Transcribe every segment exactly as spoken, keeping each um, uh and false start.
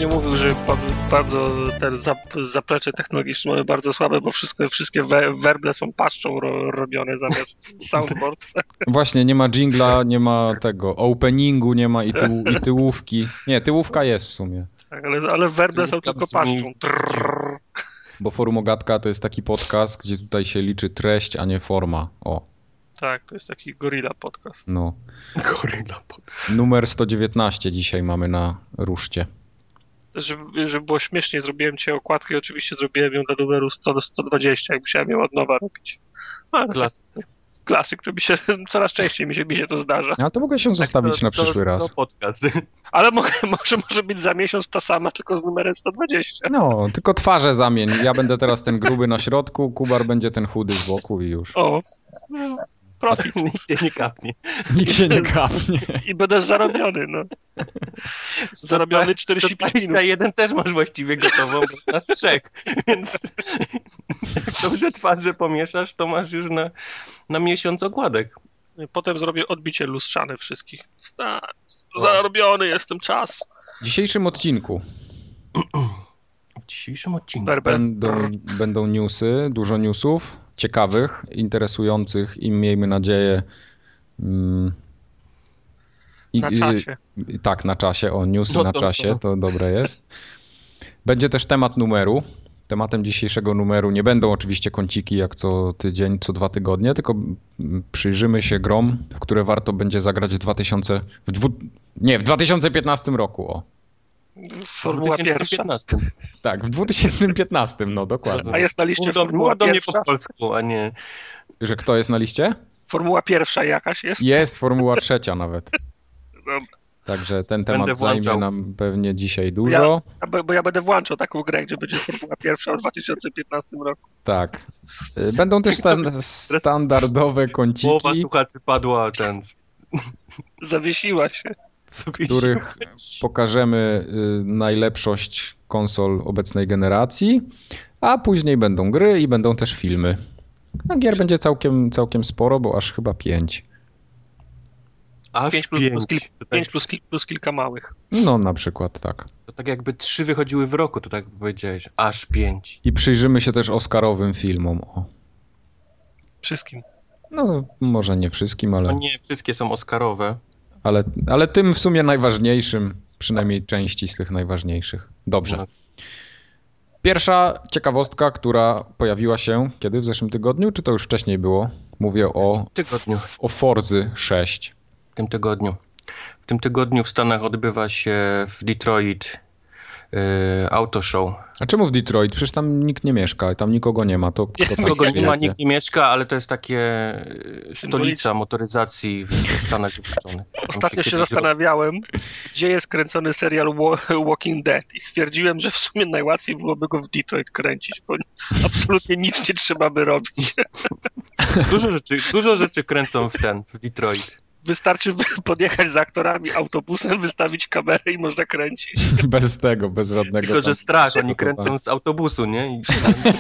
nie mówił, że bardzo te zaplecze technologiczne mamy bardzo słabe, bo wszystko, wszystkie we, werble są paszczą ro, robione zamiast soundboard. Właśnie, nie ma jingla, nie ma tego openingu, nie ma i, tył, i tyłówki. Nie, tyłówka jest w sumie. Tak, ale, ale werble są tylko paszczą. Trrr. Bo Forum Ogatka to jest taki podcast, gdzie tutaj się liczy treść, a nie forma. O. Tak, to jest taki gorilla podcast. No. Gorilla podcast. Numer sto dziewiętnaście dzisiaj mamy na ruszcie. Żeby, żeby było śmiesznie, zrobiłem cię okładkę i oczywiście zrobiłem ją do numeru sto do sto dwadzieścia, jak musiałem ją od nowa robić. Ale Klasyk. Klasyk, to mi się coraz częściej mi się, mi się to zdarza. Ale to mogę się zostawić Tak, to, na przyszły to, raz. To podcast. Ale mogę, może, może być za miesiąc ta sama, tylko z numerem sto dwadzieścia. No, tylko twarze zamień. Ja będę teraz ten gruby na środku, Kubar będzie ten chudy z boku i już. O, no, profit. Nikt cię nie kapnie. Nikt się nie kapnie. I będę zarobiony, no. Zarobiony czterdzieści pięć minut. dwadzieścia jeden też masz właściwie gotową, bo nas trzech, więc jak dobrze twarze pomieszasz, to masz już na, na miesiąc okładek. Potem zrobię odbicie lustrzane wszystkich. Sta, zarobiony jestem, czas. W dzisiejszym odcinku W dzisiejszym odcinku Berber. będą, będą newsy, dużo newsów, ciekawych, interesujących i miejmy nadzieję mm, i, Na czasie. I, tak, na czasie. O, newsy No na to- czasie, to dobre jest. Będzie też temat numeru. Tematem dzisiejszego numeru nie będą oczywiście kąciki jak co tydzień, co dwa tygodnie, tylko przyjrzymy się grom, w które warto będzie zagrać w dwa tysiące... W dwu, nie, w dwa tysiące piętnastym roku, o. w Formuła dwa tysiące pierwsza. piętnastym. Tak, w dwa tysiące piętnastym, no dokładnie. A jest na liście Mów do, formuła mów do mnie pierwsza? po polsku, a nie... Że kto jest na liście? Formuła pierwsza jakaś jest? Jest formuła trzecia nawet. Dobra. Także ten Będę temat zajmie włączał. nam pewnie dzisiaj dużo. Ja, bo, bo ja będę włączał taką grę, gdzie będzie formuła pierwsza w dwa tysiące piętnastym roku. Tak. Y, Będą też stan- standardowe Połowa kąciki, słuchaczy padła ten... Zawiesiła się. w których pokażemy y, najlepszość konsol obecnej generacji, a później będą gry i będą też filmy. A gier będzie całkiem, całkiem sporo, bo aż chyba pięć. Aż pięć plus, pięć. plus, kil, To tak- pięć plus, kil, plus kilka małych. No na przykład tak. To tak jakby trzy wychodziły w roku, to tak powiedziałeś. Aż pięć. I przyjrzymy się też oscarowym filmom. O. Wszystkim. No może nie wszystkim, No ale, nie, wszystkie są oscarowe. ale, ale tym w sumie najważniejszym, przynajmniej części z tych najważniejszych. Dobrze. No. Pierwsza ciekawostka, która pojawiła się kiedy? W zeszłym tygodniu? Czy to już wcześniej było? Mówię o, W tygodniu. o Forzy sześć. W tym tygodniu. W tym tygodniu w Stanach odbywa się w Detroit y, Auto Show. A czemu w Detroit? Przecież tam nikt nie mieszka, tam nikogo nie ma. To kto tam Nikogo nie ma, przyjedzie? nikt nie mieszka, ale to jest takie y, stolica Symboliczne. motoryzacji w Stanach Zjednoczonych. Tam Ostatnio się kiedyś zastanawiałem, gdzie jest kręcony serial Wa- Walking Dead i stwierdziłem, że w sumie najłatwiej byłoby go w Detroit kręcić, bo absolutnie nic nie trzeba by robić. roz- Dużo rzeczy, dużo rzeczy kręcą w ten, w Detroit. Wystarczy podjechać z aktorami autobusem, wystawić kamerę i można kręcić. Bez tego, bez żadnego... Tylko, że tam strach, oni przygotowania. kręcą z autobusu, nie? I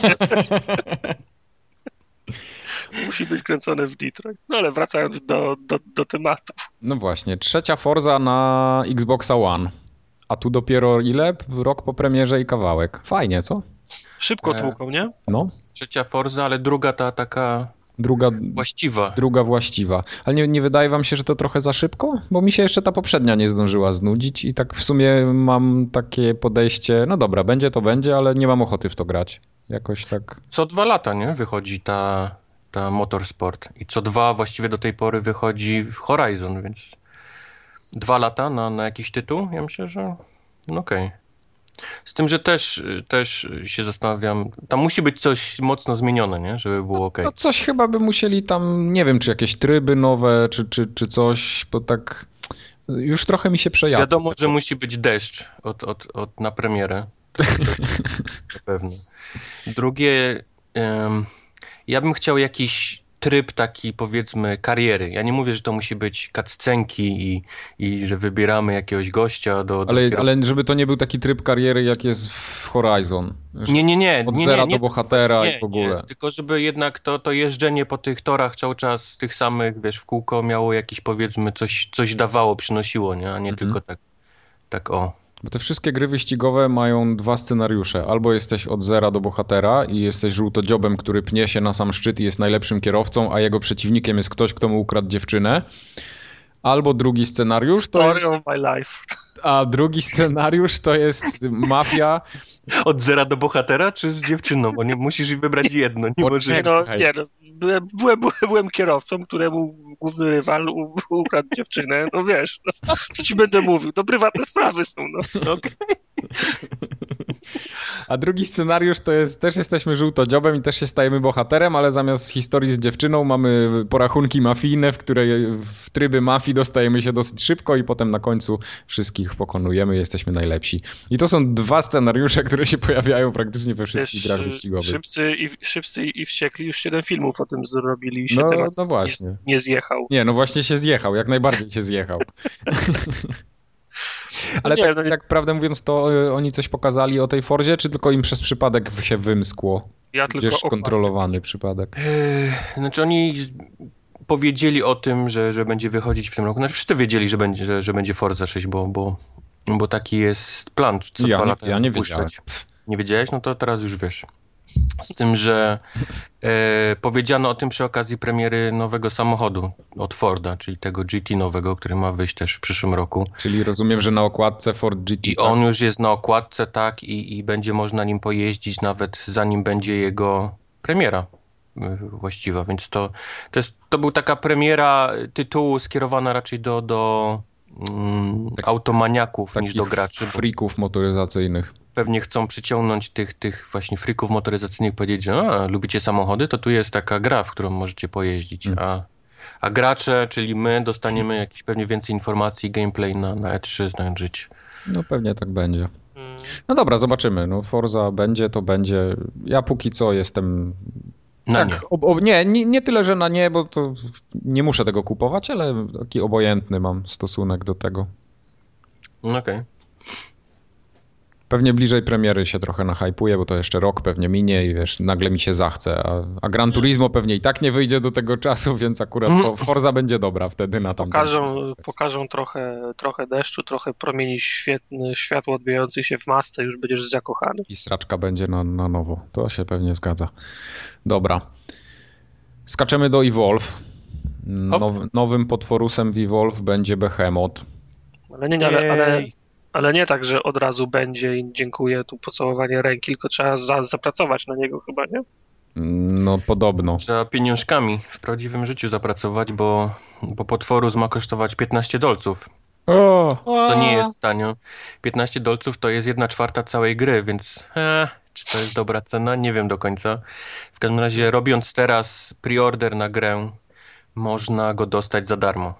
Musi być kręcone w Detroit. No ale wracając do, do, do tematu. No właśnie, trzecia Forza na Xboxa One. A tu dopiero ile? Rok po premierze i kawałek. Fajnie, co? Szybko E. tłuką, nie? No, trzecia Forza, ale druga ta taka druga, właściwa. druga właściwa. Ale nie, nie wydaje wam się, że to trochę za szybko? Bo mi się jeszcze ta poprzednia nie zdążyła znudzić i tak w sumie mam takie podejście, no dobra, będzie to będzie, ale nie mam ochoty w to grać. Jakoś tak... Co dwa lata, nie? Wychodzi ta, ta Motorsport. I co dwa właściwie do tej pory wychodzi Horizon, więc dwa lata na, na jakiś tytuł? Ja myślę, że no okej. Z tym, że też, też się zastanawiam, tam musi być coś mocno zmienione, nie? Żeby było okej. No coś chyba by musieli tam, nie wiem, czy jakieś tryby nowe, czy, czy, czy coś, bo tak już trochę mi się przejadło. Wiadomo, że musi być deszcz od, od, od, na premierę. To, to, na pewno. Drugie, em, ja bym chciał jakiś tryb taki, powiedzmy, kariery. Ja nie mówię, że to musi być cutscenki i, i że wybieramy jakiegoś gościa do... do Ale, kierow- ale żeby to nie był taki tryb kariery, jak jest w Horizon. Że Nie, nie, nie. Od nie, zera nie, nie, do bohatera nie, i w ogóle. Nie, tylko żeby jednak to, to jeżdżenie po tych torach cały czas tych samych, wiesz, w kółko miało jakiś, powiedzmy, coś, coś dawało, przynosiło, nie? A nie Mhm. tylko tak, tak o. Bo te wszystkie gry wyścigowe mają dwa scenariusze. Albo jesteś od zera do bohatera i jesteś żółtodziobem, który pnie się na sam szczyt i jest najlepszym kierowcą, a jego przeciwnikiem jest ktoś, kto mu ukradł dziewczynę. Albo drugi scenariusz to Story jest... of my life. A drugi scenariusz to jest mafia. Od zera do bohatera, czy z dziewczyną? Bo nie musisz wybrać jedno. Nie Poczekaj. możesz... No, Słuchaj. nie, no, byłem, byłem, byłem kierowcą, któremu główny rywal u- ukradł dziewczynę. No wiesz, no, co ci będę mówił? To prywatne sprawy są. No. Okej. A drugi scenariusz to jest, też jesteśmy żółtodziobem i też się stajemy bohaterem, ale zamiast historii z dziewczyną mamy porachunki mafijne, w której w tryby mafii dostajemy się dosyć szybko i potem na końcu wszystkich pokonujemy i jesteśmy najlepsi. I to są dwa scenariusze, które się pojawiają praktycznie we wszystkich Wiesz, grach wyścigowych. Szybcy i, szybcy i wściekli już siedem filmów o tym zrobili i się No, temat no właśnie. nie, nie zjechał. Nie, no właśnie się zjechał, jak najbardziej się zjechał. Ale Nie, tak, no nie- tak prawdę mówiąc, to y, oni coś pokazali o tej Forzie, czy tylko im przez przypadek się wymskło? Ja tylko Gdzieś okładkę. kontrolowany przypadek. Eee, Znaczy oni z- powiedzieli o tym, że, że będzie wychodzić w tym roku. Znaczy wszyscy wiedzieli, że będzie, że, że będzie Forza sześć, bo, bo, bo taki jest plan, co Ja dwa nie- lata ja nie wypuszczać. Nie wiedziałeś? No to teraz już wiesz. Z tym, że e, powiedziano o tym przy okazji premiery nowego samochodu od Forda, czyli tego G T nowego, który ma wyjść też w przyszłym roku. Czyli rozumiem, że na okładce Ford G T. I tak? on już jest na okładce, tak, i, i będzie można nim pojeździć nawet zanim będzie jego premiera y, właściwa, więc to, to, jest, to był taka premiera tytułu skierowana raczej do, do mm, automaniaków niż do graczy, bo Freaków motoryzacyjnych. pewnie chcą przyciągnąć tych, tych właśnie frików motoryzacyjnych, powiedzieć, że a, lubicie samochody, to tu jest taka gra, w którą możecie pojeździć, Mm. a, a gracze, czyli my, dostaniemy jakieś pewnie więcej informacji, gameplay na, na E trzy, znając No pewnie tak będzie. Mm. No dobra, zobaczymy. No Forza będzie, to będzie. Ja póki co jestem... Na tak, nie. Ob, ob, nie, nie, nie tyle, że na nie, bo to nie muszę tego kupować, ale taki obojętny mam stosunek do tego. No okej. Pewnie bliżej premiery się trochę nahypuję, bo to jeszcze rok pewnie minie i wiesz, nagle mi się zachce, a, a Gran Turismo pewnie i tak nie wyjdzie do tego czasu, więc akurat Mhm. Fo- Forza będzie dobra wtedy na tamtym. Pokażą, pokażą trochę, trochę deszczu, trochę promieni świetny, światło odbijających się w masce, już będziesz zakochany. I sraczka będzie na, na nowo. To się pewnie zgadza. Dobra. Skaczemy do Evolve. Now, nowym potworusem w Evolve będzie Behemoth. Ale nie, nie, ale, ale, Jej. ale nie tak, że od razu będzie i dziękuję, tu pocałowanie ręki, tylko trzeba za, zapracować na niego chyba, nie? No podobno. Trzeba pieniążkami w prawdziwym życiu zapracować, bo, bo potworus ma kosztować piętnaście dolców, O! co nie jest tanio. piętnaście dolców to jest jedna czwarta całej gry, więc e, czy to jest dobra cena? Nie wiem do końca. W każdym razie robiąc teraz preorder na grę, można go dostać za darmo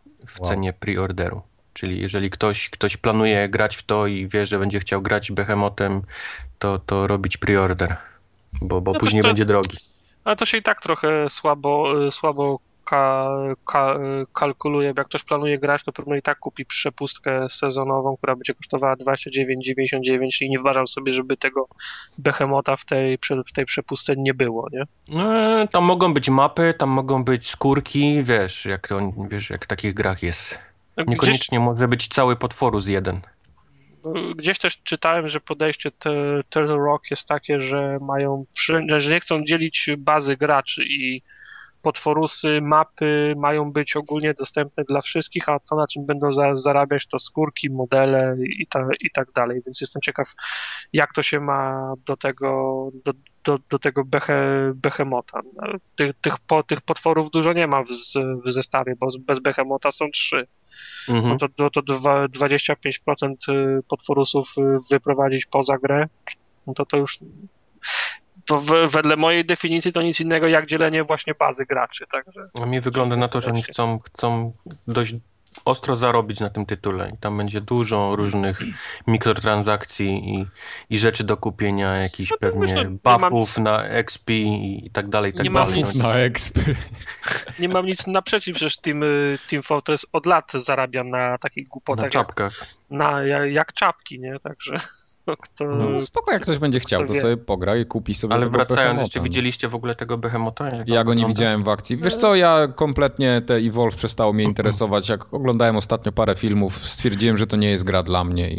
w Wow. cenie preorderu. Czyli jeżeli ktoś, ktoś planuje grać w to i wie, że będzie chciał grać Behemotem, to, to robić preorder, bo, bo No to- później to- będzie drogi. Ale to się i tak trochę słabo, y, słabo ka, ka, y, kalkuluje, bo jak ktoś planuje grać, to pewno i tak kupi przepustkę sezonową, która będzie kosztowała dwadzieścia dziewięć dziewięćdziesiąt dziewięć i nie wważam sobie, żeby tego Behemota w tej, prze- w tej przepustce nie było, nie? No, tam mogą być mapy, tam mogą być skórki, wiesz, jak to, wiesz, jak w takich grach jest. Gdzieś, Niekoniecznie może być cały potworus jeden. gdzieś też czytałem, że podejście te- Turtle Rock jest takie, że mają, przy- że nie chcą dzielić bazy graczy i potworusy, mapy mają być ogólnie dostępne dla wszystkich, a to na czym będą za, zarabiać to skórki, modele i, ta, i tak dalej, więc jestem ciekaw, jak to się ma do tego, do, do, do tego behe, Behemota. Tych, tych, po, tych potworów dużo nie ma w, z- w zestawie, bo z- bez Behemota są trzy. Mhm. No to, to, to dwa- dwadzieścia pięć procent potworusów y, wyprowadzić poza grę, no to to już to we, wedle mojej definicji to nic innego jak dzielenie właśnie bazy graczy, także A mi wygląda na to, że oni chcą, chcą dość ostro zarobić na tym tytule i tam będzie dużo różnych mikrotransakcji i, i rzeczy do kupienia, jakichś No to pewnie myślę, nie mam buffów nic- na X P i tak dalej, i tak Nie mam dalej. nic No, Na expy. nie mam nic naprzeciw, przecież Team, y, Team Fortress od lat zarabia na takich na głupotach jak, czapkach. na, jak, jak czapki, nie, także no, kto, No spoko, jak ktoś będzie chciał, to wie. sobie pogra i kupi sobie Ale tego wracając, Behemota, jeszcze no. widzieliście w ogóle tego Behemota? Jak Ja on go nie wygląda? widziałem w akcji. Wiesz co, ja kompletnie te Evolve przestało mnie interesować. Jak oglądałem ostatnio parę filmów, stwierdziłem, że to nie jest gra dla mnie i,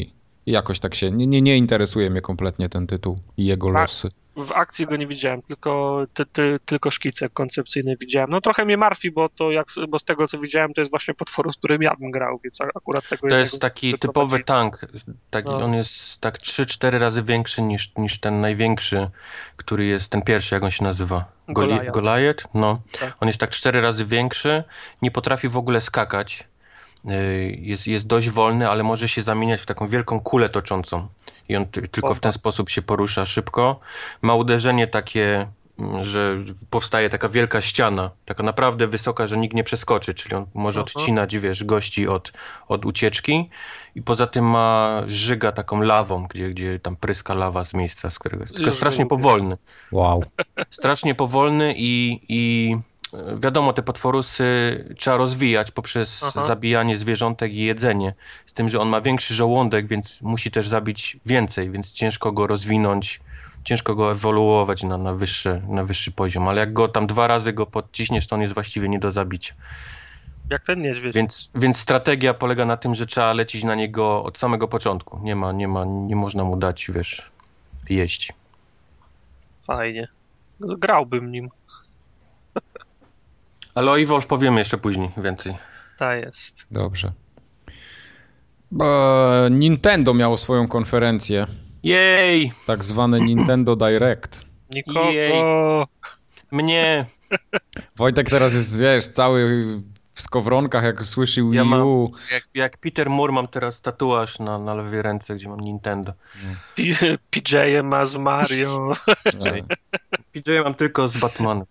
jakoś tak się, nie, nie, nie interesuje mnie kompletnie ten tytuł i jego Tak. losy. W akcji go nie widziałem, tylko, ty, ty, tylko szkice koncepcyjne widziałem. No trochę mnie martwi, bo to jak, bo z tego co widziałem, to jest właśnie potwór, z którym ja bym grał, więc akurat tego To jednego jest taki wyprowadzi- typowy tank. Taki, No. On jest tak trzy cztery razy większy niż, niż ten największy, który jest ten pierwszy, jak on się nazywa? Goli- Goliath. Goliath? No. Tak. On jest tak cztery razy większy, nie potrafi w ogóle skakać. Yy, Jest, jest dość wolny, ale może się zamieniać w taką wielką kulę toczącą. I on ty, tylko w ten sposób się porusza szybko. Ma uderzenie takie, mm, że powstaje taka wielka ściana, taka naprawdę wysoka, że nikt nie przeskoczy, czyli on może Aha. odcinać, wiesz, gości od, od ucieczki. I poza tym ma żyga taką lawą, gdzie, gdzie tam pryska lawa z miejsca, z którego jest. Tylko Już strasznie lubię. powolny. Wow. Strasznie powolny i, i e, wiadomo, te potworusy trzeba rozwijać poprzez Aha. zabijanie zwierzątek i jedzenie. Z tym, że on ma większy żołądek, więc musi też zabić więcej, więc ciężko go rozwinąć, ciężko go ewoluować na, na, wyższy, na wyższy poziom. Ale jak go tam dwa razy go podciśniesz, to on jest właściwie nie do zabicia. Jak ten niedźwiedź. Więc, więc strategia polega na tym, że trzeba lecieć na niego od samego początku. Nie ma, nie ma, nie można mu dać, wiesz, jeść. Fajnie. Grałbym nim. Ale o Evolve powiemy jeszcze później więcej. Ta jest. Dobrze. Bo Nintendo miało swoją konferencję, Jej! tak zwane Nintendo Direct. Nikogo. Jej. Mnie! Wojtek teraz jest, wiesz, cały w skowronkach, jak słyszy Wii Ja mam- U. Jak, jak Peter Moore mam teraz tatuaż na, na lewej ręce, gdzie mam Nintendo. P- P J ma z Mario. P J mam tylko z Batmanem.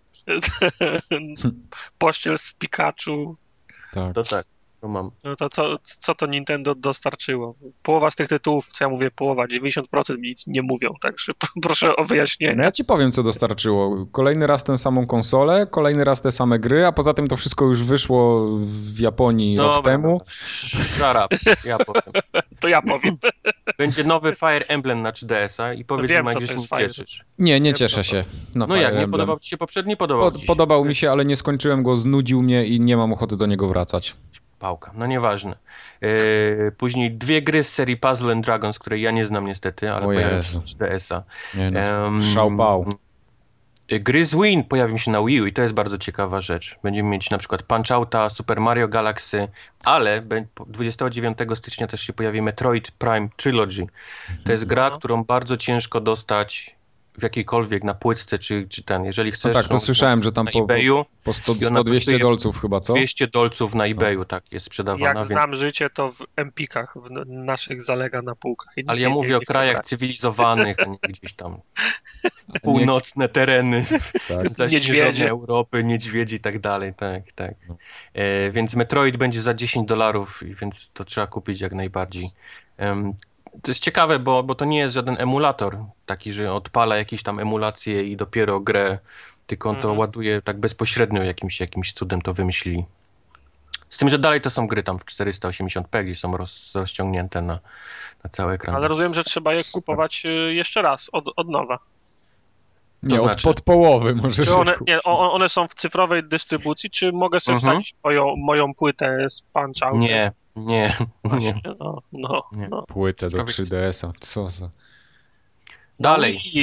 Pościel z Pikachu. Tak. To tak, to mam. No to co, co to Nintendo dostarczyło? Połowa z tych tytułów, co ja mówię, połowa, dziewięćdziesiąt procent mi nic nie mówią, także proszę o No wyjaśnienie. ja ci powiem, co dostarczyło. Kolejny raz tę samą konsolę, kolejny raz te same gry, a poza tym to wszystko już wyszło w Japonii rok Dobra, temu. Szarap, ja powiem. To ja powiem. Będzie nowy Fire Emblem na trzy D S a i powiedz, Wiem, że co się to nie jest Fire. cieszysz. Nie, nie Ja cieszę to- się. Na No Fire jak, nie Emblem. podobał ci się poprzedni? Podobał Po, ci się. podobał mi się, ale nie skończyłem go, znudził mnie i nie mam ochoty do niego wracać. Pałka, no nieważne. Yy, później dwie gry z serii Puzzle and Dragons, której ja nie znam niestety, ale O pojawią Jezu. się na trzy D S a. Nie no, Em, szałpał. Gry z Wii pojawią się na Wii U i to jest bardzo ciekawa rzecz. Będziemy mieć na przykład Punch-Outa, Super Mario Galaxy, ale be- dwudziestego dziewiątego stycznia też się pojawi Metroid Prime Trilogy. To jest gra, No. którą bardzo ciężko dostać w jakiejkolwiek, na płytce czy, czy ten. Jeżeli No chcesz tak, to ją słyszałem, że tam na po, eBayu, po sto i ona dwieście kosztuje dolców chyba, co? dwieście dolców na eBayu, tak, jest sprzedawana. Jak więc... znam życie, to w Empikach, w n- naszych zalega na półkach. I Ale nie- ja nie- mówię nie o chcę krajach brać. cywilizowanych, a nie gdzieś tam północne tereny, Tak. zaśnieżone Niedźwiedzie. Europy, niedźwiedzi i tak dalej, tak, tak. No. E, więc Metroid będzie za dziesięć dolarów, i więc to trzeba kupić jak najbardziej. Em, to jest ciekawe, bo, bo to nie jest żaden emulator, taki, że odpala jakieś tam emulacje i dopiero grę, tylko on to Mhm. ładuje tak bezpośrednio, jakimś, jakimś cudem to wymyślili. Z tym, że dalej to są gry tam w czterysta osiemdziesiąt p, gdzie są roz, rozciągnięte na, na cały ekran. Ale rozumiem, że trzeba je Super. kupować y, jeszcze raz, od, od nowa. Nie, To od znaczy? pod połowy możesz Czy one, kupić. nie, o- one są w cyfrowej dystrybucji, czy mogę sobie Mhm. wsadzić moją, moją płytę z Punch-Outem? Nie, nie, nie. Właśnie, no, no, Nie. no. Płytę do Sprawy- trzy D S a, co za... Dalej. I,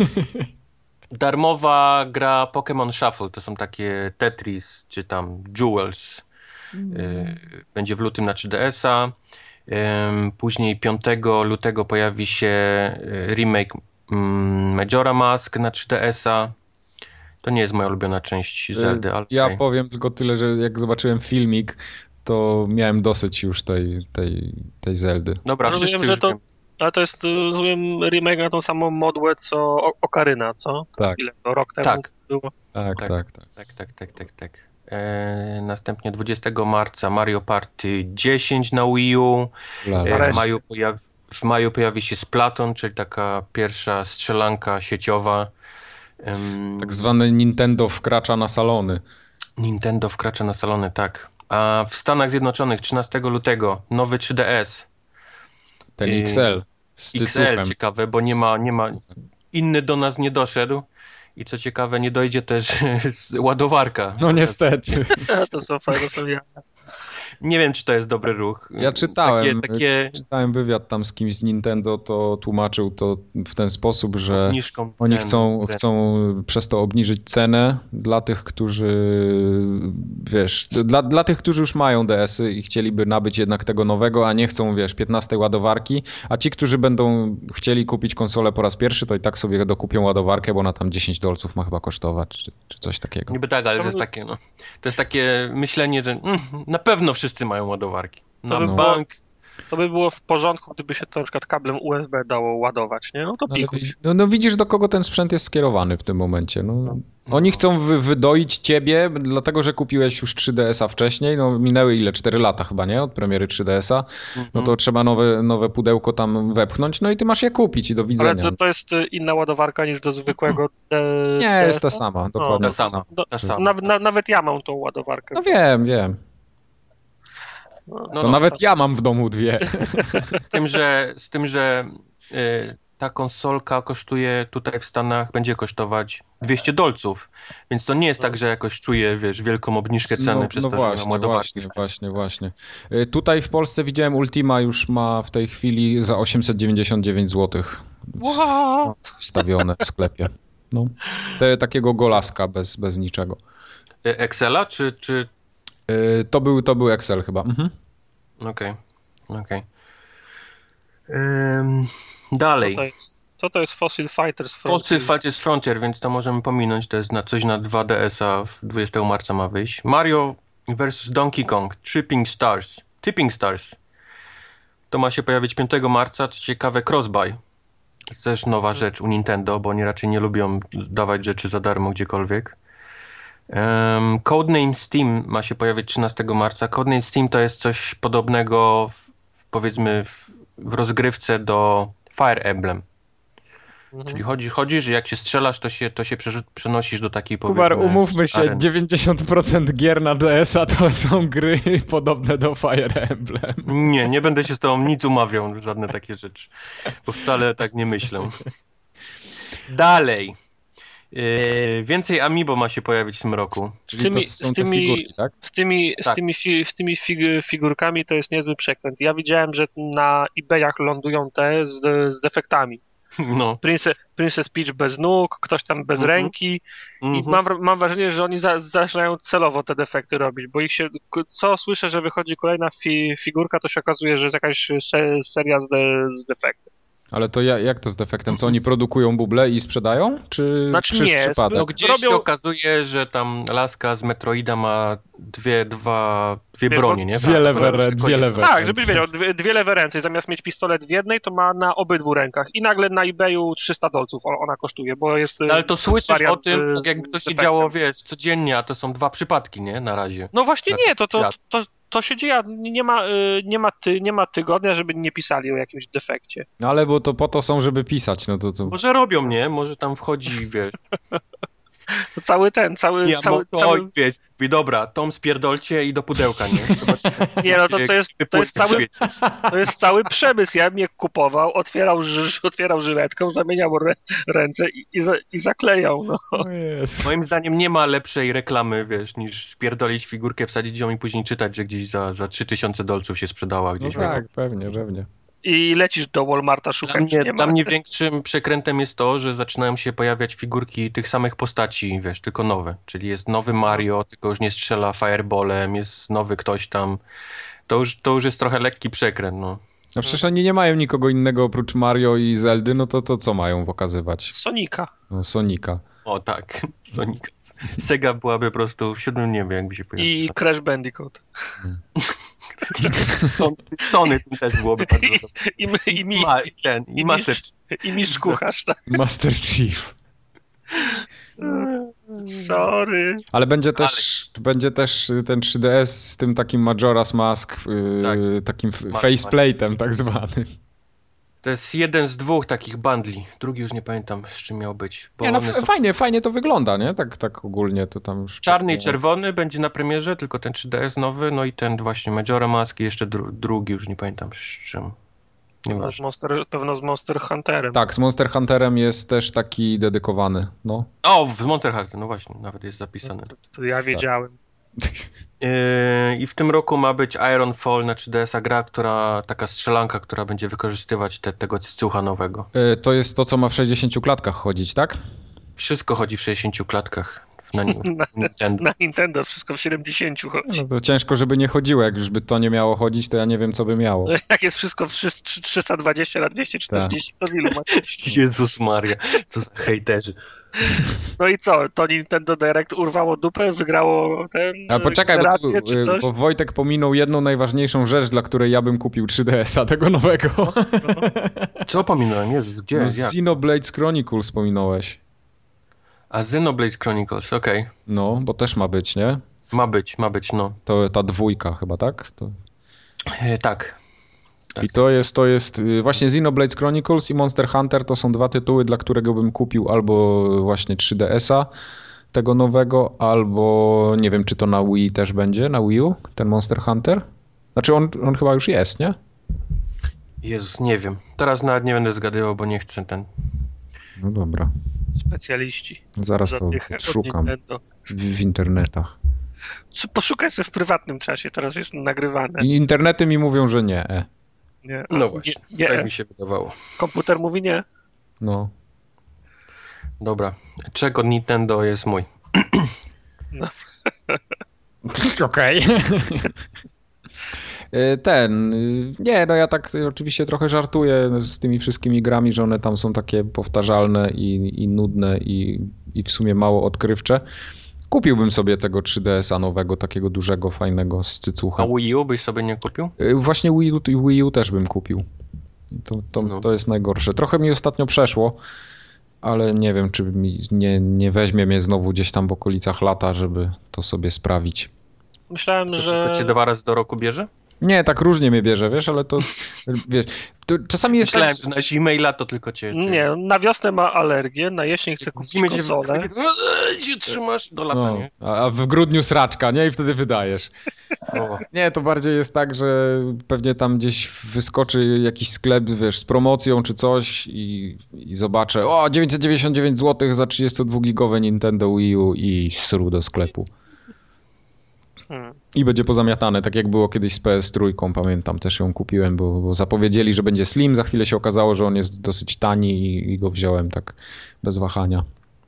Darmowa gra Pokémon Shuffle, to są takie Tetris, czy tam Jewels. Y, Będzie w lutym na trzy D S a. Ym, Później piątego lutego pojawi się y, remake mm, Majora Mask na trzy D S a. To nie jest moja ulubiona część Zeldy, ale Ja okej. powiem tylko tyle, że jak zobaczyłem filmik, to miałem dosyć już tej, tej, tej Zeldy. Dobra, Rozumiem, wszyscy że już to- wiem. ale to jest, y, rozumiem, remake na tą samą modłę, co O- Okaryna, co? Tak. Ile to, rok temu Tak. było? Tak, Tak. tak, tak. Tak, tak, tak, tak, tak. E, następnie dwudziestego marca Mario Party dziesięć na Wii U. Lala. E, w, Nareszcie. maju pojawi, w maju pojawi się Splatoon, czyli taka pierwsza strzelanka sieciowa. Em, Tak zwany Nintendo wkracza na salony. Nintendo wkracza na salony, tak. A w Stanach Zjednoczonych trzynastego lutego nowy trzy D S. Ten Yy, X L z X L, cycuchem. ciekawe, bo nie ma, nie ma, inny do nas nie doszedł. I co ciekawe, nie dojdzie też z- ładowarka. No niestety. To są fajne, są ja. Nie wiem, czy to jest dobry ruch. Ja czytałem, Takie, takie... czytałem wywiad tam z kimś z Nintendo, to tłumaczył to w ten sposób, że obniżką oni cen, chcą, z- chcą przez to obniżyć cenę dla tych, którzy wiesz, dla, dla tych, którzy już mają D S-y i chcieliby nabyć jednak tego nowego, a nie chcą, wiesz, piętnastej ładowarki, a ci, którzy będą chcieli kupić konsolę po raz pierwszy, to i tak sobie dokupią ładowarkę, bo ona tam dziesięć dolców ma chyba kosztować, czy, czy coś takiego. Niby tak, ale to jest takie, no, to jest takie myślenie, że mm, na pewno wszyscy mają ładowarki. Na by było- bank. To by było w porządku, gdyby się to na przykład kablem U S B dało ładować, nie? No to No, ale pikuś. wi- no, no widzisz, do kogo ten sprzęt jest skierowany w tym momencie. No, oni chcą wy, wydoić ciebie, dlatego że kupiłeś już trzy D S a wcześniej. No, minęły ile? cztery lata chyba, nie? Od premiery trzy D S a. No to trzeba nowe, nowe pudełko tam wepchnąć, no i ty masz je kupić i do widzenia. Ale to, to jest y, inna ładowarka niż do zwykłego D- Nie, D S a? jest ta sama, dokładnie ta sama. Do, Ta sama. Nawet, na, nawet ja mam tą ładowarkę. No wiem, wiem. No, No, To no, nawet ja mam w domu dwie. Z tym, że, z tym, że y, ta konsolka kosztuje tutaj w Stanach, będzie kosztować dwieście dolców, więc to nie jest tak, że jakoś czuję, wiesz, wielką obniżkę ceny No, przez no to, że nie mam właśnie, ładowarki. właśnie, właśnie, właśnie. Y, Tutaj w Polsce widziałem Ultima już ma w tej chwili za osiemset dziewięćdziesiąt dziewięć złotych What? wstawione w sklepie. No. Te, takiego golaska bez, bez niczego. Y, Excela, czy... czy... Y, To był, to był Excel chyba. Mhm. Okej, okej. Ym, Dalej. Co to jest, co to jest Fossil Fighters Frontier? Fossil Fighters Frontier, więc to możemy pominąć, to jest na coś na dwa D S a, w dwudziestego marca ma wyjść. Mario versus. Donkey Kong, Tripping Stars, Tipping Stars. To ma się pojawić piątego marca, co ciekawe cross-buy. To jest też nowa rzecz u Nintendo, bo oni raczej nie lubią dawać rzeczy za darmo gdziekolwiek. Um, Codename Steam ma się pojawić trzynastego marca. Codename Steam to jest coś podobnego w, w, powiedzmy w, w rozgrywce do Fire Emblem. Mhm. Czyli chodzisz, chodzisz i jak się strzelasz, to się, to się prze- przenosisz do takiej, Kubar, powiedzmy, umówmy się, areny. dziewięćdziesiąt procent gier na D S a to są gry podobne do Fire Emblem. Nie, nie będę się z tobą nic umawiał, żadne takie rzeczy, bo wcale tak nie myślę. Dalej. Yy, więcej Amiibo ma się pojawić w tym roku. Z Czyli tymi, to są z te tymi, figurki, tak? z tymi, z Tak. tymi, fi, z tymi fig, figurkami to jest niezły przekręt. Ja widziałem, że na eBayach lądują te z, z defektami. No. Princess, Princess Peach bez nóg, ktoś tam bez Mhm. ręki i Mhm. mam, wra- mam wrażenie, że oni za, zaczynają celowo te defekty robić, bo ich się, k- co słyszę, że wychodzi kolejna fi, figurka, to się okazuje, że jest jakaś se, seria z, de, z defektem. Ale to ja, jak to z defektem? Co oni produkują buble i sprzedają? Czy Znaczy przez nie, przypadek? No gdzieś robią- się okazuje, że tam laska z Metroida ma dwie, dwa, dwie Wiesz, bronie, bo- nie? Dwie Tak, lewe, to re- tylko dwie jedno. lewe. Tak, ręce. żebyś wiedział, dwie, dwie lewe ręce i zamiast mieć pistolet w jednej, to ma na obydwu rękach i nagle na eBayu trzysta dolców o- ona kosztuje, bo jest... No, ale to słyszysz o wariant tym, z- tak jakby to z się defektem. działo, wiesz, codziennie, a to są dwa przypadki, nie? Na razie. No właśnie na nie, to, cały to, świat. to, to się dzieje, nie ma, y, nie, ma ty, nie ma tygodnia, żeby nie pisali o jakimś defekcie. No ale bo to po to są, żeby pisać, no to, to... Może robią, nie? Może tam wchodzi, wiesz, To cały ten, cały... nie, cały, to cały... wiesz, mówi, dobra, Tom spierdolcie i do pudełka, nie? Zobaczcie, Nie, no to, to, jest, to, jest płytki w cały, świecie. to jest cały przemysł. Ja bym je kupował, otwierał, ży- otwierał żyletką, zamieniał rę, ręce i, i, za, i zaklejał. No. O jest. Moim zdaniem nie ma lepszej reklamy, wiesz, niż spierdolić figurkę, wsadzić ją i później czytać, że gdzieś za, za trzy tysiące dolców się sprzedała No gdzieś. tak, pewnie, pewnie. I lecisz do Walmarta Dla szukać, mnie, nie dla ma. mnie większym przekrętem jest to, że zaczynają się pojawiać figurki tych samych postaci, wiesz, tylko nowe. Czyli jest nowy Mario, tylko już nie strzela fireballem, jest nowy ktoś tam. To już, to już jest trochę lekki przekręt, no. No przecież oni nie mają nikogo innego oprócz Mario i Zeldy, no to, to co mają pokazywać? Sonika. No, Sonika. O tak, Sonic. Sega byłaby po prostu w siódmym niebie, jakby się pojawił. I Crash Bandicoot. Sony tym też byłoby bardzo dobre. I, i, i, mi, Ma, i ten, i i Master mistrz, i mistrz kucharz, tak. Master Chief. Sorry. Ale będzie też, będzie też ten trzy D S z tym takim Majora's Mask, yy, Tak. takim f- Ma- faceplate'em tak zwanym. To jest jeden z dwóch takich bundli. Drugi już nie pamiętam, z czym miał być. Bo Nie, no one f- są... fajnie, fajnie to wygląda, nie? Tak, tak ogólnie to tam już... Czarny i czerwony będzie na premierze, tylko ten trzy D S nowy, no i ten właśnie Majora Mask i jeszcze dru- drugi, już nie pamiętam z czym. Pewno z, Nieważne. Monster, pewno z Monster Hunterem. Tak, z Monster Hunterem jest też taki dedykowany, no. O, w Monster Hunter, no właśnie, nawet jest zapisane. To ja wiedziałem. Yy, I w tym roku ma być Ironfall na trzy D S a, gra, która, taka strzelanka, która będzie wykorzystywać te, tego cycucha nowego. E, To jest to, co ma w sześćdziesięciu klatkach chodzić, tak? Wszystko chodzi w sześćdziesięciu klatkach na, Na, Nintendo. na Nintendo wszystko w siedemdziesięciu chodzi. No to ciężko, żeby nie chodziło. Jak już by to nie miało chodzić, to ja nie wiem, co by miało. Jak jest wszystko w trzy- trzy- trzysta dwadzieścia na dwieście czterdzieści, to ilu ma? Jezus Maria, co za hejterzy. No i co? To Nintendo Direct urwało dupę, wygrało ten A poczekaj, bo, generację, tu, czy coś? bo Wojtek pominął jedną najważniejszą rzecz, dla której ja bym kupił trzy D S a, tego nowego. Co pominąłem? Jezus, gdzie? No, Jak? Xenoblade Chronicles pominąłeś. A Xenoblade Chronicles, okej. No, bo też ma być, nie? Ma być, ma być, no. To ta dwójka chyba, tak? To... E, tak. I to jest, to jest y, właśnie Xenoblade Chronicles i Monster Hunter to są dwa tytuły, dla którego bym kupił albo właśnie trzy D S a tego nowego, albo nie wiem, czy to na Wii też będzie, na Wii U, ten Monster Hunter? Znaczy on, on chyba już jest, nie? Jezus, nie wiem. Teraz nawet nie będę zgadywał, bo nie chcę ten... No dobra, Specjaliści. zaraz to Zadychę od szukam Nintendo. w, w internetach. Czy Poszukaj sobie w prywatnym czasie, teraz jest nagrywane. I internety mi mówią, że nie. E. Nie, No właśnie, nie, tak nie. mi się wydawało. Komputer mówi nie. No. Dobra. Czego Nintendo jest mój? Okej. Ten, y, nie, no ja tak oczywiście trochę żartuję z tymi wszystkimi grami, że one tam są takie powtarzalne i, i nudne i, i w sumie mało odkrywcze. Kupiłbym sobie tego trzy D S a nowego, takiego dużego, fajnego z A cycucha. Wii U byś sobie nie kupił? Y, Właśnie Wii U, Wii U też bym kupił. To, to, No. to jest najgorsze. Trochę mi ostatnio przeszło, ale nie wiem, czy mi nie, nie weźmie mnie znowu gdzieś tam w okolicach lata, żeby to sobie sprawić. Myślałem, To, że... to cię dwa razy do roku bierze? Nie, tak różnie mnie bierze, wiesz, ale to, wiesz, to czasami jest Myślałem, tak, że na zimę i lato tylko cię... cię... Nie, na wiosnę ma alergię, na jesień chce W kupić zimę cię konsolę. cię trzymasz do lata, no, nie? a w grudniu sraczka, nie? I wtedy wydajesz. O. Nie, to bardziej jest tak, że pewnie tam gdzieś wyskoczy jakiś sklep, wiesz, z promocją czy coś i, i zobaczę, o, dziewięćset dziewięćdziesiąt dziewięć złotych za trzydziestodwugigowe Nintendo Wii U i sru do sklepu. Hmm. I będzie pozamiatane, tak jak było kiedyś z P S trzy, pamiętam, też ją kupiłem, bo, bo zapowiedzieli, że będzie slim, za chwilę się okazało, że on jest dosyć tani i, i go wziąłem tak bez wahania.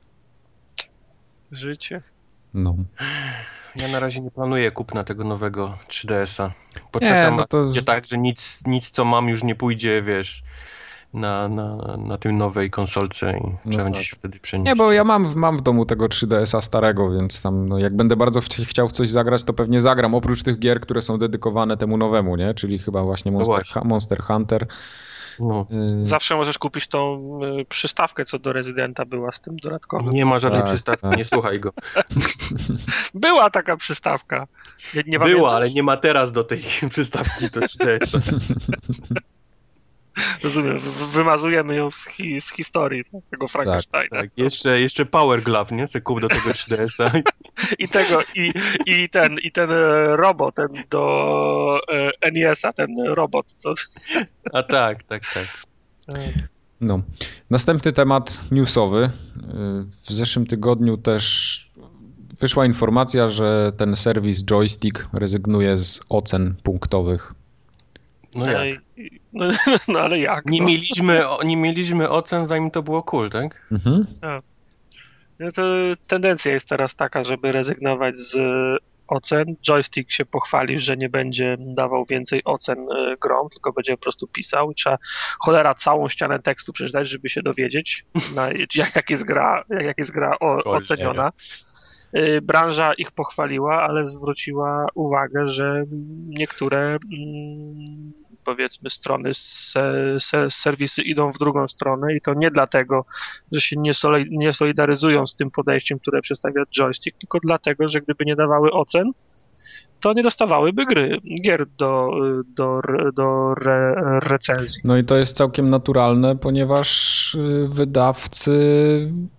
Życie. No. Ja na razie nie planuję kupna tego nowego trzy D S a. Poczekam, Nie, no a to- będzie tak, że nic, nic co mam już nie pójdzie, wiesz, na, na, na tym nowej konsolce i trzeba tak. będzie się wtedy przenieść. Nie, bo ja mam, mam w domu tego trzy D S a starego, więc tam no, jak będę bardzo ch- chciał w coś zagrać, to pewnie zagram, oprócz tych gier, które są dedykowane temu nowemu, nie? Czyli chyba właśnie Monster, właśnie. Hu- Monster Hunter. No. Yy, Zawsze możesz kupić tą y, przystawkę, co do Rezydenta była z tym dodatkowym. Nie ma żadnej Tak, przystawki, tak. nie słuchaj go. Była taka przystawka. Nie, nie Była, pamiętasz? ale nie ma teraz do tej przystawki do trzy D S a. Rozumiem, wy- wymazujemy ją z, hi, z historii tego Frankensteina. Tak, jeszcze, jeszcze Power Glove, nie? Se kup do tego trzy D S a. I tego, i, i ten, i ten e, robot, ten do e, N E S a, ten robot, co... A tak, tak, tak. No. Następny temat newsowy. Yy, W zeszłym tygodniu też wyszła informacja, że ten serwis Joystick rezygnuje z ocen punktowych. No No, jak? i- no, no ale jak? Nie no? mieliśmy, o- nie mieliśmy ocen, zanim to było cool, tak? Mhm. No to tendencja jest teraz taka, żeby rezygnować z ocen. Joystick się pochwali, że nie będzie dawał więcej ocen e, grom, tylko będzie po prostu pisał i trzeba cholera całą ścianę tekstu przeczytać, żeby się dowiedzieć, na, jak, jak jest gra, jak, jak jest gra o, Cholera. oceniona. Y, Branża ich pochwaliła, ale zwróciła uwagę, że niektóre mm, powiedzmy strony, se, se, serwisy idą w drugą stronę i to nie dlatego, że się nie, soli, nie solidaryzują z tym podejściem, które przedstawia Joystick, tylko dlatego, że gdyby nie dawały ocen, to nie dostawałyby gry, gier do, do, do re, recenzji. No i to jest całkiem naturalne, ponieważ y, wydawcy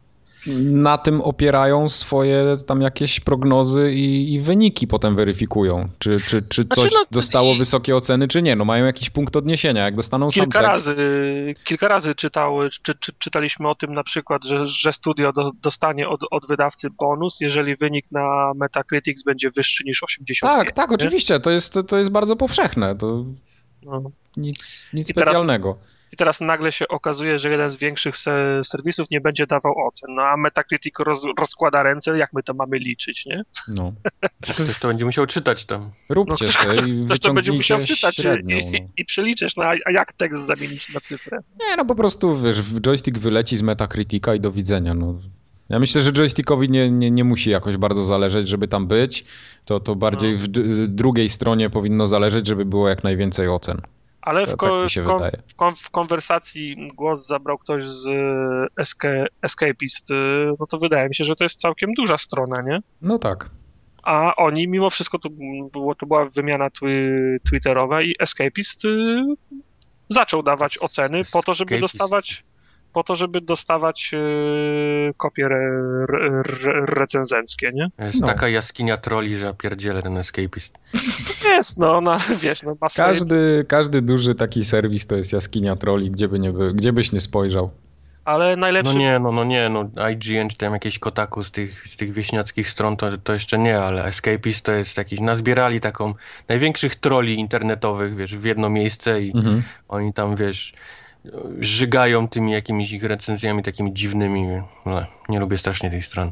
na tym opierają swoje tam jakieś prognozy i, i wyniki potem weryfikują. Czy, czy, czy Znaczy, coś no, dostało i- wysokie oceny, czy nie. No mają jakiś punkt odniesienia. Jak dostaną sam Kilka tekst... razy, kilka razy czytały, czy, czy, czytaliśmy o tym na przykład, że, że studio do, dostanie od, od wydawcy bonus, jeżeli wynik na Metacritics będzie wyższy niż osiemdziesiąt pięć. Tak, tak, nie? oczywiście. To jest, to jest bardzo powszechne. To No. nic, nic I teraz- specjalnego. I teraz nagle się okazuje, że jeden z większych se- serwisów nie będzie dawał ocen, no a Metacritic roz, rozkłada ręce, jak my to mamy liczyć, nie? No. Ktoś to będzie musiał czytać tam. Róbcie No, sobie i Ktoś to będzie musiał wyciągnijcie czytać średnią. i, No. i, i przeliczysz, no a, a jak tekst zamienić na cyfrę? Nie, no po prostu, wiesz, joystick wyleci z Metacritica i do widzenia, no. Ja myślę, że joystickowi nie, nie, nie musi jakoś bardzo zależeć, żeby tam być. To, to bardziej No. w d- drugiej stronie powinno zależeć, żeby było jak najwięcej ocen. Ale To w, tak ko- mi się w, kon- wydaje. w, kon- w konwersacji głos zabrał ktoś z e, Esca- Escapist, e, no to wydaje mi się, że to jest całkiem duża strona, nie? No tak. A oni mimo wszystko, to, było, to była wymiana twi- twitterowa i Escapist y, zaczął dawać oceny po to, żeby Escapist. dostawać po to, żeby dostawać y, kopie re, re, re, recenzenckie, nie? Jest No. taka jaskinia troli, że ja pierdzielę ten escapist. Jest, no, no wiesz, no ma swoje... Każdy, każdy duży taki serwis to jest jaskinia troli, gdzie, by nie by, gdzie byś nie spojrzał. Ale najlepszy... No nie, no, no nie, no I G N czy tam jakieś kotaku z tych, z tych wieśniackich stron, to, to jeszcze nie, ale Escapist to jest jakiś, nazbierali taką największych troli internetowych, wiesz, w jedno miejsce i Mhm. oni tam, wiesz, żygają tymi jakimiś ich recenzjami takimi dziwnymi. No, nie lubię strasznie tej strony.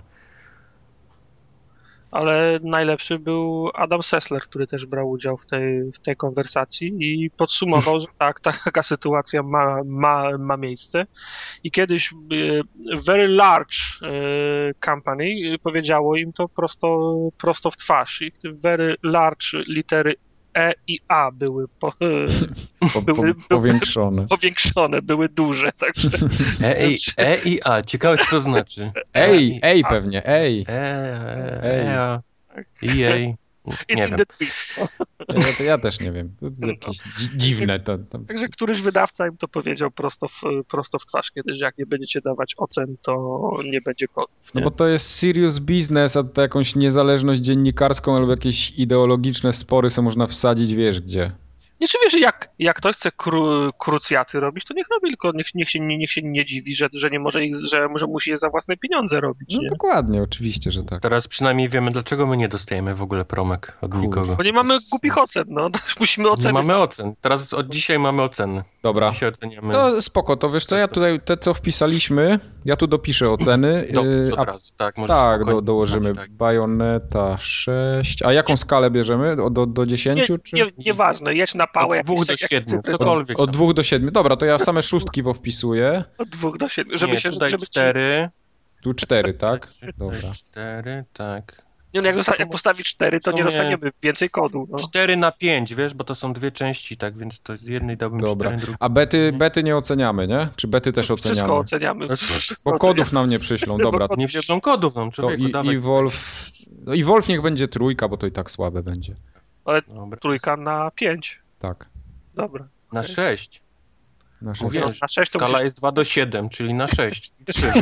Ale najlepszy był Adam Sessler, który też brał udział w tej, w tej konwersacji i podsumował, że tak, taka sytuacja ma, ma, ma miejsce. I kiedyś e, very large e, company e, powiedziało im to prosto, prosto w twarz i w tym very large litery E i A były po, Po, po, Były- powiększone. powiększone, były duże, także E i, e i A, ciekawe co to znaczy. Ej, ej A. pewnie, ej. E, e, Ej. e, a. I ej. it's Nie in wiem. the tweet. Ja, to ja też nie wiem. To jest jakieś dzi- dziwne. To, to... Także któryś wydawca im to powiedział prosto w, prosto w twarz kiedyś, że jak nie będziecie dawać ocen, to nie będzie kodów. No nie? bo to jest serious business, a to jakąś niezależność dziennikarską albo jakieś ideologiczne spory sobie można wsadzić, wiesz gdzie. Nie, czy wiesz, jak, jak ktoś chce kru, krucjaty robić, to niech robi, tylko niech, niech, się, nie, niech się nie dziwi, że, że nie może ich, że, że musi je za własne pieniądze robić, No nie? dokładnie, oczywiście, że tak. Teraz przynajmniej wiemy, dlaczego my nie dostajemy w ogóle promek od Kurde. nikogo. Bo nie mamy głupich ocen, no, musimy Nie ocenić. mamy ocen. Teraz od dzisiaj mamy oceny. Dobra. Dzisiaj oceniamy. To spoko, to wiesz co, ja tutaj te co wpisaliśmy, ja tu dopiszę oceny. Dobrze, yy, od a razu, tak, możesz tak, do, spokojnie dołożymy dać, tak. Bayonetta sześć. A jaką skalę bierzemy? Do, do, do Nie, dziesięciu? Czy... nie, nieważne, jedź na pałę. Od dwóch jakieś- do jakieś siedmiu, cyfry, cokolwiek. Od dwóch do siedmiu. Dobra, to ja same szóstki powpisuję. Od dwóch do siedmiu, żeby Nie, się... tutaj żeby ci- cztery. Tu cztery, tak? Tutaj Dobra. cztery, tak. Nie, no jak, dosta- jak postawi cztery, to w nie sumie- dostaniemy więcej kodu. No. Cztery na pięć, wiesz, bo to są dwie części, tak, więc to jednej dałbym Dobra. cztery, drugiej. A bety, bety nie oceniamy, nie? Czy bety też Wszystko oceniamy? oceniamy. Bo Wszystko Bo kodów nam nie przyślą, Bo dobra. kod- Nie wrzucą kodów, no To człowieku, i, dawaj. i Wolf... No i Wolf niech będzie trójka, bo to i tak słabe będzie. Dobra. Trójka na pięć. Tak. Dobra. Na sześć. Na sześć. Mówiłem, No, na sześć to skala musisz... jest dwa do siedem, czyli na sześć. Czyli trzy.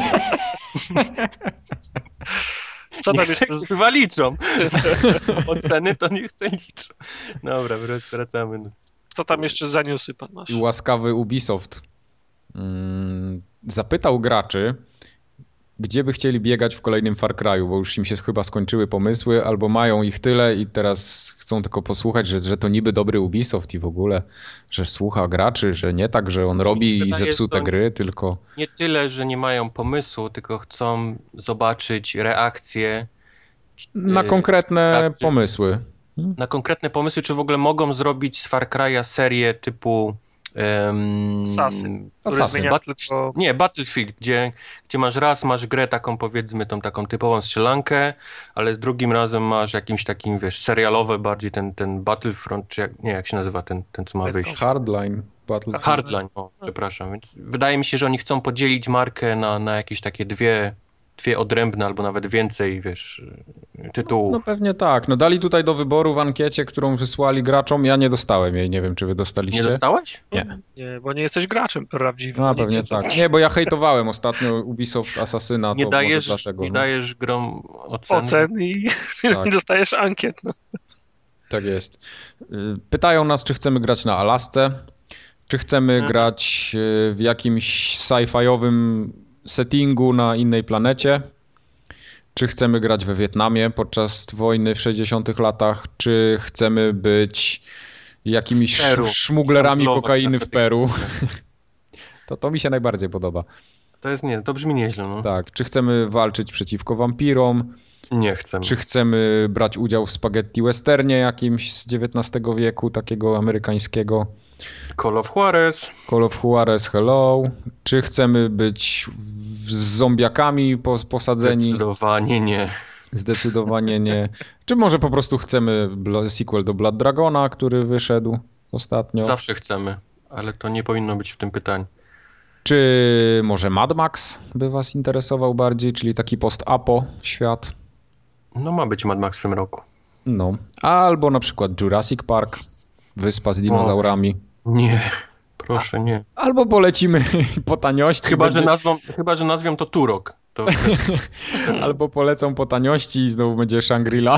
Co tam Niech jeszcze? se kurwa liczą. Oceny to niech se liczą. Dobra, wrac- wracamy. no. Co tam jeszcze za newsy pan masz? I łaskawy Ubisoft mm, zapytał graczy, gdzie by chcieli biegać w kolejnym Far Cry'u, bo już im się chyba skończyły pomysły, albo mają ich tyle i teraz chcą tylko posłuchać, że, że to niby dobry Ubisoft i w ogóle, że słucha graczy, że nie tak, że on Mi się robi wydaje, zepsute to- gry, tylko... Nie tyle, że nie mają pomysłu, tylko chcą zobaczyć reakcje Na Yy, konkretne graczy. pomysły. na konkretne pomysły, czy w ogóle mogą zrobić z Far Cry'a serię typu um, Assassin. Który Assassin. zmienia Battlefield, tylko... nie, Battlefield, gdzie, gdzie masz raz, masz grę taką powiedzmy, tą taką typową strzelankę, ale z drugim razem masz jakimś takim, wiesz, serialowy bardziej ten, ten Battlefront, czy jak, nie, jak się nazywa ten, ten co ma Jest wyjść? Hardline. Battle... Hardline, o, przepraszam. Więc wydaje mi się, że oni chcą podzielić markę na, na jakieś takie dwie, dwie odrębne albo nawet więcej, wiesz, tytułów. No pewnie tak. No dali tutaj do wyboru w ankiecie, którą wysłali graczom. Ja nie dostałem jej, nie wiem, czy wy dostaliście. Nie dostałeś? Nie. Nie, bo nie jesteś graczem prawdziwym. No nie pewnie wiedzą. tak. Nie, bo ja hejtowałem ostatnio Ubisoft Asasyna. Nie to dajesz, może dlaczego, nie no. dajesz grom ocen. Ocen i Tak. dostajesz ankiet. No. Tak jest. Y, Pytają nas, czy chcemy grać na Alasce, czy chcemy Mhm. grać y, w jakimś sci-fiowym settingu na innej planecie, czy chcemy grać we Wietnamie podczas wojny w sześćdziesiątych latach, czy chcemy być jakimiś W Peru. sz- szmuglerami Handlować kokainy w narkotyki. Peru. To, to mi się najbardziej podoba. To jest nie, to brzmi nieźle, no. Tak, czy chcemy walczyć przeciwko wampirom, Nie chcemy. czy chcemy brać udział w spaghetti westernie jakimś z dziewiętnastego wieku, takiego amerykańskiego. Call of Juarez. Call of Juarez, hello. Czy chcemy być w- z zombiakami po- posadzeni? Zdecydowanie nie. Zdecydowanie nie. Czy może po prostu chcemy bla- sequel do Blood Dragona, który wyszedł ostatnio? Zawsze chcemy, ale to nie powinno być w tym pytaniu. Czy może Mad Max by was interesował bardziej, czyli taki post-apo świat? No ma być Mad Max w tym roku. No. Albo na przykład Jurassic Park, wyspa z dinozaurami. Nie, proszę nie. Albo polecimy po taniości. Chyba, że będzie- nazwą, chyba, że nazwią to Turok. To Albo polecą po taniości i znowu będzie Shangri-La.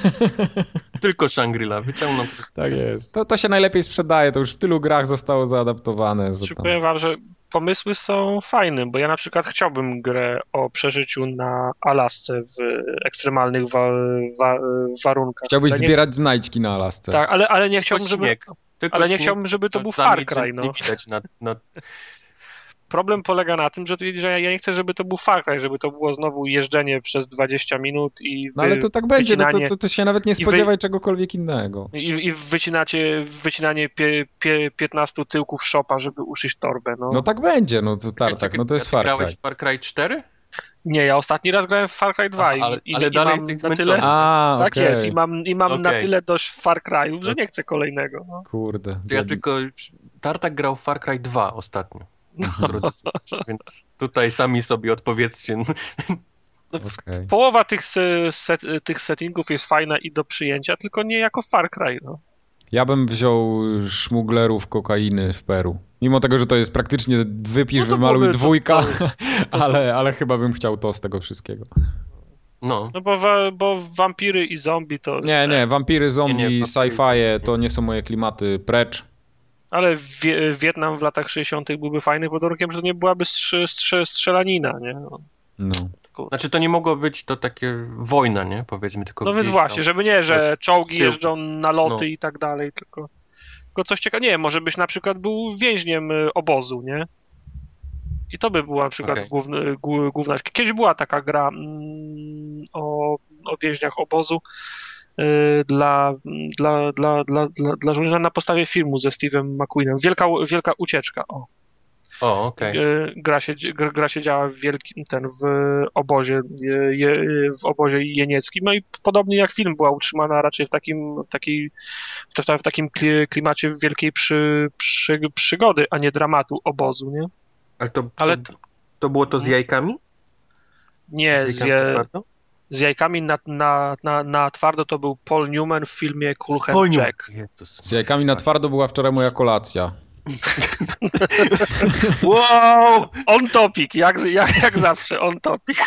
tylko Shangri-La. Wyciągną. Tak jest. To, to się najlepiej sprzedaje, to już w tylu grach zostało zaadaptowane. Że Czy tam... powiem wam, że pomysły są fajne, bo ja na przykład chciałbym grę o przeżyciu na Alasce w ekstremalnych wa wa warunkach. Chciałbyś ale nie, zbierać znajdźki na Alasce. Tak, ale, ale nie Tylko chciałbym, żeby... śnieg. Tylko ale nie śnieg, chciałbym, żeby to był za Far niczym Cry, no. Nie widać na, na... Problem polega na tym, że, że ja ja nie chcę, żeby to był Far Cry, żeby to było znowu jeżdżenie przez dwadzieścia minut i No ale wy- to tak będzie, no to, wycinanie, to, to się nawet nie wy- spodziewaj czegokolwiek innego. i, i wycinacie, wycinanie pie, pie, piętnastu tyłków szopa, żeby uszyć torbę. No. No tak będzie, no to Czekaj, tartak, czekaj, no to jest a ty Far Cry. grałeś w Far Cry cztery? Nie, ja ostatni raz grałem w Far Cry dwa Aha, i, ale- i, ale i dalej mam jesteś na zmęczony. tyle... A, Tak okej. jest i mam, i mam na Okej. tyle dość Far Cry'ów, że Okej. nie chcę kolejnego. No. Kurde. To ja tylko... Tartak grał w Far Cry dwa ostatnio. Drodzy słuchacze, więc tutaj sami sobie odpowiedzcie. Okej. Połowa tych, se, set, tych settingów jest fajna i do przyjęcia, tylko nie jako Far Cry. No. Ja bym wziął szmuglerów kokainy w Peru. Mimo tego, że to jest praktycznie wypisz, No to wymaluj byłoby- to- dwójka, to- ale, ale chyba bym chciał to z tego wszystkiego. No, No bo, wa, bo wampiry i zombie to... Nie, nie, wampiry, zombie, Nie, nie, wampiry. sci-fi to nie są moje klimaty, precz. Ale wie, Wietnam w latach sześćdziesiątych byłby fajny pod warunkiem, że to nie byłaby strze, strze, strzelanina, nie? No, No. znaczy to nie mogło być to takie wojna, nie? Powiedzmy, tylko no więc gdzieś właśnie, tam. żeby nie, to że jest czołgi z tyłu. jeżdżą na loty No. i tak dalej, tylko, tylko coś ciekawego. Nie, może byś na przykład był więźniem y, obozu, nie? I to by była na przykład Okej. główny, głó- główna... Kiedyś była taka gra mm, o, o więźniach obozu y, dla, dla, dla, dla, dla, dla żołnierza na podstawie filmu ze Steve'em McQueenem. Wielka, wielka ucieczka, o. O, okej. Y, Gra się, gra, gra się działa w wielkim, ten, w obozie, je, je, w obozie jenieckim, no i podobnie jak film była utrzymana raczej w takim, takiej, w, w takim kli- klimacie wielkiej przy, przy, przygody, a nie dramatu obozu, nie? Ale to, Ale to, to było to z jajkami? nie, Z z, jajkami je, twardo? z jajkami na, na, na, na twardo to był Paul Newman w filmie Cool Hand Polniu. Jack. Jezus. Z jajkami na twardo była wczoraj moja kolacja. Wow! On topic, jak, jak, jak zawsze, on topic.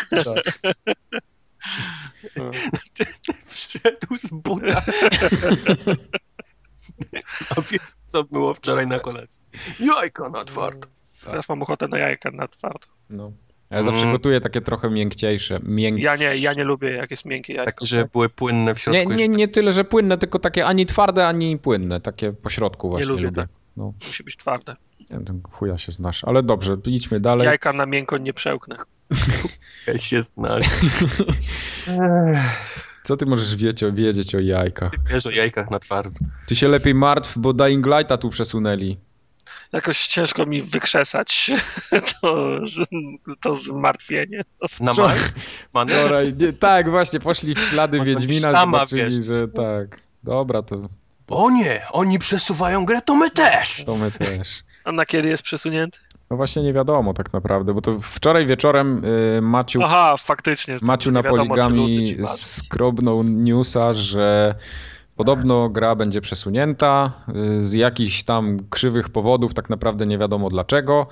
Wszedł z buta. A wiecie, co było wczoraj na kolacji? Jajka na twardo. Teraz mam ochotę na jajka na twardo. No. Ja zawsze Mm. gotuję takie trochę miękciejsze. Mięk... Ja nie, ja nie lubię, jak jest miękkie jajko. Takie, że były płynne w Nie, środku. nie, nie tyle, że płynne, tylko takie ani twarde, ani płynne. Takie po środku właśnie lubię lubię. tak. No, Musi być twarde. nie wiem, chuja się znasz. Ale dobrze, idźmy dalej. Jajka na miękko nie przełknę. Ja się znali. Co ty możesz wiedzieć o, wiedzieć o jajkach? Wiesz o jajkach na twardo. Ty się lepiej martw, bo Dying Lighta tu przesunęli. Jakoś ciężko mi wykrzesać to, to zmartwienie. Na Co? maj? Many? Wczoraj, nie, tak, właśnie, poszli w ślady Może Wiedźmina, sztama, zobaczyli, wiesz. że tak. Dobra, to, O nie, oni przesuwają grę, to my też. to my też. A na kiedy jest przesunięty? No właśnie nie wiadomo tak naprawdę, bo to wczoraj wieczorem y, Maciu, Aha, faktycznie. Maciu na wiadomo, Poligami skrobnął newsa, że podobno gra będzie przesunięta y, z jakichś tam krzywych powodów, tak naprawdę nie wiadomo dlaczego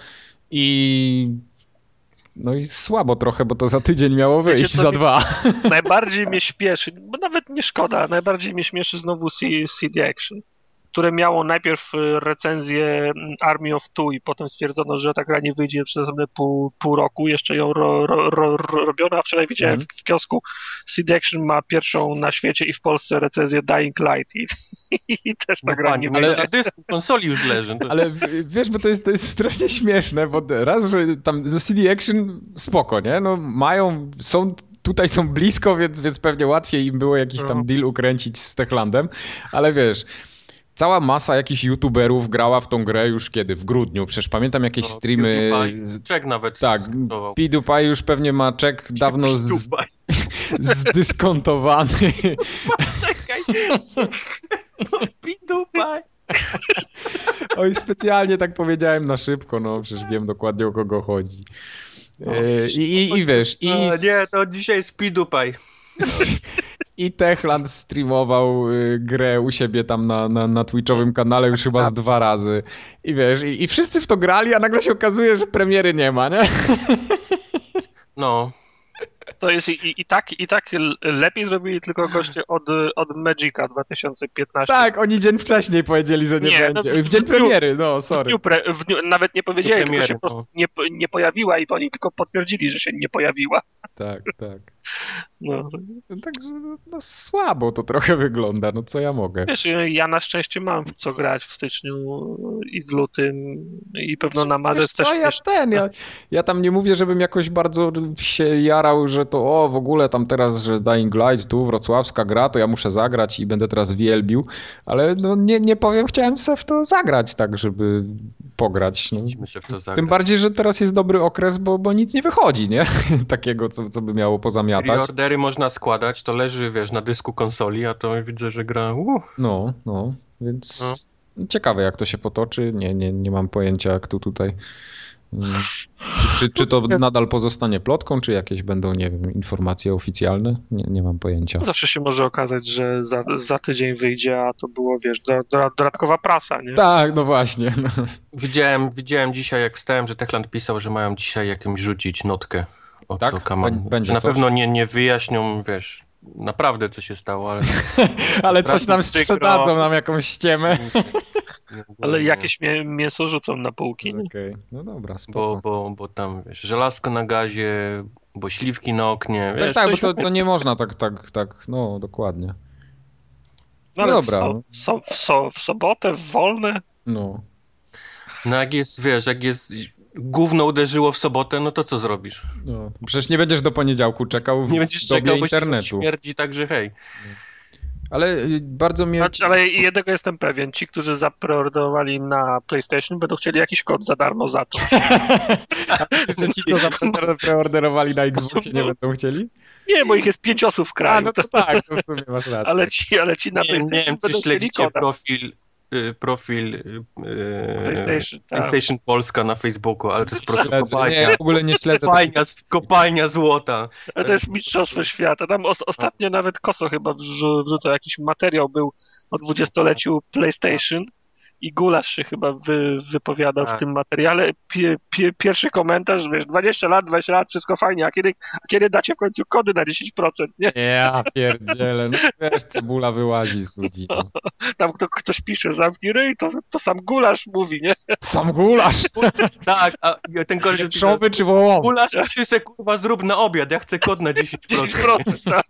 i no i słabo trochę, bo to za tydzień miało wyjść, Wiecie, co za mi- dwa. Najbardziej mnie śpieszy, bo nawet nie szkoda, najbardziej mnie śmieszy znowu C- CD Action, które miało najpierw y, recenzję mm, Army of Two i potem stwierdzono, że ta gra nie wyjdzie przez następne pół, pół roku, jeszcze ją ro, ro, ro, ro, robiono, a wczoraj widziałem Mhm. w, w kiosku C D Action ma pierwszą na świecie i w Polsce recenzję Dying Light i, i też ta No gra panie, nie ale wyjdzie. na dysku konsoli już leży. To... Ale w- wiesz, bo to jest, to jest strasznie śmieszne, bo raz, że tam no C D Action spoko, nie? No mają, są, tutaj są blisko, więc, więc pewnie łatwiej im było jakiś tam No. deal ukręcić z Techlandem, ale wiesz, cała masa jakichś youtuberów grała w tą grę już kiedy? W grudniu, przecież pamiętam jakieś No, streamy... PewDiePie, Z... Czech nawet Tak, stosował. PewDiePie już pewnie ma czek dawno z... PewDiePie. zdyskontowany. Czekaj. No, PewDiePie. Oj, specjalnie tak powiedziałem na szybko, no przecież wiem dokładnie o kogo chodzi. E, I, i, i wiesz, i... A, nie, to dzisiaj jest PewDiePie. I Techland streamował y, grę u siebie tam na, na, na Twitchowym kanale już chyba z dwa razy. I wiesz, i, i wszyscy w to grali, a nagle się okazuje, że premiery nie ma, nie? No, To jest i, i, i, tak, i tak l- lepiej zrobili tylko goście od, od Magica dwa tysiące piętnastego. Tak, oni dzień wcześniej powiedzieli, że nie, Nie, no będzie. w- W dzień w dniu- premiery, no W sorry. dniu pre, w dniu, nawet nie powiedzieli, tylko premiery, się po no. prostu nie, nie pojawiła i to oni tylko potwierdzili, że się nie pojawiła. Tak, tak. No. No, także no, no, słabo to trochę wygląda, no co ja mogę. Wiesz, ja na szczęście mam w co grać w styczniu i w lutym i pewno na Wiesz marzec co, też ja wiesz, ten, ja, ja tam nie mówię, żebym jakoś bardzo się jarał, że to o, w ogóle tam teraz, że Dying Light, tu wrocławska gra, to ja muszę zagrać i będę teraz wielbił, ale no nie, nie powiem, chciałem sobie w to zagrać tak, żeby pograć. No. idźmy się w to zagrać. Tym bardziej, że teraz jest dobry okres, bo, bo nic nie wychodzi, nie? Takiego, co, co by miało pozamiatać. Preordery można składać, to leży, wiesz, na dysku konsoli, a to widzę, że gra... Uh. No, no, więc No. ciekawe jak to się potoczy, nie, nie, nie mam pojęcia jak to tutaj... mm, Czy, czy, czy to nadal pozostanie plotką, czy jakieś będą, nie wiem, informacje oficjalne? Nie, nie mam pojęcia. zawsze się może okazać, że za, za tydzień wyjdzie, a to było, wiesz, do, do, dodatkowa prasa, nie? Tak, no właśnie. No. Widziałem, widziałem dzisiaj, jak wstałem, że Techland pisał, że mają dzisiaj jakimś rzucić notkę. O Tak? co Kaman. Bę- będzie Że na coś? pewno nie, nie wyjaśnią, wiesz, naprawdę co się stało, ale... Ale coś nam Strasznie sprzedadzą, nam jakąś ściemę. Ale jakieś mię, mięso rzucą na półki, nie? Okej, no dobra, Bo, spoko. bo, bo tam, wiesz, żelazko na gazie, bo śliwki na oknie, Tak, wiesz, tak, bo coś... to, to nie można tak, tak, tak, no dokładnie. No No ale dobra. w, so, so, w, so, w sobotę, w wolne, No. No jak jest, wiesz, jak jest... Gówno uderzyło w sobotę, no to co zrobisz? No, przecież nie będziesz do poniedziałku czekał w Nie będziesz dobie czekał, bo się internetu. śmierdzi, także hej. Ale y, bardzo mnie... Znaczy, ale jednego jestem pewien, ci, którzy zapreordowali na PlayStation, będą chcieli jakiś kod za darmo za to. Myślisz, że ci, co za preorderowali na Xboxie, nie będą chcieli? Nie, bo ich jest pięć osób w kraju, A, no to tak, to w sumie masz rację. ale, ci, ale ci na Nie, nie PlayStation wiem, czy będą chcieli śledzicie koda. profil, y, profil y, PlayStation, tak. PlayStation Polska na Facebooku, ale to jest po prostu Śledzę. kopalnia. Nie, w ogóle nie śledzę. Kopalnia, kopalnia złota. Ale to jest mistrzostwo świata. Tam os- ostatnio nawet Koso chyba wrzu- wrzucał jakiś materiał, był o dwudziestoleciu PlayStation i Gulasz się chyba wy- wypowiadał Tak. w tym materiale. Pie- pie- pierwszy komentarz, wiesz, dwadzieścia lat, dwadzieścia lat, wszystko fajnie, a kiedy, a kiedy dacie w końcu kody na dziesięć procent, nie? Ja pierdzielę, no wiesz, cebula wyłazi z ludzi. No. Tam kto, ktoś pisze, zamknij ryj, to, to sam Gulasz mówi, nie? Sam gulasz, Tak, a ten koleś napisał, wieprzowy czy wołowy? Gulasz, ty se kurwa zrób na obiad, ja chcę kod na dziesięć procent. dziesięć procent, tak.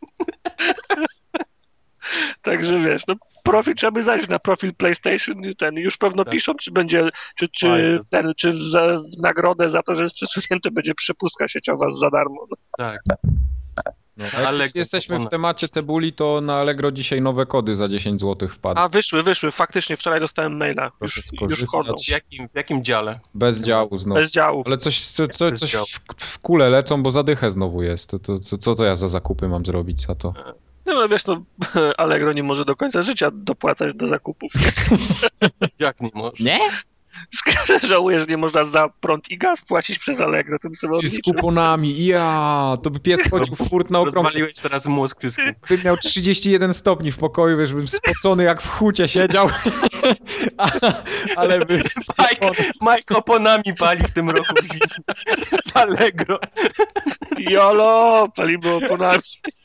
Także wiesz, no profil trzeba by zajrzeć na profil PlayStation, ten już pewno Tak. piszą, czy będzie, czy, czy, Fajne. ten, czy za w nagrodę za to, że jest przesunięte, będzie przepustka sieciowa za darmo. No. Tak. No, jak Allegro już jesteśmy w ona- temacie cebuli, to na Allegro dzisiaj nowe kody za dziesięć złotych wpadły. A wyszły, wyszły, faktycznie wczoraj dostałem maila, Proszę już, już skorzystać. wchodzą, W jakim, w jakim dziale? Bez działu znowu. bez działu. Ale coś, co, co, Bez coś działu. w, w kule lecą, bo zadychę znowu jest. To, to, to, co to ja za zakupy mam zrobić za to? No, no wiesz, no Allegro nie może do końca życia dopłacać do zakupów. Jak nie możesz? Nie? Żałuję, że nie można za prąd i gaz płacić przez Allegro, tym sobie Z odliczę. kuponami, ja, to by pies chodził w furt na okrągło. Rozwaliłeś teraz mózg wszystkim. Bym miał trzydzieści jeden stopni w pokoju, wiesz, bym spocony jak w hucie siedział, A, ale by... Mike, Mike oponami pali w tym roku w zimie. Z Allegro. Jolo, palimy oponami.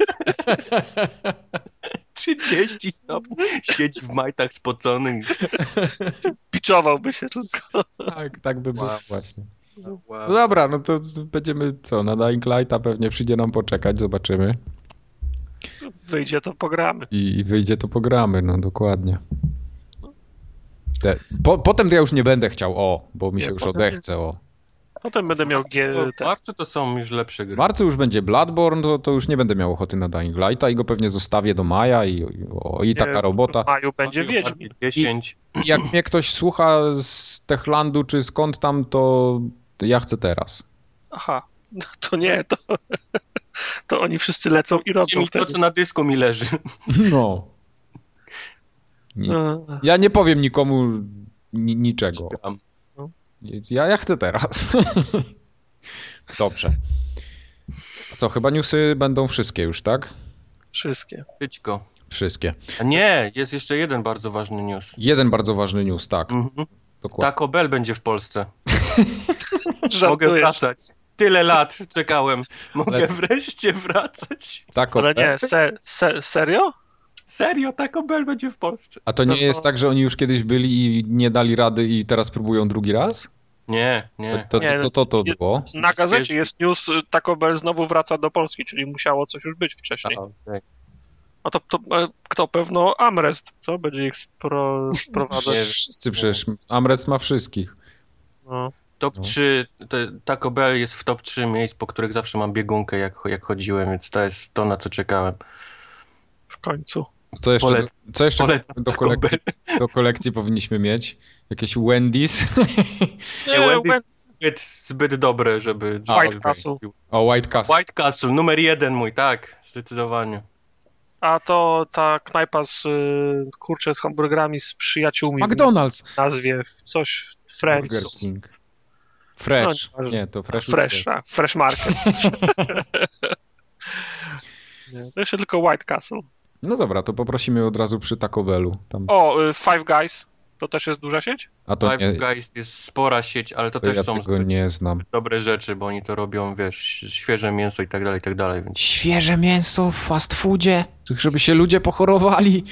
trzydzieści stopni. Siedzi w majtach spocony. Piczowałby się tylko. Tak, tak by było Wow. właśnie. Wow. No dobra, no to będziemy co, na Dying Lighta pewnie przyjdzie nam poczekać, zobaczymy. Wyjdzie, to pogramy. I wyjdzie to pogramy, no dokładnie. Te, po, potem to ja już nie będę chciał, o, bo mi Nie, się już potem odechce, o. Potem będę miał G... W marcu to są już lepsze W gry. marcu już będzie Bloodborne, to, to już nie będę miał ochoty na Dying Lighta i go pewnie zostawię do maja i, i, o, i taka Nie, robota. W maju będzie Wiedźmin. dziesięć. Jak mnie ktoś słucha z Techlandu czy skąd tam, to ja chcę teraz. Aha, no to nie, to, to oni wszyscy lecą i robią Mi to, wtedy. co na dysku mi leży. No. Nie, E, ja nie powiem nikomu ni, niczego. Tam. Ja, ja chcę teraz. Dobrze. Co, chyba newsy będą wszystkie już, tak? Wszystkie. Szybko. Wszystkie. A nie, jest jeszcze jeden bardzo ważny news. Jeden bardzo ważny news, tak. Mhm. Dokładnie. Taco Bell będzie w Polsce. Mogę Żartujesz. wracać. Tyle lat czekałem. Mogę Ale- wreszcie wracać. Tak, Ale o- nie, se, se, serio? Serio, Taco Bell będzie w Polsce. A to nie No, jest no. tak, że oni już kiedyś byli i nie dali rady i teraz próbują drugi raz? Nie, nie. To, to, Nie, to co to nie- było? Na gazecie jest news, Taco Bell znowu wraca do Polski, czyli musiało coś już być wcześniej. A, okej. A to, to e, kto? Pewno Amrest, co? Będzie ich spro, sprowadzać. Nie. Wszyscy przecież. Amrest ma wszystkich. No. Top No. trzy, to Taco Bell jest w top trzy miejsc, po których zawsze mam biegunkę, jak, jak chodziłem, więc to jest to, na co czekałem. W końcu. Co jeszcze, Polecam. co jeszcze Polecam do, Taco kolekcji, do kolekcji powinniśmy mieć? Jakieś Wendy's? Nie, Nie, Wendy's Wen- jest zbyt, zbyt dobre, żeby... A, White okej. Castle. O, White Castle. White Castle, numer jeden mój, tak, zdecydowanie. A to ta knajpa z y, kurczę z hamburgerami z przyjaciółmi. McDonald's. W nazwie coś Burger Friends. King. Fresh. No, Nie, to Fresh. Fresh, a, Fresh Market. Nie, to jeszcze tylko White Castle. No dobra, to poprosimy od razu przy Taco Bellu. Tam. O, y, Five Guys. To też jest duża sieć? A to Five nie, Guys jest spora sieć, ale to, to też ja są tego zbyt nie znam. dobre rzeczy, bo oni to robią, wiesz, świeże mięso i tak dalej, i tak dalej, więc... Świeże mięso w fast foodzie, żeby się ludzie pochorowali.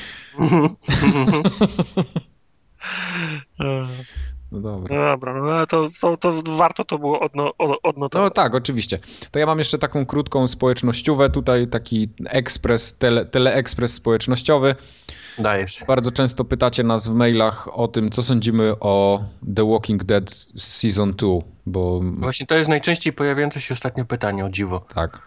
No dobra. No dobra, no ale to, to, to warto to było odno, od- No odnotować. tak, oczywiście. To ja mam jeszcze taką krótką społecznościówę, tutaj taki ekspres, tele, teleekspres społecznościowy. Dajesz. Bardzo często pytacie nas w mailach o tym, co sądzimy o The Walking Dead Season dwa, bo Właśnie to jest najczęściej pojawiające się ostatnio pytanie, o dziwo. tak.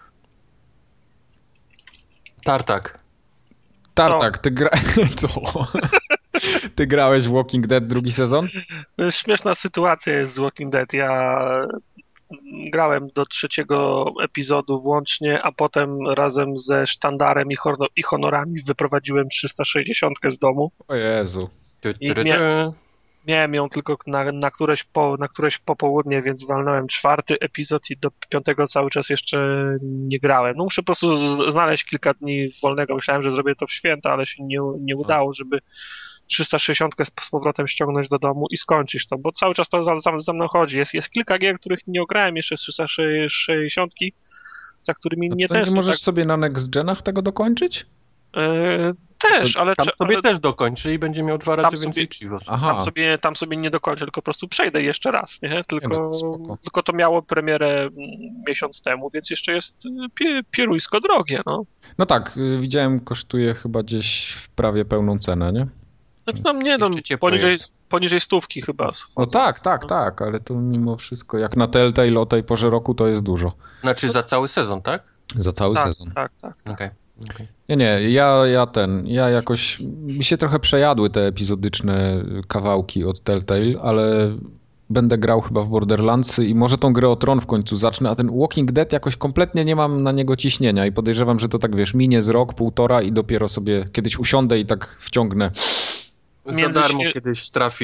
Tartak. Tartak, ty gra... Co? Ty grałeś w Walking Dead drugi sezon? Śmieszna sytuacja jest z Walking Dead. Ja grałem do trzeciego epizodu włącznie, a potem razem ze sztandarem i, honor- i honorami wyprowadziłem trzysta sześćdziesiąt z domu. O Jezu. Ty, I ty, ty, mia- Miałem ją tylko na, na, któreś po, na któreś popołudnie, więc walnąłem czwarty epizod i do piątego cały czas jeszcze nie grałem. No muszę po prostu z- znaleźć kilka dni wolnego. Myślałem, że zrobię to w święta, ale się nie, nie udało, żeby trzysta sześćdziesiąt z, z powrotem ściągnąć do domu i skończyć to, bo cały czas to za, za, za mną chodzi. Jest, jest kilka gier, których nie ograłem jeszcze z trzysta sześćdziesiąt, za którymi A nie to nie tęsknię. możesz Tak, sobie na Next Genach tego dokończyć? e, też, ale, Tam cze- sobie ale też dokończy i będzie miał dwa razy Tam sobie- więcej chivos. Aha, tam, sobie, tam sobie nie dokończę, tylko po prostu przejdę jeszcze raz, nie? Tylko, Nie, no to spoko. tylko to miało premierę mm, miesiąc temu, więc jeszcze jest y, pie, pieruńsko drogie, no. no tak, y, widziałem, kosztuje chyba gdzieś w prawie pełną cenę, nie? Znaczy tam nie, no, Jeszcze ciepło poniżej, jest. poniżej stówki chyba. No tak, tak, tak, ale to mimo wszystko, jak na Telltale o tej porze roku, to jest dużo. Znaczy za cały sezon, tak? Za cały tak, sezon. tak, tak. Okej. okej. Nie, nie, ja, ja ten, ja jakoś, mi się trochę przejadły te epizodyczne kawałki od Telltale, ale będę grał chyba w Borderlandsy i może tą grę o Tron w końcu zacznę, a ten Walking Dead jakoś kompletnie nie mam na niego ciśnienia i podejrzewam, że to tak, wiesz, minie z rok, półtora i dopiero sobie kiedyś usiądę i tak wciągnę. Za Między darmo świe- kiedyś trafi.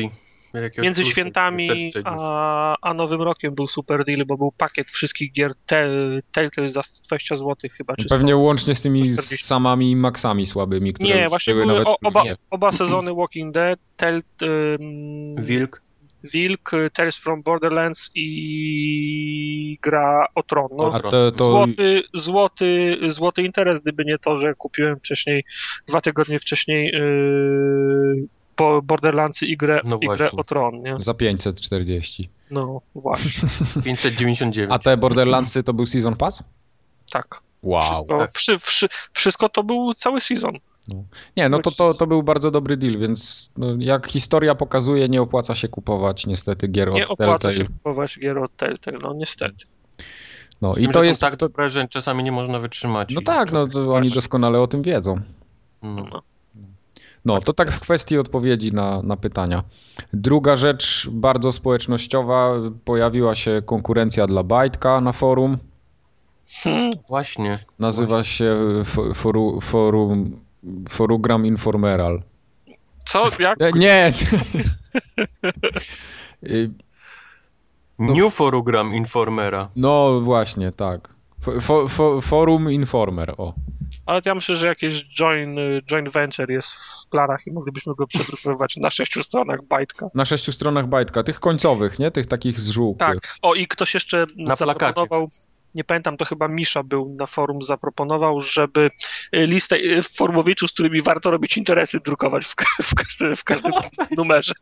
jakiegoś Między plusa, świętami wtedy przejdziesz. a, a Nowym Rokiem był super deal, bo był pakiet wszystkich gier Telltale za dwadzieścia złotych chyba. Czy Pewnie sto. łącznie z tymi czterdzieści. samami maxami słabymi, które Nie, już właśnie były były nawet o, w oba, plusie. oba sezony Walking Dead, Tell, ym, Wilk. Wilk, Tales from Borderlands i gra o Tron. No, A to, to Złoty, złoty, złoty interes, gdyby nie to, że kupiłem wcześniej, dwa tygodnie wcześniej yy, po Borderlandsy i grę, No i grę właśnie. o Tron, nie? za pięćset czterdzieści. No właśnie, pięćset dziewięćdziesiąt dziewięć. A te Borderlandsy to był Season Pass? tak. Wow. Wszystko, tak. wszy, wszy, wszystko to był cały sezon. Nie, no to, to, to był bardzo dobry deal, więc no, jak historia pokazuje, nie opłaca się kupować niestety gier Nie od opłaca Telltale. się kupować gier od Telltale, no niestety. No Z i tym, to że jest... są tak to, dobre, że czasami nie można wytrzymać. no i tak, no to oni doskonale o tym wiedzą. No. No. No, to tak w kwestii odpowiedzi na, na pytania. Druga rzecz, bardzo społecznościowa, pojawiła się konkurencja dla Bajtka na forum. Hmm. Właśnie. Nazywa się fo- foru, forum Forugram Informeral. Co? Jak? E, Nie! Y, New Forugram Informera. No właśnie, tak. Fo, fo, fo, forum Informer, o. Ale ja myślę, że jakieś join, joint venture jest w planach i moglibyśmy go przedrukowywać na sześciu stronach Bajtka. Na sześciu stronach Bajtka, tych końcowych, nie? Tych takich zżółkłych. Tak. O, i ktoś jeszcze Na zaproponował, nie pamiętam, to chyba Misza był na forum, zaproponował, żeby listę formowiczów, z którymi warto robić interesy, drukować w, ka- w każdym, w każdym numerze.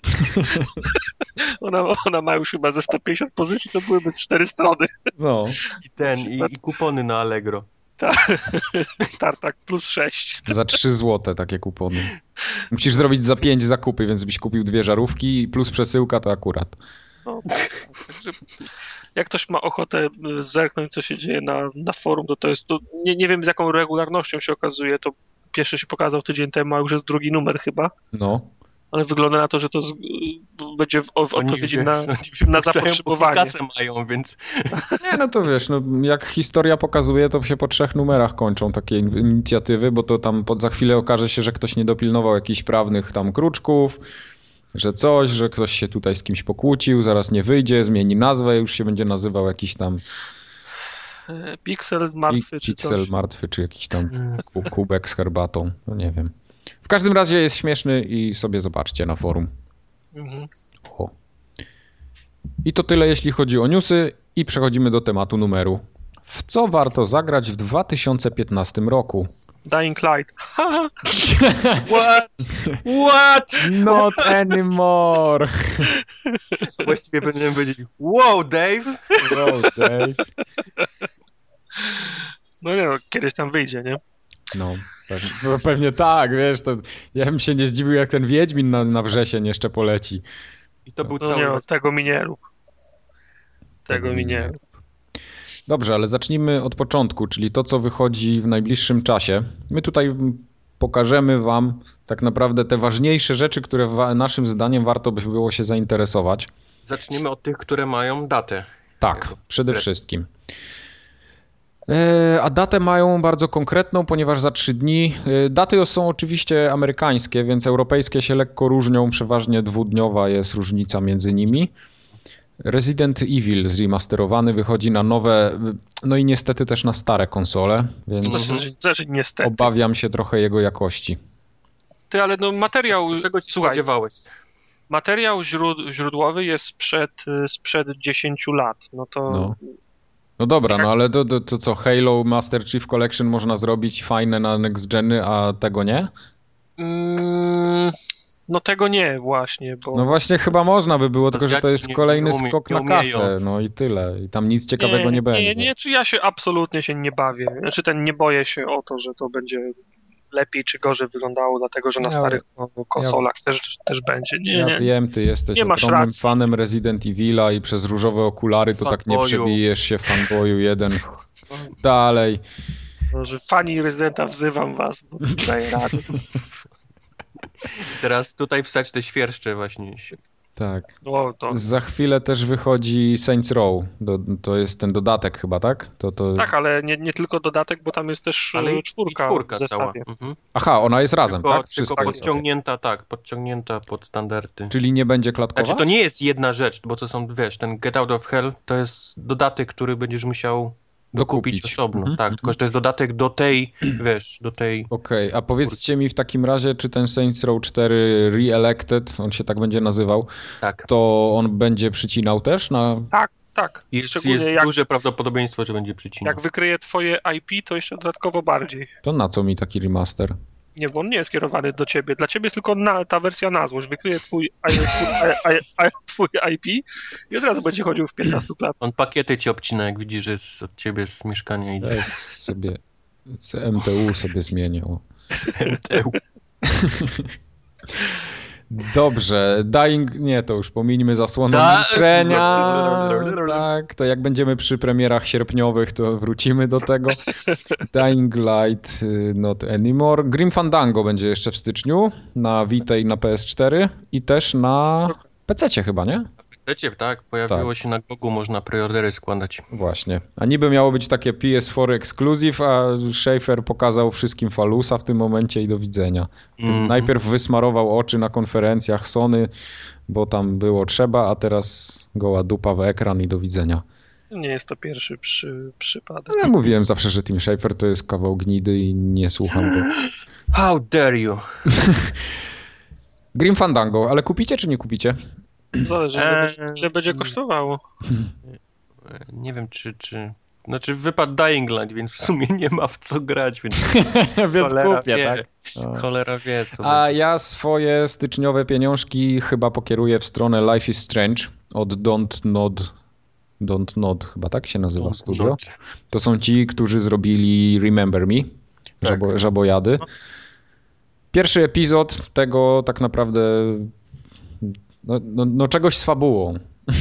ona, ona ma już chyba ze sto pięćdziesiąt pozycji, to byłyby z cztery strony. No. I ten, i, i kupony na Allegro. Tartak plus sześć. Za trzy złote takie kupony. Musisz zrobić za pięć zakupy, więc byś kupił dwie żarówki plus przesyłka, to akurat. No, także jak ktoś ma ochotę zerknąć, co się dzieje na, na forum, to to jest, to nie, nie wiem z jaką regularnością się okazuje, to pierwszy się pokazał tydzień temu, a już jest drugi numer chyba, No. ale wygląda na to, że to z, będzie w, w odpowiedzi Oni, na, wiesz, oni na wypuszczają, zapotrzebowanie. bo kasę mają, więc Nie, no to wiesz, no, jak historia pokazuje, to się po trzech numerach kończą takie in- inicjatywy, bo to tam pod, za chwilę okaże się, że ktoś nie dopilnował jakichś prawnych tam kruczków, że coś, że ktoś się tutaj z kimś pokłócił, zaraz nie wyjdzie, zmieni nazwę, już się będzie nazywał jakiś tam Pixel martwy czy Pixel coś. martwy, czy jakiś tam ku- kubek z herbatą, no nie wiem. W każdym razie jest śmieszny i sobie zobaczcie na forum. Mhm. O. I to tyle, jeśli chodzi o newsy i przechodzimy do tematu numeru. W co warto zagrać w dwa tysiące piętnastym roku? Dying Light. what? What? Not anymore! Właściwie powinienem powiedzieć, wow, Dave! Wow, Dave. No nie no, kiedyś tam wyjdzie, nie? No, pewnie, no pewnie tak, wiesz, to ja bym się nie zdziwił, jak ten Wiedźmin na, na wrzesień jeszcze poleci. I to był No cały... nie, no, właśnie- tego mi nie rób. Tego mi nie rób. Dobrze, ale zacznijmy od początku, czyli to, co wychodzi w najbliższym czasie. My tutaj pokażemy wam tak naprawdę te ważniejsze rzeczy, które wa- naszym zdaniem warto by było się zainteresować. Zaczniemy od tych, które mają datę. Tak, przede wszystkim. E, A datę mają bardzo konkretną, ponieważ za trzy dni. e, Daty są oczywiście amerykańskie, więc europejskie się lekko różnią. Przeważnie dwudniowa jest różnica między nimi. Resident Evil zremasterowany wychodzi na nowe, no i niestety też na stare konsole, więc Znaczy, znaczy niestety. obawiam się trochę jego jakości. Ty, ale no materiał, Czego się słuchaj, spodziewałeś? materiał źród, źródłowy jest sprzed, sprzed dziesięciu lat. No to No. No dobra, no ale to, to, to co, Halo Master Chief Collection można zrobić fajne na next geny, a tego nie? Mm, no tego nie właśnie, bo No właśnie chyba można by było, tylko że to Azjaci jest nie- kolejny nie umie- skok nie na kasę, umieją. no i tyle. I tam nic ciekawego nie, będzie. Nie, nie, czy ja się absolutnie się nie bawię. Znaczy ten nie boję się o to, że to będzie lepiej czy gorzej wyglądało, dlatego że na Ja- starych konsolach też, też będzie. Nie, Ja nie. wiem, ty jesteś Nie masz ogromnym racji. fanem Resident Evila i przez różowe okulary to tak nie Fanboyu. przebijesz się, fanboyu jeden. Dalej. No, że fani Rezydenta wzywam was, bo nie daję rady. Teraz tutaj wstać te świerszcze właśnie. się- Tak. O, to... Za chwilę też wychodzi Saints Row. Do, to jest ten dodatek chyba, tak? To, to... Tak, ale nie, nie tylko dodatek, bo tam jest też Ale i czwórka, i czwórka w zestawie. cała. Mhm. Aha, ona jest razem, Tylko, tak? tylko Wszystko jest. podciągnięta, tak, podciągnięta pod standardy. Czyli nie będzie klatkowa? Znaczy to nie jest jedna rzecz, bo to są, wiesz, ten Get Out of Hell to jest dodatek, który będziesz musiał dokupić, Dokupić. osobno. Mhm. Tak, tylko że to jest dodatek do tej, wiesz, do tej... Okej, okay. A powiedzcie mi w takim razie, czy ten Saints Row cztery Re-Elected, on się tak będzie nazywał, Tak. to on będzie przycinał też na... Tak, tak. Jest, Szczególnie jest jak, duże prawdopodobieństwo, że będzie przycinał. jak wykryje twoje I P, to jeszcze dodatkowo bardziej. To na co mi taki remaster? Nie, bo on nie jest skierowany do ciebie. Dla ciebie jest tylko na, ta wersja na złość. Wykryje twój, I, twój, I, I, twój I P i od razu będzie chodził w piętnastu klatkach. On pakiety ci obcina, jak widzi, że jest od ciebie z mieszkania idzie. Ja sobie M T U sobie zmienię. o. M T U. Dobrze, Dying, nie, to już pomińmy zasłonę Da- milczenia. Tak, to jak będziemy przy premierach sierpniowych, to wrócimy do tego. Dying Light, y, not anymore. Grim Fandango będzie jeszcze w styczniu na Vita i na P S cztery i też na pececie chyba, nie? Chcecie, tak? Pojawiło Tak. się na Gogu, można preordery składać. Właśnie. A niby miało być takie P S cztery Exclusive, a Schafer pokazał wszystkim Falusa w tym momencie i do widzenia. Mhm. Najpierw wysmarował oczy na konferencjach Sony, bo tam było trzeba, a teraz goła dupa w ekran i do widzenia. Nie jest to pierwszy przy, przypadek. Ja mówiłem zawsze, że Tim Schafer to jest kawał gnidy i nie słucham go. How dare you? Grim Fandango, ale kupicie czy nie kupicie? Zależy, ile, Eee, będzie, ile będzie kosztowało. Nie wiem, czy... czy... Znaczy wypadł Dying Light, więc w sumie nie ma w co grać, więc Więc cholera kupię, wie. tak? A. Cholera wie, co A ja swoje styczniowe pieniążki chyba pokieruję w stronę Life is Strange od Don't Nod. Don't Nod, chyba tak się nazywa Don't studio. Nod. To są ci, którzy zrobili Remember Me, Tak. żabo, żabojady. Pierwszy epizod tego tak naprawdę no, no, no czegoś z fabułą.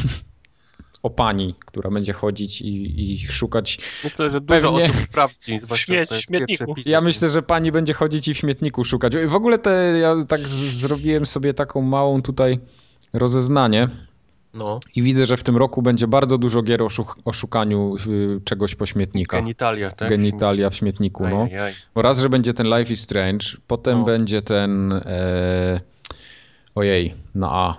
O pani, która będzie chodzić i, i szukać. Myślę, że dużo Pewnie. osób sprawdzi, zwłaszcza Śmieć- to jest śmietniku. pierwszy epizod. Ja myślę, że pani będzie chodzić i w śmietniku szukać. W ogóle te, ja tak z- zrobiłem sobie taką małą tutaj rozeznanie No, i widzę, że w tym roku będzie bardzo dużo gier o, szuk- o szukaniu y, czegoś po śmietnikach. genitalia, tak? Genitalia w śmietniku, no. Ajajaj. Bo raz, że będzie ten Life is Strange, potem No. będzie ten e, ojej, na A.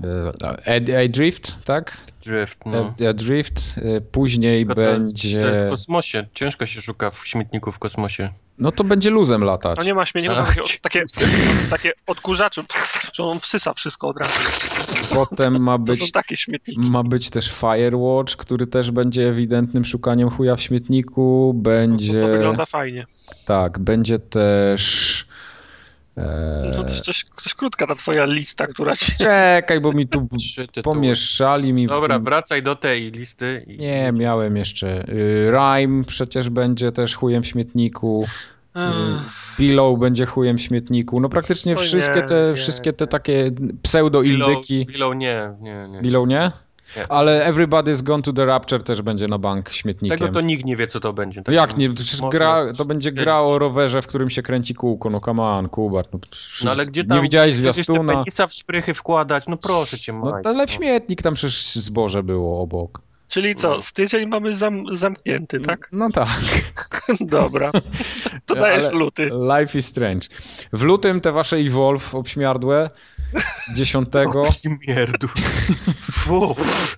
E, Adrift, tak? Drift, no. E, Adrift, e, później Tylko to- to będzie... w kosmosie. Ciężko się szuka w śmietniku w kosmosie. No to będzie luzem latać. To nie ma śmieci, Ach, takie, takie, takie odkurzacze, że on wsysa wszystko od razu. Potem ma To są być, takie śmietniki. ma być też Firewatch, który też będzie ewidentnym szukaniem chuja w śmietniku. To, Będzie... to wygląda fajnie. Tak, będzie też... E... To jest coś, coś krótka ta twoja lista, która ci... Czekaj, bo mi tu Trzy tytuły. pomieszali mi... w Dobra, tym- wracaj do tej listy. I... Nie, miałem jeszcze. Y, Rime przecież będzie też chujem w śmietniku. Y, Below będzie chujem w śmietniku. No praktycznie Oj, wszystkie nie, te, nie, wszystkie te nie. takie pseudo-indyki. Below, Below nie, nie, nie. Below nie? Nie. Ale Everybody's Gone to the Rapture też będzie na bank śmietnikiem. Tego to nikt nie wie, co to będzie. No jak nie? To, przecież Można gra, to będzie stwierdzić. gra o rowerze, w którym się kręci kółko. No come on, Kubar. No, No ale gdzie tam... nie widziałeś chcesz jeszcze zwiastuna? penisa w szprychy wkładać? No proszę cię, No Mike. ale w śmietnik tam przecież zboże było obok. Czyli co, styczeń mamy zam, zamknięty, tak? No tak. Dobra. To dajesz Ale luty. Life is Strange. W lutym te wasze Evolve obśmiardłe dziesiątego Śmierdu. Fu.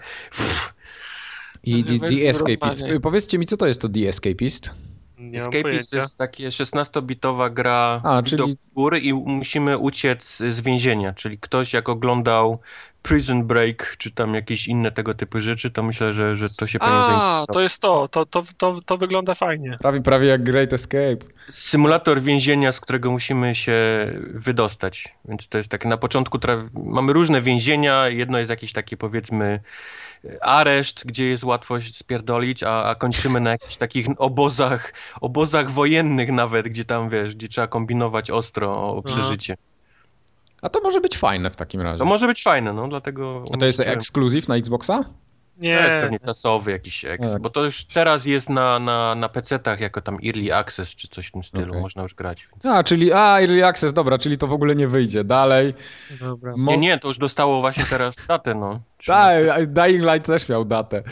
i Weź The, z The tym Escapist. rozmawiaj. Powiedzcie mi, co to jest to The Escapist? Nie mam Escapist to pojęcia. jest takie szesnastobitowa gra A, widok czyli- z góry i musimy uciec z więzienia, czyli ktoś jak oglądał Prison Break, czy tam jakieś inne tego typu rzeczy, to myślę, że, że to się pewnie A, zainteresował. to jest to. To, to, to, to wygląda fajnie. Prawie, prawie jak Great Escape. Symulator więzienia, z którego musimy się wydostać. Więc to jest tak, na początku tra- mamy różne więzienia, jedno jest jakieś takie powiedzmy areszt, gdzie jest łatwo się spierdolić, a, a kończymy na jakichś takich obozach, obozach wojennych nawet, gdzie tam wiesz, gdzie trzeba kombinować ostro o przeżycie. A to może być fajne w takim razie. To może być fajne, no dlatego... A to jest umieściłem- ekskluzyw na Xboxa? Nie. To jest pewnie czasowy jakiś eks, Tak. bo to już teraz jest na, na, na pecetach jako tam Early Access czy coś w tym stylu, Okej. można już grać. A, czyli, a, Early Access, dobra, czyli to w ogóle nie wyjdzie. Dalej. Dobra. Nie, nie, to już dostało właśnie teraz datę, no. Tak, Dying Light też miał datę.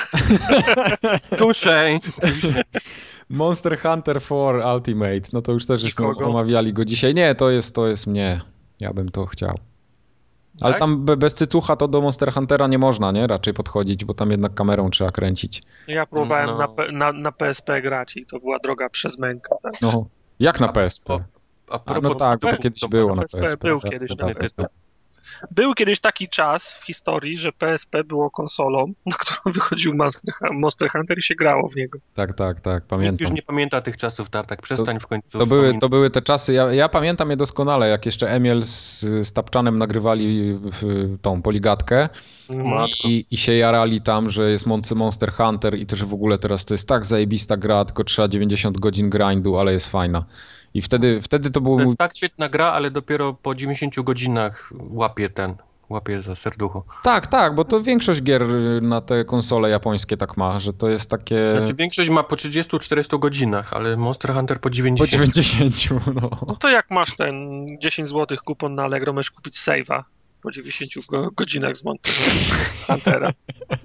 Tuszej! Monster Hunter cztery Ultimate, no to już też żeśmy Nikogo. omawiali go dzisiaj. Nie, to jest, to jest mnie. Ja bym to chciał. Ale Tak? tam be- bez cycucha to do Monster Huntera nie można, nie? Raczej podchodzić, bo tam jednak kamerą trzeba kręcić. Ja próbowałem No. na, P- na, na P S P grać i to była droga przez mękę. Tak? No, jak na A- P S P. A A, propos no tak, bo to cycuchów, kiedyś to było na na P S P P S P. był Ja kiedyś to na tak, P S P. tak. Był kiedyś taki czas w historii, że P S P było konsolą, na którą wychodził Monster, Monster Hunter i się grało w niego. Tak, tak, tak, Nikt pamiętam. już nie pamięta tych czasów, Tartak, przestań w końcu To były, wspominać. to były te czasy, ja, ja pamiętam je doskonale, jak jeszcze Emil z, z Tapczanem nagrywali w, tą poligatkę Matko. i, i się jarali tam, że jest Mon- Monster Hunter i to, że w ogóle teraz to jest tak zajebista gra, tylko trzeba dziewięćdziesiąt godzin grindu, ale jest fajna. I wtedy, wtedy to był To mój... jest tak świetna gra, ale dopiero po dziewięćdziesięciu godzinach łapie ten, łapie za serducho. Tak, tak, bo to większość gier na te konsole japońskie tak ma, że to jest takie... Znaczy większość ma po trzydziestu czterdziestu godzinach, ale Monster Hunter po Po dziewięćdziesięciu. dziewięćdziesięciu, no. No to jak masz ten dziesięć złotych kupon na Allegro, możesz kupić save'a po dziewięćdziesięciu go, godzinach z Monster Huntera.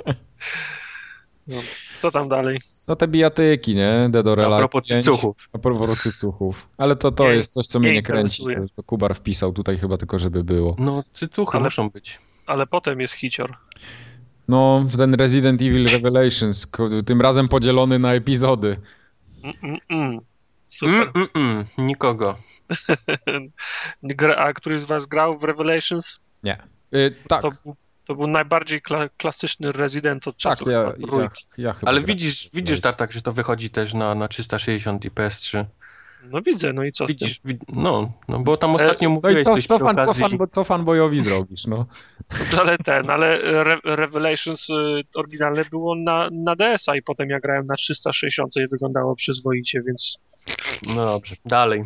No, co tam dalej? No te bijatyki, nie? Dead or A Alive propos pięć. cycuchów. A propos cycuchów. Ale to, to Nie- jest coś, co mnie nie nie kręci. interesuje. To, to Kubar wpisał tutaj chyba tylko, żeby było. No, cycuchy Ale- muszą być. Ale potem jest hicior. No, ten Resident Evil Revelations, ko- tym razem podzielony na epizody. Mm, mm, mm. Super. Mm, mm, mm, nikogo. Gra, a któryś z was grał w Revelations? Nie. Y, tak, To, był- to był najbardziej kla, klasyczny Resident od tak, czasu ja, chyba ja, trójki. ja chyba Ale grałem. widzisz, widzisz Tartak, że to wychodzi też na, na trzysta sześćdziesiąt i P S trzy. No widzę, no i co z tym? Widzisz, wi- no, no bo tam ostatnio No i mówiłeś co, coś co, przy fan, co, okazji. fan, co fanboyowi zrobisz, no? Ale ten, ale Re Revelations y, oryginalne było na, na D S a i potem ja grałem na trzysta sześćdziesiąt i wyglądało przyzwoicie, więc No dobrze, dalej.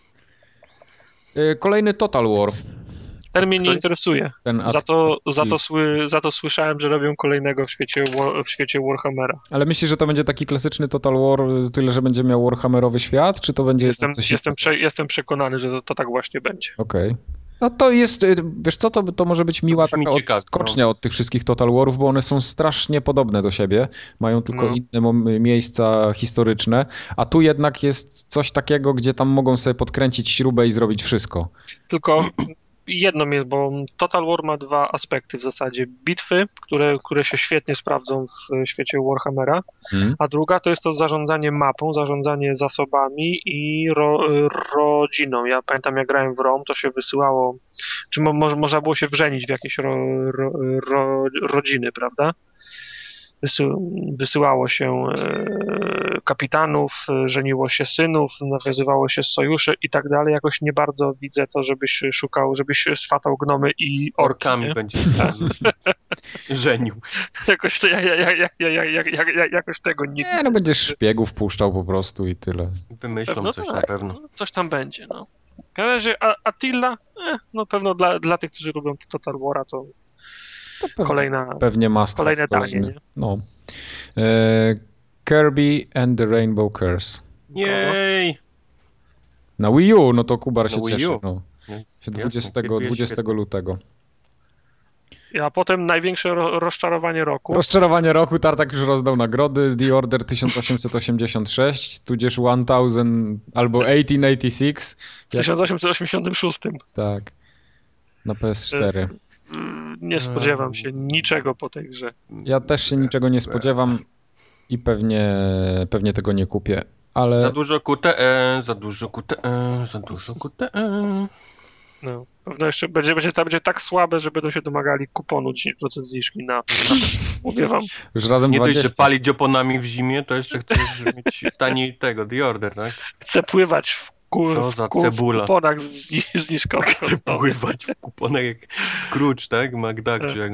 Y, Kolejny Total War. ten mnie nie To jest- interesuje. Ten Za ad- to, za, to sły, za to słyszałem, że robią kolejnego w świecie, War, w świecie Warhammera. Ale myślisz, że to będzie taki klasyczny Total War, y, tyle, że będzie miał Warhammerowy świat, czy to będzie Jestem, coś jestem, innego? prze, jestem przekonany, że to, to tak właśnie będzie. Okej. No to jest, y, wiesz co, to, to może być miła brzmi taka ciekawie, odskocznia od tych wszystkich Total Warów, bo one są strasznie podobne do siebie, mają tylko No. inne mom- miejsca historyczne, a tu jednak jest coś takiego, gdzie tam mogą sobie podkręcić śrubę i zrobić wszystko. Tylko jedno jest, bo Total War ma dwa aspekty w zasadzie. Bitwy, które, które się świetnie sprawdzą w świecie Warhammera, Hmm? a druga to jest to zarządzanie mapą, zarządzanie zasobami i ro, rodziną. Ja pamiętam, jak grałem w Rom, to się wysyłało, czy mo, mo, można było się wrzenić w jakieś ro, ro, ro, rodziny, prawda? Wysy, wysyłało się e, kapitanów, e, żeniło się synów, nawiązywało się sojusze i tak dalej. Jakoś nie bardzo widzę to, żebyś szukał, żebyś swatał gnomy i orki, Orkami nie? będzie żenił. Jakoś, to, ja, ja, ja, ja, ja, ja, ja, ja, jakoś tego nie Nie, widzę. no będziesz szpiegów puszczał po prostu i tyle. Wymyślą Pewno coś tak. na pewno. No, coś tam będzie, no. W każdym razie A- Attila, eh, no pewno dla, dla tych, którzy lubią Total War'a, to To pewnie, kolejna, pewnie must kolejne have danie, kolejny. nie? No. E, Kirby and the Rainbow Curse. Jej! Na Wii U, no to Kubar się Na Wii cieszy. U. No. Nie, dwudziestego, Kirby jest dwudziestego świetny. lutego. a potem największe ro, rozczarowanie roku. Rozczarowanie roku, Tartak już rozdał nagrody. The Order tysiąc osiemset osiemdziesiąt sześć, tudzież tysiąc albo tysiąc osiemset osiemdziesiąt sześć. W tysiąc osiemset osiemdziesiątym szóstym. Tak. Na P S cztery. Mm, Nie spodziewam się niczego po tej grze. Ja też się niczego nie spodziewam i pewnie, pewnie tego nie kupię. Ale Za dużo Q T E, za dużo Q T E, za dużo Q T E. No, pewno jeszcze będzie, będzie, to będzie tak słabe, że będą się domagali kuponu dziesięć procent zniżki na, na mówię wam. już razem Nie dość, dwadzieścia. że palić oponami w zimie, to jeszcze chcesz mieć taniej tego, The Order, tak? Chcę pływać w, ku, Co w, za ku, w cebula. kuponach zni, zniżkowych. Chcę pływać w kuponach jak Scrooge, tak? McDuck czy jak...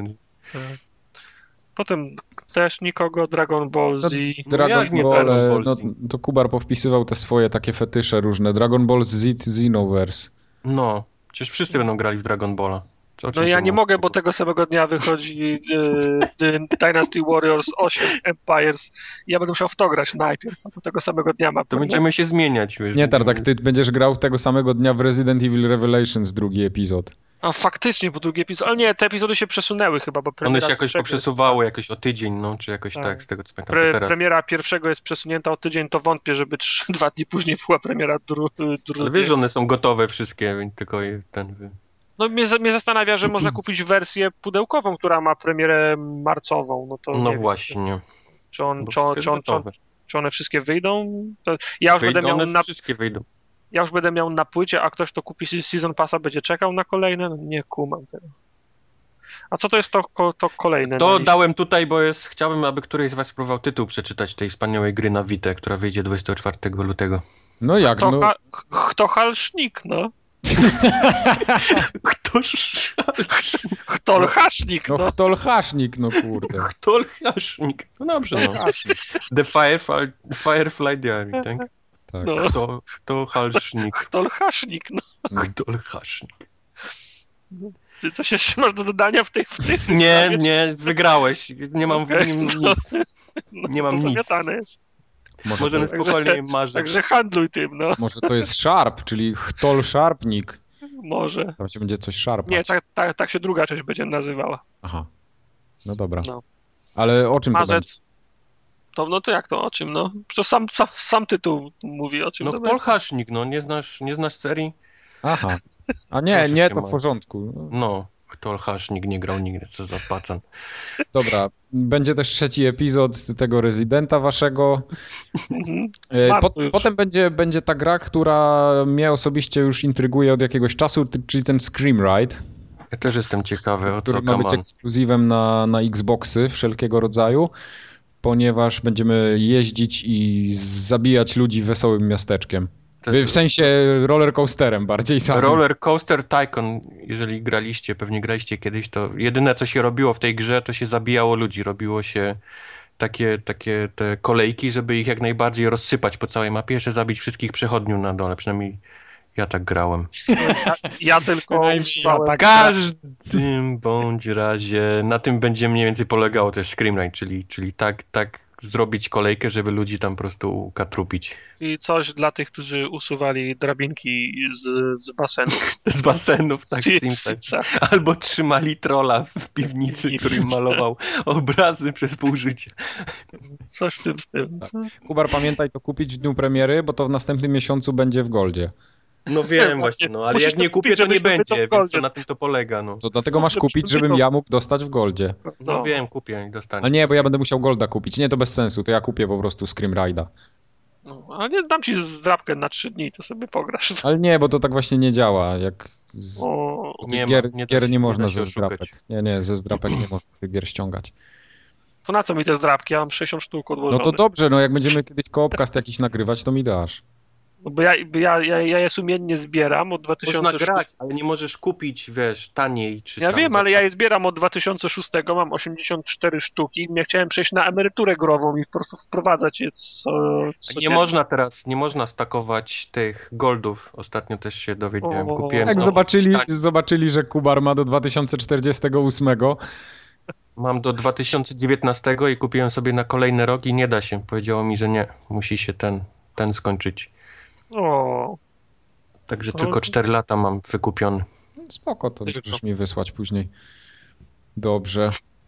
Potem też nikogo, Dragon Ball Z. Dragon jak nie Ball, Dragon Ball no Z? to Kubar powpisywał te swoje takie fetysze różne. Dragon Ball Z, Xenoverse. No, przecież wszyscy będą grali w Dragon Balla. O czym No ja tu nie mówisz? mogę, bo tego samego dnia wychodzi y, Dynasty Warriors osiem Empires. Ja będę musiał w to grać najpierw, a to tego samego dnia ma To premierę. będziemy się zmieniać. Wiesz, Nie, będziemy- Tartak, ty będziesz grał tego samego dnia w Resident Evil Revelations, drugi epizod. A faktycznie, bo drugi epizod. Ale nie, te epizody się przesunęły chyba, bo One premiera się jakoś pierwszego poprzesuwały jakoś o tydzień, no, czy jakoś Tak. tak, z tego co pamiętam. Pre, to teraz. Premiera pierwszego jest przesunięta o tydzień, to wątpię, żeby trzy, dwa dni później była premiera dru, drugiej. Ale wiesz, że one są gotowe wszystkie, więc tylko ten... No mnie, mnie zastanawia, że można kupić wersję pudełkową, która ma premierę marcową. No, to No nie wiem, właśnie. Czy, on, Bo czy, on, wszystko czy, on, jest czy, on, gotowe. czy one wszystkie wyjdą? To ja, już Wyjdą, będę miał one na, wszystkie wyjdą. ja już będę miał na płycie, a ktoś, kto kupi Season Passa, będzie czekał na kolejne? No, nie kumam tego. A co to jest to, ko- to kolejne? To na liście? dałem tutaj, bo jest, chciałbym, aby któryś z was spróbował tytuł przeczytać tej wspaniałej gry na Vita, która wyjdzie dwudziestego czwartego lutego. No jak, To, no... ha, to halsznik, no. Ktoż... To hasznik, No no. Chtolchasznik, no kurde. Chtolchasznik. No dobrze, no. The Firefly, Firefly Diary, tak? Tak. no. Kto, kto halsznik? To hasznik, no. Chtolchasznik. Ty coś jeszcze masz do dodania w tej... W tej Nie, sprawie? nie, wygrałeś. Nie mam w Okej, nim no. nic. No, nie mam to nic. zamiatane jest. Może, Możemy to, spokojnie marzyć. Także handluj tym, no. może to jest Sharp, czyli Chtolszarpnik. Może. Tam się będzie coś szarpać. Nie, tak, tak, tak się druga część będzie nazywała. Aha. No dobra. No. Ale o czym to będzie? Marzec. To, no to jak to, o czym, no? To sam, sam, sam tytuł mówi o czym No to będzie. Chtolchasznik, no nie znasz, nie znasz serii? Aha. A nie, Proszę nie, cię, to w Marek. porządku. No, No, Chtolchasznik nie grał nigdy, co za pacan. dobra. Będzie też trzeci epizod tego Residenta waszego. Mhm. E, Bardzo Po, już. potem będzie, będzie ta gra, która mnie osobiście już intryguje od jakiegoś czasu, ty- czyli ten Scream Ride, Ja też jestem ciekawy, o który co ma być kaman. ekskluzywem na, na Xboxy wszelkiego rodzaju, ponieważ będziemy jeździć i zabijać ludzi wesołym miasteczkiem. Też- W sensie roller coasterem bardziej samym. Roller Coaster Tycoon, jeżeli graliście, pewnie graliście kiedyś, to jedyne co się robiło w tej grze, to się zabijało ludzi. Robiło się takie, takie te kolejki, żeby ich jak najbardziej rozsypać po całej mapie, jeszcze zabić wszystkich przechodniów na dole. Przynajmniej ja tak grałem. Ja, ja tylko Przynajmniej używałem... ja W każdym bądź razie na tym będzie mniej więcej polegało też Scream Ride, czyli, czyli tak, tak zrobić kolejkę, żeby ludzi tam po prostu katrupić. I coś dla tych, którzy usuwali drabinki z, z basenu. Z basenów, tak, Z- z Simsach. z- Albo trzymali trolla w piwnicy, który malował obrazy przez pół życia. Coś w tym z tym. Kubar, pamiętaj to kupić w dniu premiery, bo to w następnym miesiącu będzie w Goldzie. No wiem właśnie, no, ale Musisz jak nie to kupię, kupić, to nie żebyśmy będzie, to w więc Goldzie. to na tym to polega, no. To dlatego masz Żebyśmy kupić, żebym to- ja mógł dostać w Goldzie. No wiem, kupię i dostanę. Ale nie, bo ja będę musiał Golda kupić. Nie, to bez sensu, to ja kupię po prostu Scream Ride'a. No, ale nie dam ci zdrabkę na trzy dni, to sobie pograsz. Ale nie, bo to tak właśnie nie działa. Jak z... O, Nie ma, gier nie da gier się- nie nie można da się ze oszukać. zdrapek. Nie, nie, ze zdrapek nie można tych gier ściągać. to na co mi te zdrabki? Ja mam sześćdziesiąt sztuk No odłożonych. to dobrze, no jak będziemy kiedyś koopcast jakiś nagrywać, to mi dasz. No bo ja, bo ja, ja, ja je sumiennie zbieram od dwa tysiące Można szóstego. grać, ale nie możesz kupić, wiesz, taniej czy Ja tam wiem, za- ale ja je zbieram od dwa tysiące szóstego, mam osiemdziesiąt cztery sztuki. Ja chciałem przejść na emeryturę grową i po prostu wprowadzać je co, co Nie można teraz, nie można stakować tych goldów. Ostatnio też się dowiedziałem. O. Kupiłem Jak znowu zobaczyli, tań- zobaczyli, że Kubar ma do dwa tysiące czterdziestego ósmego, Mam do dwa tysiące dziewiętnastego i kupiłem sobie na kolejny rok i nie da się. Powiedziało mi, że nie, musi się ten, ten skończyć. O, Także To- tylko cztery lata mam wykupiony. spoko, to Tylko. możesz mi wysłać później. Dobrze.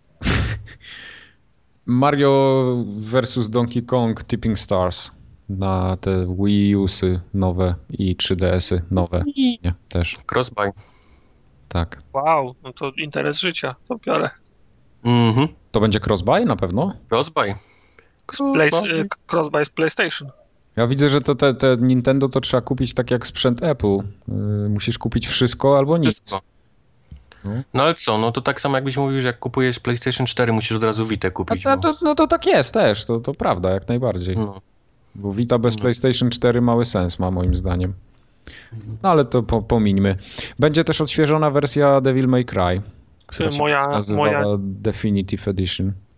Mario versus Donkey Kong Tipping Stars na te Wii U'sy nowe i trzy D Esy nowe. Nie, też, Crossbuy. tak. wow, no to interes życia, to biorę. Mhm. To będzie crossbuy na pewno? Crossbuy. Play, y, crossbuy z PlayStation. Ja widzę, że to te, te Nintendo to trzeba kupić tak jak sprzęt Apple. Yy, musisz kupić wszystko albo nic. Wszystko. No. No ale co, no to tak samo jakbyś mówił, że jak kupujesz PlayStation cztery, musisz od razu Vitę A, kupić. a bo- to, no to tak jest też, to, to prawda, jak najbardziej. No. Bo Vita bez No. PlayStation cztery mały sens ma moim zdaniem. No ale to po, pomińmy. Będzie też odświeżona wersja Devil May Cry, która się Moja- nazywa moja- Definitive Edition.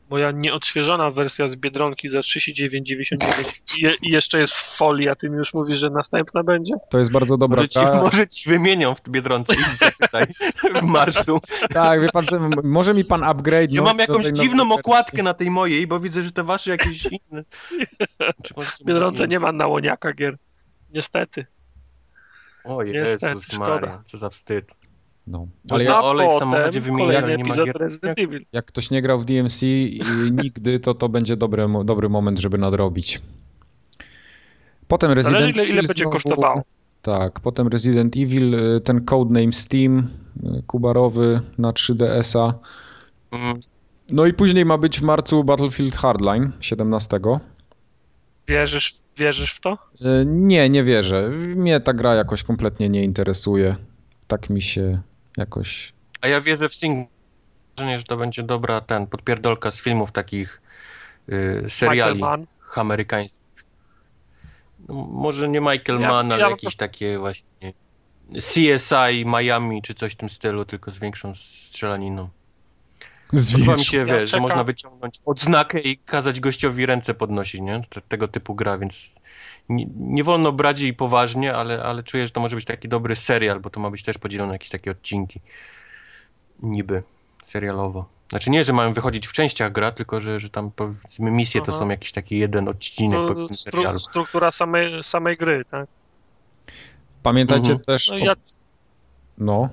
Moja nieodświeżona wersja z Biedronki za trzydzieści dziewięć dziewięćdziesiąt dziewięć i, je, i jeszcze jest w folii, a ty mi już mówisz, że następna będzie? To jest bardzo dobra Może ci, gra. może ci wymienią w Biedronce i zapytaj w marcu. Tak, wie pan co, może mi pan upgrade. Ja mam jakąś dziwną okładkę na tej mojej, bo widzę, że te wasze jakieś inne. W Biedronce nie ma nałoniaka gier. Niestety. O Niestety, Jezus Maria, co za wstyd. No. Ale Ale ja jak, olej w potem samochodzie wymienię, kolejny ale nie ma epizod gier. Resident Evil. jak ktoś nie grał w D M C i nigdy, to to będzie dobry, mo- dobry moment, żeby nadrobić. Potem Zależy Resident ile, ile Evil będzie znowu, kosztowało. Tak, potem Resident Evil, y, ten codename Steam, y, kubarowy na trzy D S a. Mm, No i później ma być w marcu Battlefield Hardline siedemnastego. Wierzysz, wierzysz w to? Y, Nie, nie wierzę. Mnie ta gra jakoś kompletnie nie interesuje. Tak mi się jakoś... A ja wierzę w single, że to będzie dobra ten, podpierdolka z filmów takich y, seriali Michael Mann. amerykańskich. No, może nie Michael Ja- Mann, ale ja- jakieś takie właśnie C S I Miami czy coś w tym stylu, tylko z większą strzelaniną. Podoba mi się, Ja wiesz, że czekam. można wyciągnąć odznakę i kazać gościowi ręce podnosić, nie? Te- Tego typu gra, więc nie, nie wolno brać jej poważnie, ale, ale czuję, że to może być taki dobry serial, bo to ma być też podzielone na jakieś takie odcinki. Niby serialowo. Znaczy nie, że mają wychodzić w częściach gra, tylko że, że tam powiedzmy misje to Aha. są jakiś taki jeden odcinek po To tym stru, serialu. struktura samej, samej gry, tak? Pamiętajcie Mhm. też... No o- ja, No,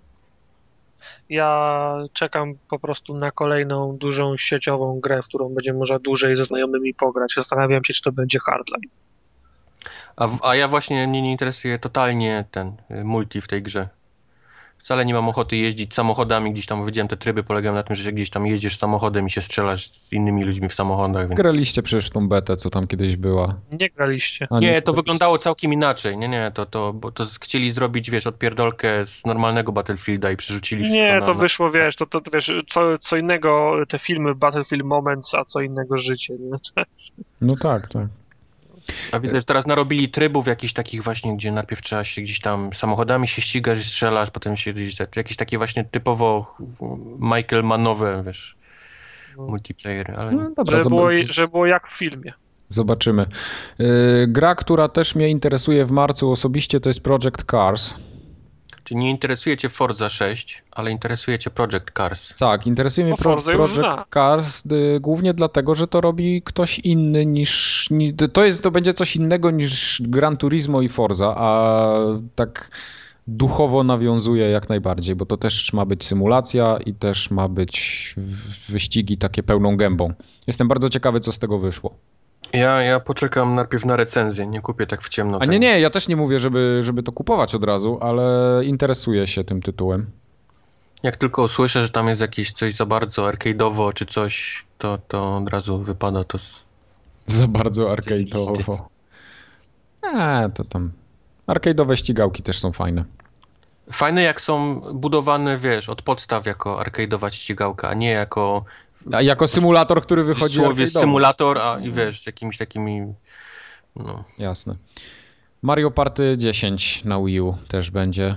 ja czekam po prostu na kolejną dużą sieciową grę, w którą będzie można dłużej ze znajomymi pograć. Zastanawiam się, czy to będzie Hardline. A, w- a ja właśnie mnie nie interesuje totalnie ten y, multi w tej grze. Wcale nie mam ochoty jeździć samochodami, gdzieś tam widziałem te tryby polegają na tym, że gdzieś tam jedziesz samochodem i się strzelasz z innymi ludźmi w samochodach. Więc... graliście przecież w tą betę, co tam kiedyś była. Nie graliście. A Nie, to wyglądało całkiem inaczej. Nie, nie, to, to, bo to chcieli zrobić, wiesz, odpierdolkę z normalnego Battlefielda i przerzucili wszystko Nie, na... to na... wyszło, wiesz, to, to wiesz, co, co innego te filmy Battlefield Moments, a co innego życie, nie? No tak, tak. A widzę, że teraz narobili trybów jakichś takich właśnie, gdzie najpierw trzeba się gdzieś tam samochodami się ścigasz i strzelasz, potem się gdzieś tak, jakieś takie właśnie typowo Michael Mannowe, wiesz, No. multiplayer, ale... No dobra, Żeby było, zob- żeby było jak w filmie. zobaczymy. Yy, gra, która też mnie interesuje w marcu osobiście, to jest Project Cars. Czy nie interesuje cię Forza sześć, ale interesuje cię Project Cars. Tak, interesuje mnie No, Pro, Forza już Project zna. Cars y, głównie dlatego, że to robi ktoś inny niż... Ni, to, jest, to będzie coś innego niż Gran Turismo i Forza, a tak duchowo nawiązuje jak najbardziej, bo to też ma być symulacja i też ma być wyścigi takie pełną gębą. Jestem bardzo ciekawy, co z tego wyszło. Ja, ja poczekam najpierw na recenzję, nie kupię tak w ciemno. A tego. nie, nie, ja też nie mówię, żeby, żeby to kupować od razu, ale interesuję się tym tytułem. Jak tylko usłyszę, że tam jest jakieś coś za bardzo arcade'owo czy coś, to, to od razu wypada to z... Za bardzo Z arcade'owo. Eee, to tam... Arcade'owe ścigałki też są fajne. Fajne jak są budowane, wiesz, od podstaw jako arcade'owa ścigałka, a nie jako A jako symulator, który wychodzi w słowie arcade'owo. symulator, a i wiesz, jakimiś takimi... No. Jasne. Mario Party dziesięć na Wii U też będzie.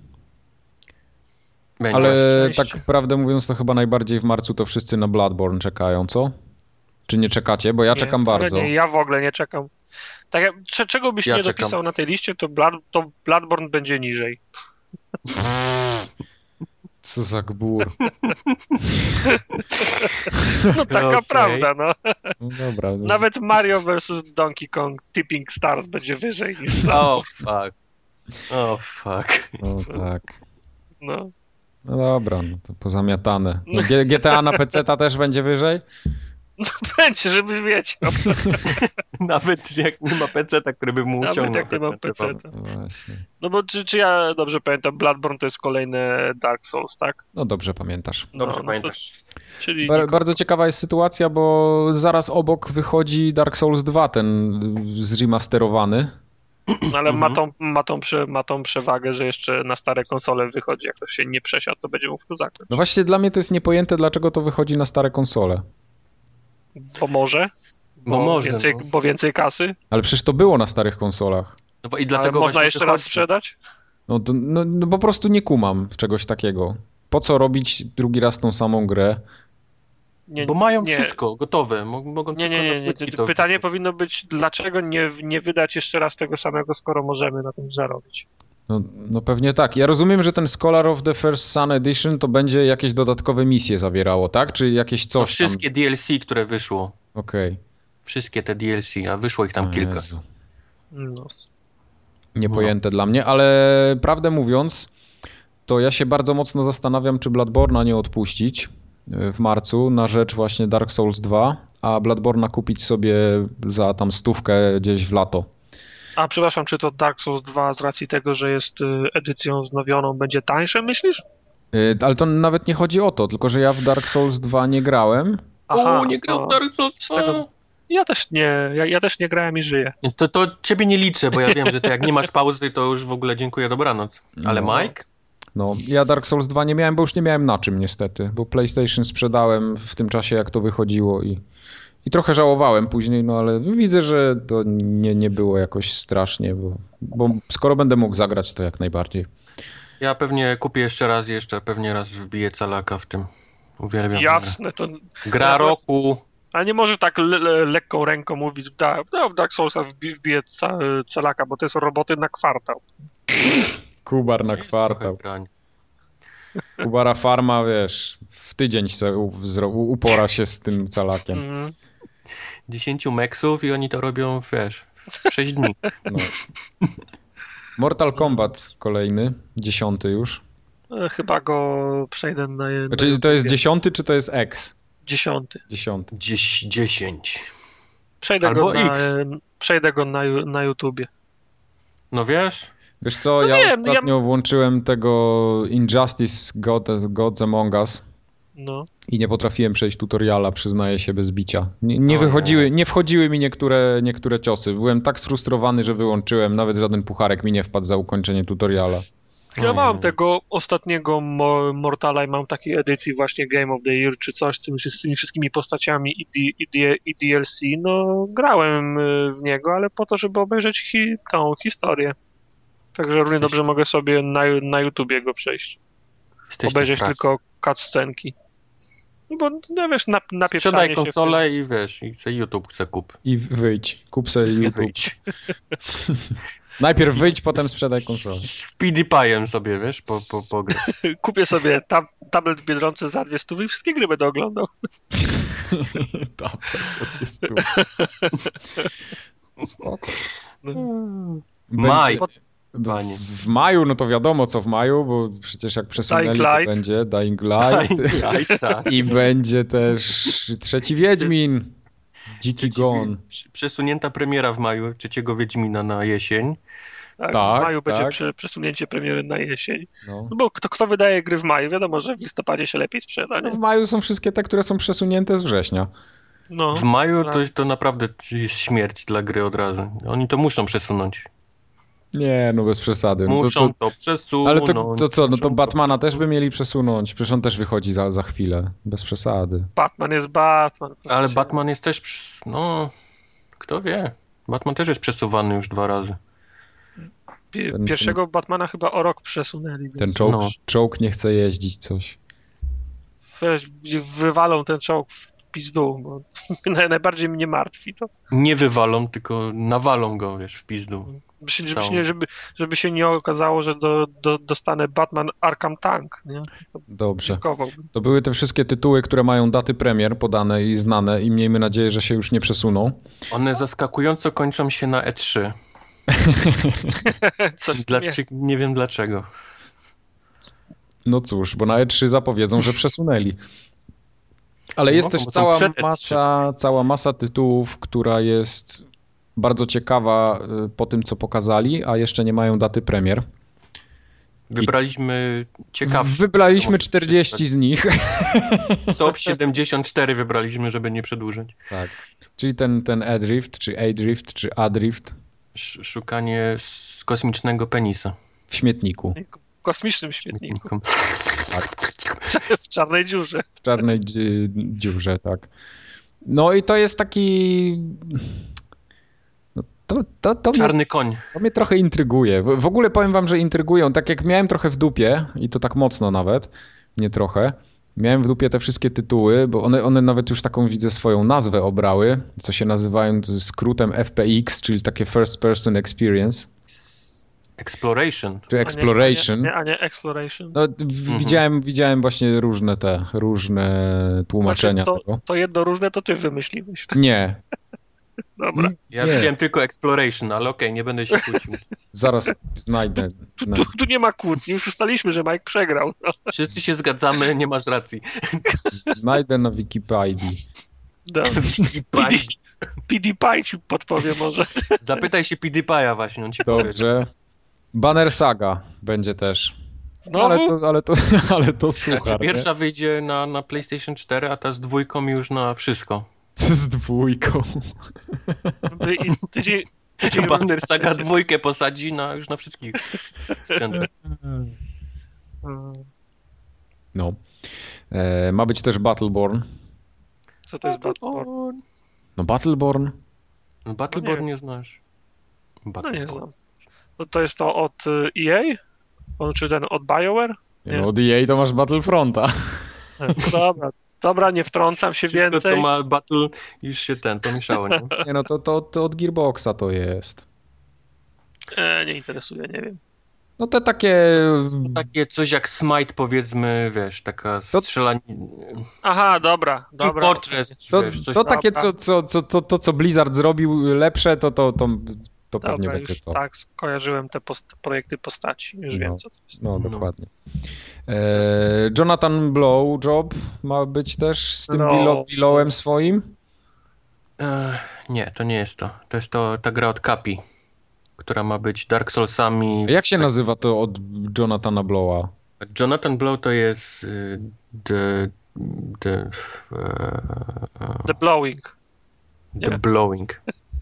Będzie. Ale szczęście. tak prawdę mówiąc, to chyba najbardziej w marcu to wszyscy na Bloodborne czekają, co? Czy nie czekacie? Bo ja Nie, czekam wcale bardzo. Nie, ja w ogóle nie czekam. Tak jak, cze- czego byś Ja nie czekam. dopisał na tej liście, to, Blood, to Bloodborne będzie niżej. Co za gbur. No taka Okej. prawda, no. No dobra. no. Nawet Mario versus Donkey Kong Tipping Stars będzie wyżej niż Oh fuck. Oh fuck. No tak. no. No dobra, no to pozamiatane. No, G- G T A na P C ta też będzie wyżej? Będzie, żebyś wiedział. Nawet jak nie ma peceta, który by mu Nawet uciągnął. jak nie mam ten- ten peceta. temat. No właśnie. No bo czy, czy ja dobrze pamiętam, Bloodborne to jest kolejne Dark Souls, tak? No dobrze pamiętasz. Dobrze No, no to- pamiętasz. Czyli Bar- nikogo. bardzo ciekawa jest sytuacja, bo zaraz obok wychodzi Dark Souls dwa, ten zremasterowany. No, ale ma, Mhm. tą, ma, tą prze, ma tą przewagę, że jeszcze na stare konsole wychodzi. Jak ktoś się nie przesiadł, to będzie mógł w to zagrać. No właśnie dla mnie to jest niepojęte, dlaczego to wychodzi na stare konsole. Bo może? Bo może, Więcej, no. Bo więcej kasy? Ale przecież to było na starych konsolach. No bo i Ale dlatego można właśnie jeszcze wychodzi. raz sprzedać? No, to, no, no po prostu nie kumam czegoś takiego. Po co robić drugi raz tą samą grę? Nie, Bo mają nie. wszystko gotowe, mogą Nie, nie, nie, nie. to Pytanie wrzucić. powinno być, dlaczego nie, nie wydać jeszcze raz tego samego, skoro możemy na tym zarobić. No, no pewnie tak. Ja rozumiem, że ten Scholar of the First Sun Edition to będzie jakieś dodatkowe misje zawierało, tak? Czy jakieś coś No wszystkie tam? D L C, które wyszło. Okej. Okay. Wszystkie te D L C, a wyszło ich tam O kilka. Jezu. No. Niepojęte no. dla mnie, ale prawdę mówiąc, to ja się bardzo mocno zastanawiam, czy Bloodborne'a nie odpuścić w marcu na rzecz właśnie Dark Souls dwa, a Bloodborne'a kupić sobie za tam stówkę gdzieś w lato. A przepraszam, czy to Dark Souls dwa z racji tego, że jest edycją wznowioną, będzie tańsze, myślisz? Yy, ale to nawet nie chodzi o to, tylko że ja w Dark Souls dwa nie grałem. Aha, o, nie grał w Dark Souls dwa. Tego... Ja też nie, ja, ja też nie grałem i żyję. To, to ciebie nie liczę, bo ja wiem, że to jak nie masz pauzy, to już w ogóle dziękuję, dobranoc. Ale no. Mike? No, ja Dark Souls dwa nie miałem, bo już nie miałem na czym niestety, bo PlayStation sprzedałem w tym czasie, jak to wychodziło i, i trochę żałowałem później, no ale widzę, że to nie, nie było jakoś strasznie, bo, bo skoro będę mógł zagrać, to jak najbardziej. Ja pewnie kupię jeszcze raz, jeszcze pewnie raz wbiję calaka w tym. Uwielbiam. Jasne, to... Gra roku. Ale nie może tak le le lekką ręką mówić, w, da no, w Dark Soulsa wbiję ca calaka, bo to jest roboty na kwartał. Kubar na kwartał. Kubara farma, wiesz, w tydzień se upora się z tym calakiem. Mm. dziesięciu meksów i oni to robią, wiesz, w sześć dni. No. Mortal Kombat kolejny, dziesiąty już. Chyba go przejdę na... Znaczy, na to jest dziesiąty, czy to jest X? Dziesiąty. Dziesiąty. Dziś, dziesięć. Przejdę Albo go, na, X. przejdę go na, na YouTubie. No wiesz? Wiesz co, no ja wiem, ostatnio ja... włączyłem tego Injustice God, Gods Among Us no. i nie potrafiłem przejść tutoriala, przyznaję się, bez bicia. Nie, nie wychodziły, nie wchodziły mi niektóre, niektóre ciosy. Byłem tak sfrustrowany, że wyłączyłem, nawet żaden pucharek mi nie wpadł za ukończenie tutoriala. Ja mam tego ostatniego Mortala i mam takiej edycji właśnie Game of the Year czy coś z tymi, z tymi wszystkimi postaciami i, D, i, D, i D L C. No grałem w niego, ale po to, żeby obejrzeć hi, tą historię. Także równie dobrze mogę sobie na, na YouTubie go przejść. Jesteście obejrzeć straszni. tylko cutscenki. No bo no wiesz, na, napieprzanie Sprzedaj się konsolę wtedy. i wiesz, i sobie YouTube chce kup. I wyjdź, kup sobie I YouTube. wyjdź. Najpierw wyjdź, potem sprzedaj konsolę. Z PewDiePie'em sobie, wiesz, po, po, po grę. Kupię sobie tab tablet w Biedronce za dwie stówy i wszystkie gry będę oglądał. Tablet za dwie stówy. Spoko. Maj. W, w maju, no to wiadomo co w maju, bo przecież jak przesunęli, to będzie Dying Light. Dying Light tak. I będzie też trzeci Wiedźmin. Dziki Trzeci, Gon. Przesunięta premiera w maju trzeciego Wiedźmina na jesień. Tak, tak w maju tak. będzie prze, przesunięcie premiery na jesień. No. No bo kto, kto wydaje gry w maju? Wiadomo, że w listopadzie się lepiej sprzeda. Nie? No w maju są wszystkie te, które są przesunięte z września. No, w maju tak. to, to naprawdę jest śmierć dla gry od razu. Oni to muszą przesunąć. Nie, no bez przesady. No muszą to, to, to przesunąć. Ale to, to co, no to Batmana to też by mieli przesunąć. Przecież on też wychodzi za, za chwilę. Bez przesady. Batman jest Batman. Ale Batman jest też, no, kto wie. Batman też jest przesuwany już dwa razy. Ten, Pierwszego ten, Batmana chyba o rok przesunęli. Ten czołg, no. czołg nie chce jeździć coś. Weź, wywalą ten czołg w pizdu, bo najbardziej mnie martwi to. Nie wywalą, tylko nawalą go, wiesz, w pizdu. Żeby, żeby, się, żeby, żeby się nie okazało, że do, do, dostanę Batman Arkham Tank. Nie? To Dobrze. To były te wszystkie tytuły, które mają daty premier podane i znane i miejmy nadzieję, że się już nie przesuną. One zaskakująco kończą się na E trzy. Coś Dla, nie wiem dlaczego. No cóż, bo na E trzy zapowiedzą, że przesunęli. Ale jest no, też cała masa, cała masa tytułów, która jest bardzo ciekawa po tym, co pokazali, a jeszcze nie mają daty premier. Wybraliśmy ciekawsze. Wybraliśmy czterdzieści z nich. Top siedemdziesiąt cztery wybraliśmy, żeby nie przedłużać. Tak. Czyli ten, ten Adrift, czy Adrift, czy Adrift. Szukanie z kosmicznego penisa. W śmietniku. W kosmicznym śmietniku. śmietniku. Tak. W czarnej dziurze. W czarnej dzi dziurze, tak. No i to jest taki... No to, to, to Czarny mnie, koń. To mnie trochę intryguje. W, w ogóle powiem wam, że intrygują. Tak jak miałem trochę w dupie, i to tak mocno nawet, nie trochę, Miałem w dupie te wszystkie tytuły, bo one, one nawet już taką, widzę, swoją nazwę obrały, co się nazywają skrótem F P X, czyli takie First Person Experience. Exploration. Czy Exploration. A nie, a nie, a nie Exploration. No, mhm. widziałem, widziałem właśnie różne te, różne tłumaczenia znaczy, to, tego. To jedno różne to ty wymyśliłeś. Nie. Dobra. Ja nie. widziałem tylko Exploration, ale okej, okay, nie będę się kłócił. Zaraz znajdę. Tu, tu, tu nie ma kłótni, już ustaliliśmy, że Mike przegrał. No. Wszyscy się zgadzamy, nie masz racji. Znajdę na Wikipedii. PewDiePie ci podpowie może. Zapytaj się PewDiePie'a właśnie, on ci powie. Dobrze. Banner Saga będzie też. Znowu? Ale to, ale to, ale to suchar. Znaczy, pierwsza wyjdzie na, na PlayStation cztery, a ta z dwójką już na wszystko. Z dwójką. I tydzień, tydzień Banner Saga dwójkę posadzi na, już na wszystkich sprzętach. No. E, ma być też Battleborn. Co to jest Battleborn? No Battleborn. No Battleborn no nie. nie znasz. No nie znam. No to jest to od E A? On, czy ten od BioWare? Nie. No od E A to masz Battlefronta. No dobra, dobra, nie wtrącam się Wszystko, więcej. co ma Battle, już się ten, pomieszało, nie? Nie no, to, to, to od Gearboxa to jest. E, nie interesuje, nie wiem. No te takie... Takie coś jak Smite, powiedzmy, wiesz, taka To- strzelanina. Aha, dobra, Team dobra. Fortress, To, wiesz, coś to takie, Dobra. co, co, co, to, to co Blizzard zrobił lepsze, to, to, to, to pewnie Dobra, będzie już to. tak, kojarzyłem te post- projekty postaci, już No. wiem co to jest. No, No. dokładnie. E, Jonathan Blowjob ma być też z tym No. Billo- Billowem swoim. E, nie, to nie jest to. To jest to ta gra od Kapi, która ma być Dark Soulsami. A jak się tak, nazywa to od Jonathana Blowa? Jonathan Blow to jest y, The, the, e, The Blowing. the Nie. Blowing.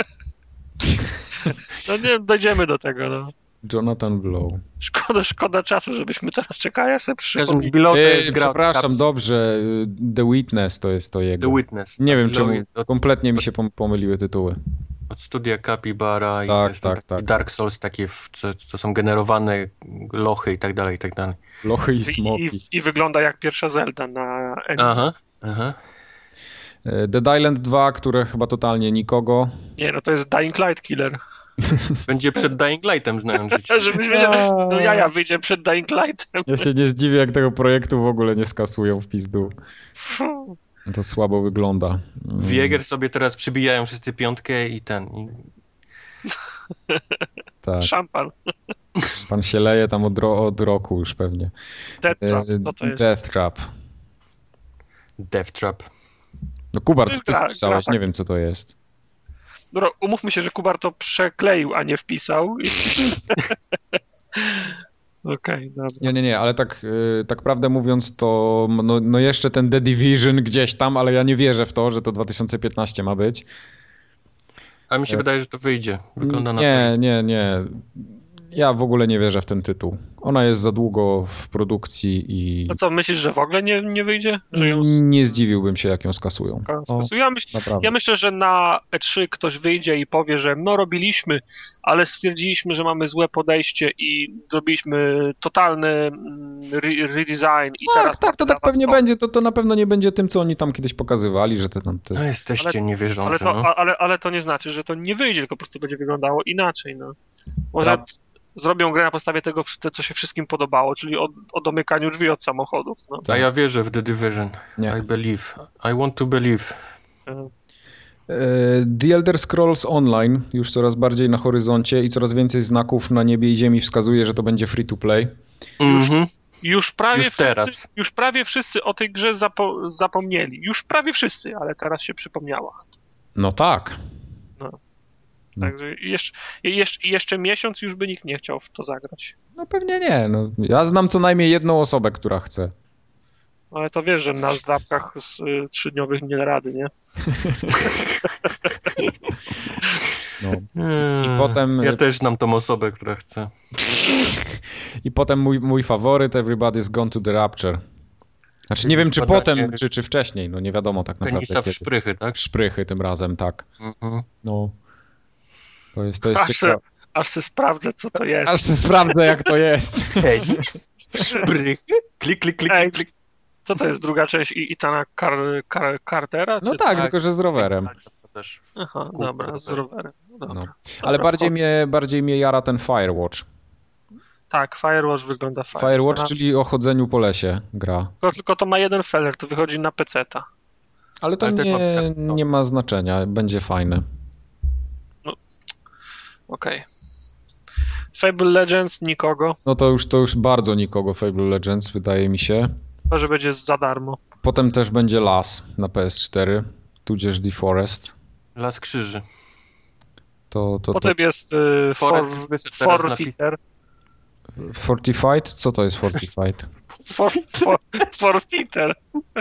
No nie, dojdziemy do tego, no. Jonathan Blow. Szkoda, szkoda czasu, żebyśmy teraz czekali, aż sobie W każdym przypomnij. razie Below to Ej, jest gra od przepraszam, Kapi. dobrze. The Witness to jest to jego. The Witness. Nie A wiem Below czemu, jest od, kompletnie mi się pom- pomyliły tytuły. od studia Capybara i Tak, to jest tak, taki tak. Dark Souls, takie, w- co, co są generowane lochy i tak dalej, i tak dalej. Lochy i I, smoki. i, I wygląda jak pierwsza Zelda na N E S. Aha, aha. E, Dead Island dwa, które chyba totalnie nikogo. Nie, no to jest Dying Light Killer. Będzie przed Dying Lightem, znając życie. Żebyś wiedział, no jaja wyjdzie przed Dying Lightem. Ja się nie zdziwię, jak tego projektu w ogóle nie skasują w pizdu. To słabo wygląda. Mm. W Jäger sobie teraz przybijają wszyscy piątkę i ten. I... Tak. Szampan. Pan się leje tam od, ro- od roku już pewnie. Death Trap, E, co to jest? Death Trap. Death Trap. No Kubar, To to jest ty gra- wpisałeś, gra nie tak. wiem co to jest. Dobra, umówmy się, że Kubar to przekleił, a nie wpisał. I- Okej, dobra. Nie, nie, nie, ale tak, y, tak prawdę mówiąc to no, no jeszcze ten The Division gdzieś tam, ale ja nie wierzę w to, że to dwa tysiące piętnaście ma być. A mi się wydaje, że to wyjdzie. Wygląda na Nie, to. nie, nie. Ja w ogóle nie wierzę w ten tytuł. Ona jest za długo w produkcji i A co, myślisz, że w ogóle nie, nie wyjdzie? Że ją nie zdziwiłbym się, jak ją skasują. skasują? Ja, myśl, Naprawdę. ja myślę, że na E trzy ktoś wyjdzie i powie, że no robiliśmy, ale stwierdziliśmy, że mamy złe podejście i zrobiliśmy totalny mm, re- redesign i Tak, teraz tak, to dla tak was pewnie będzie. To, to na pewno nie będzie tym, co oni tam kiedyś pokazywali, że te tam... Te... No jesteście Ale- niewierzący, Ale to, no. a- ale, ale to nie znaczy, że to nie wyjdzie, tylko po prostu będzie wyglądało inaczej. No. Może Pra- zrobią grę na podstawie tego, co się wszystkim podobało, czyli o, o domykaniu drzwi od samochodów. No. A ja wierzę w The Division. Nie. I believe. I want to believe. E, E, The Elder Scrolls Online już coraz bardziej na horyzoncie i coraz więcej znaków na niebie i ziemi wskazuje, że to będzie free to play. Mhm. Już prawie, Już wszyscy, teraz. już prawie wszyscy o tej grze zapo- zapomnieli. Już prawie wszyscy, ale teraz się przypomniała. No tak. No. Także jeszcze, jeszcze, jeszcze miesiąc już by nikt nie chciał w to zagrać. No pewnie nie. No, ja znam co najmniej jedną osobę, która chce. Ale to wiesz, że na zdawkach z y, trzydniowych nie da rady, nie? No. I potem- Ja też znam tą osobę, która chce. I potem mój, mój faworyt, Everybody's Gone to the Rapture. Znaczy nie wiem, czy Wpadanie potem, czy, czy wcześniej. No nie wiadomo tak naprawdę. Penisa w kiedy. szprychy, tak? Szprychy tym razem, tak. Mhm. No. To jest, to jest Aż se, ciekawe. aż se sprawdzę, co to jest. Aż się sprawdzę, jak to jest. Penis? Szprychy? Klik, klik, klik, Ej. klik, klik. Co to jest druga część I- Ethana Car Car Cartera? No Czy tak, tak. tylko że z rowerem. Też w Aha, kółko dobra, z rowerem. Dobra. No. Dobra, Ale bardziej wchodzę. mnie, bardziej mnie jara ten Firewatch. Tak, Firewatch wygląda fajnie. Firewatch, A, czyli o chodzeniu po lesie gra. tylko, tylko to ma jeden feller, to wychodzi na peceta. Ale to Ale też nie, ma- nie ma znaczenia, będzie fajne. Okej. Fable Legends nikogo, No to już, to już bardzo nikogo Fable Legends, wydaje mi się. chyba że będzie za darmo. Potem też będzie Las na P S cztery, tudzież The Forest. Las Krzyży. To, to, to Potem jest y, for, Forest już wyszedł teraz na Forfeiter. Fortified? Co to jest Fortified? For, for, Forfeiter.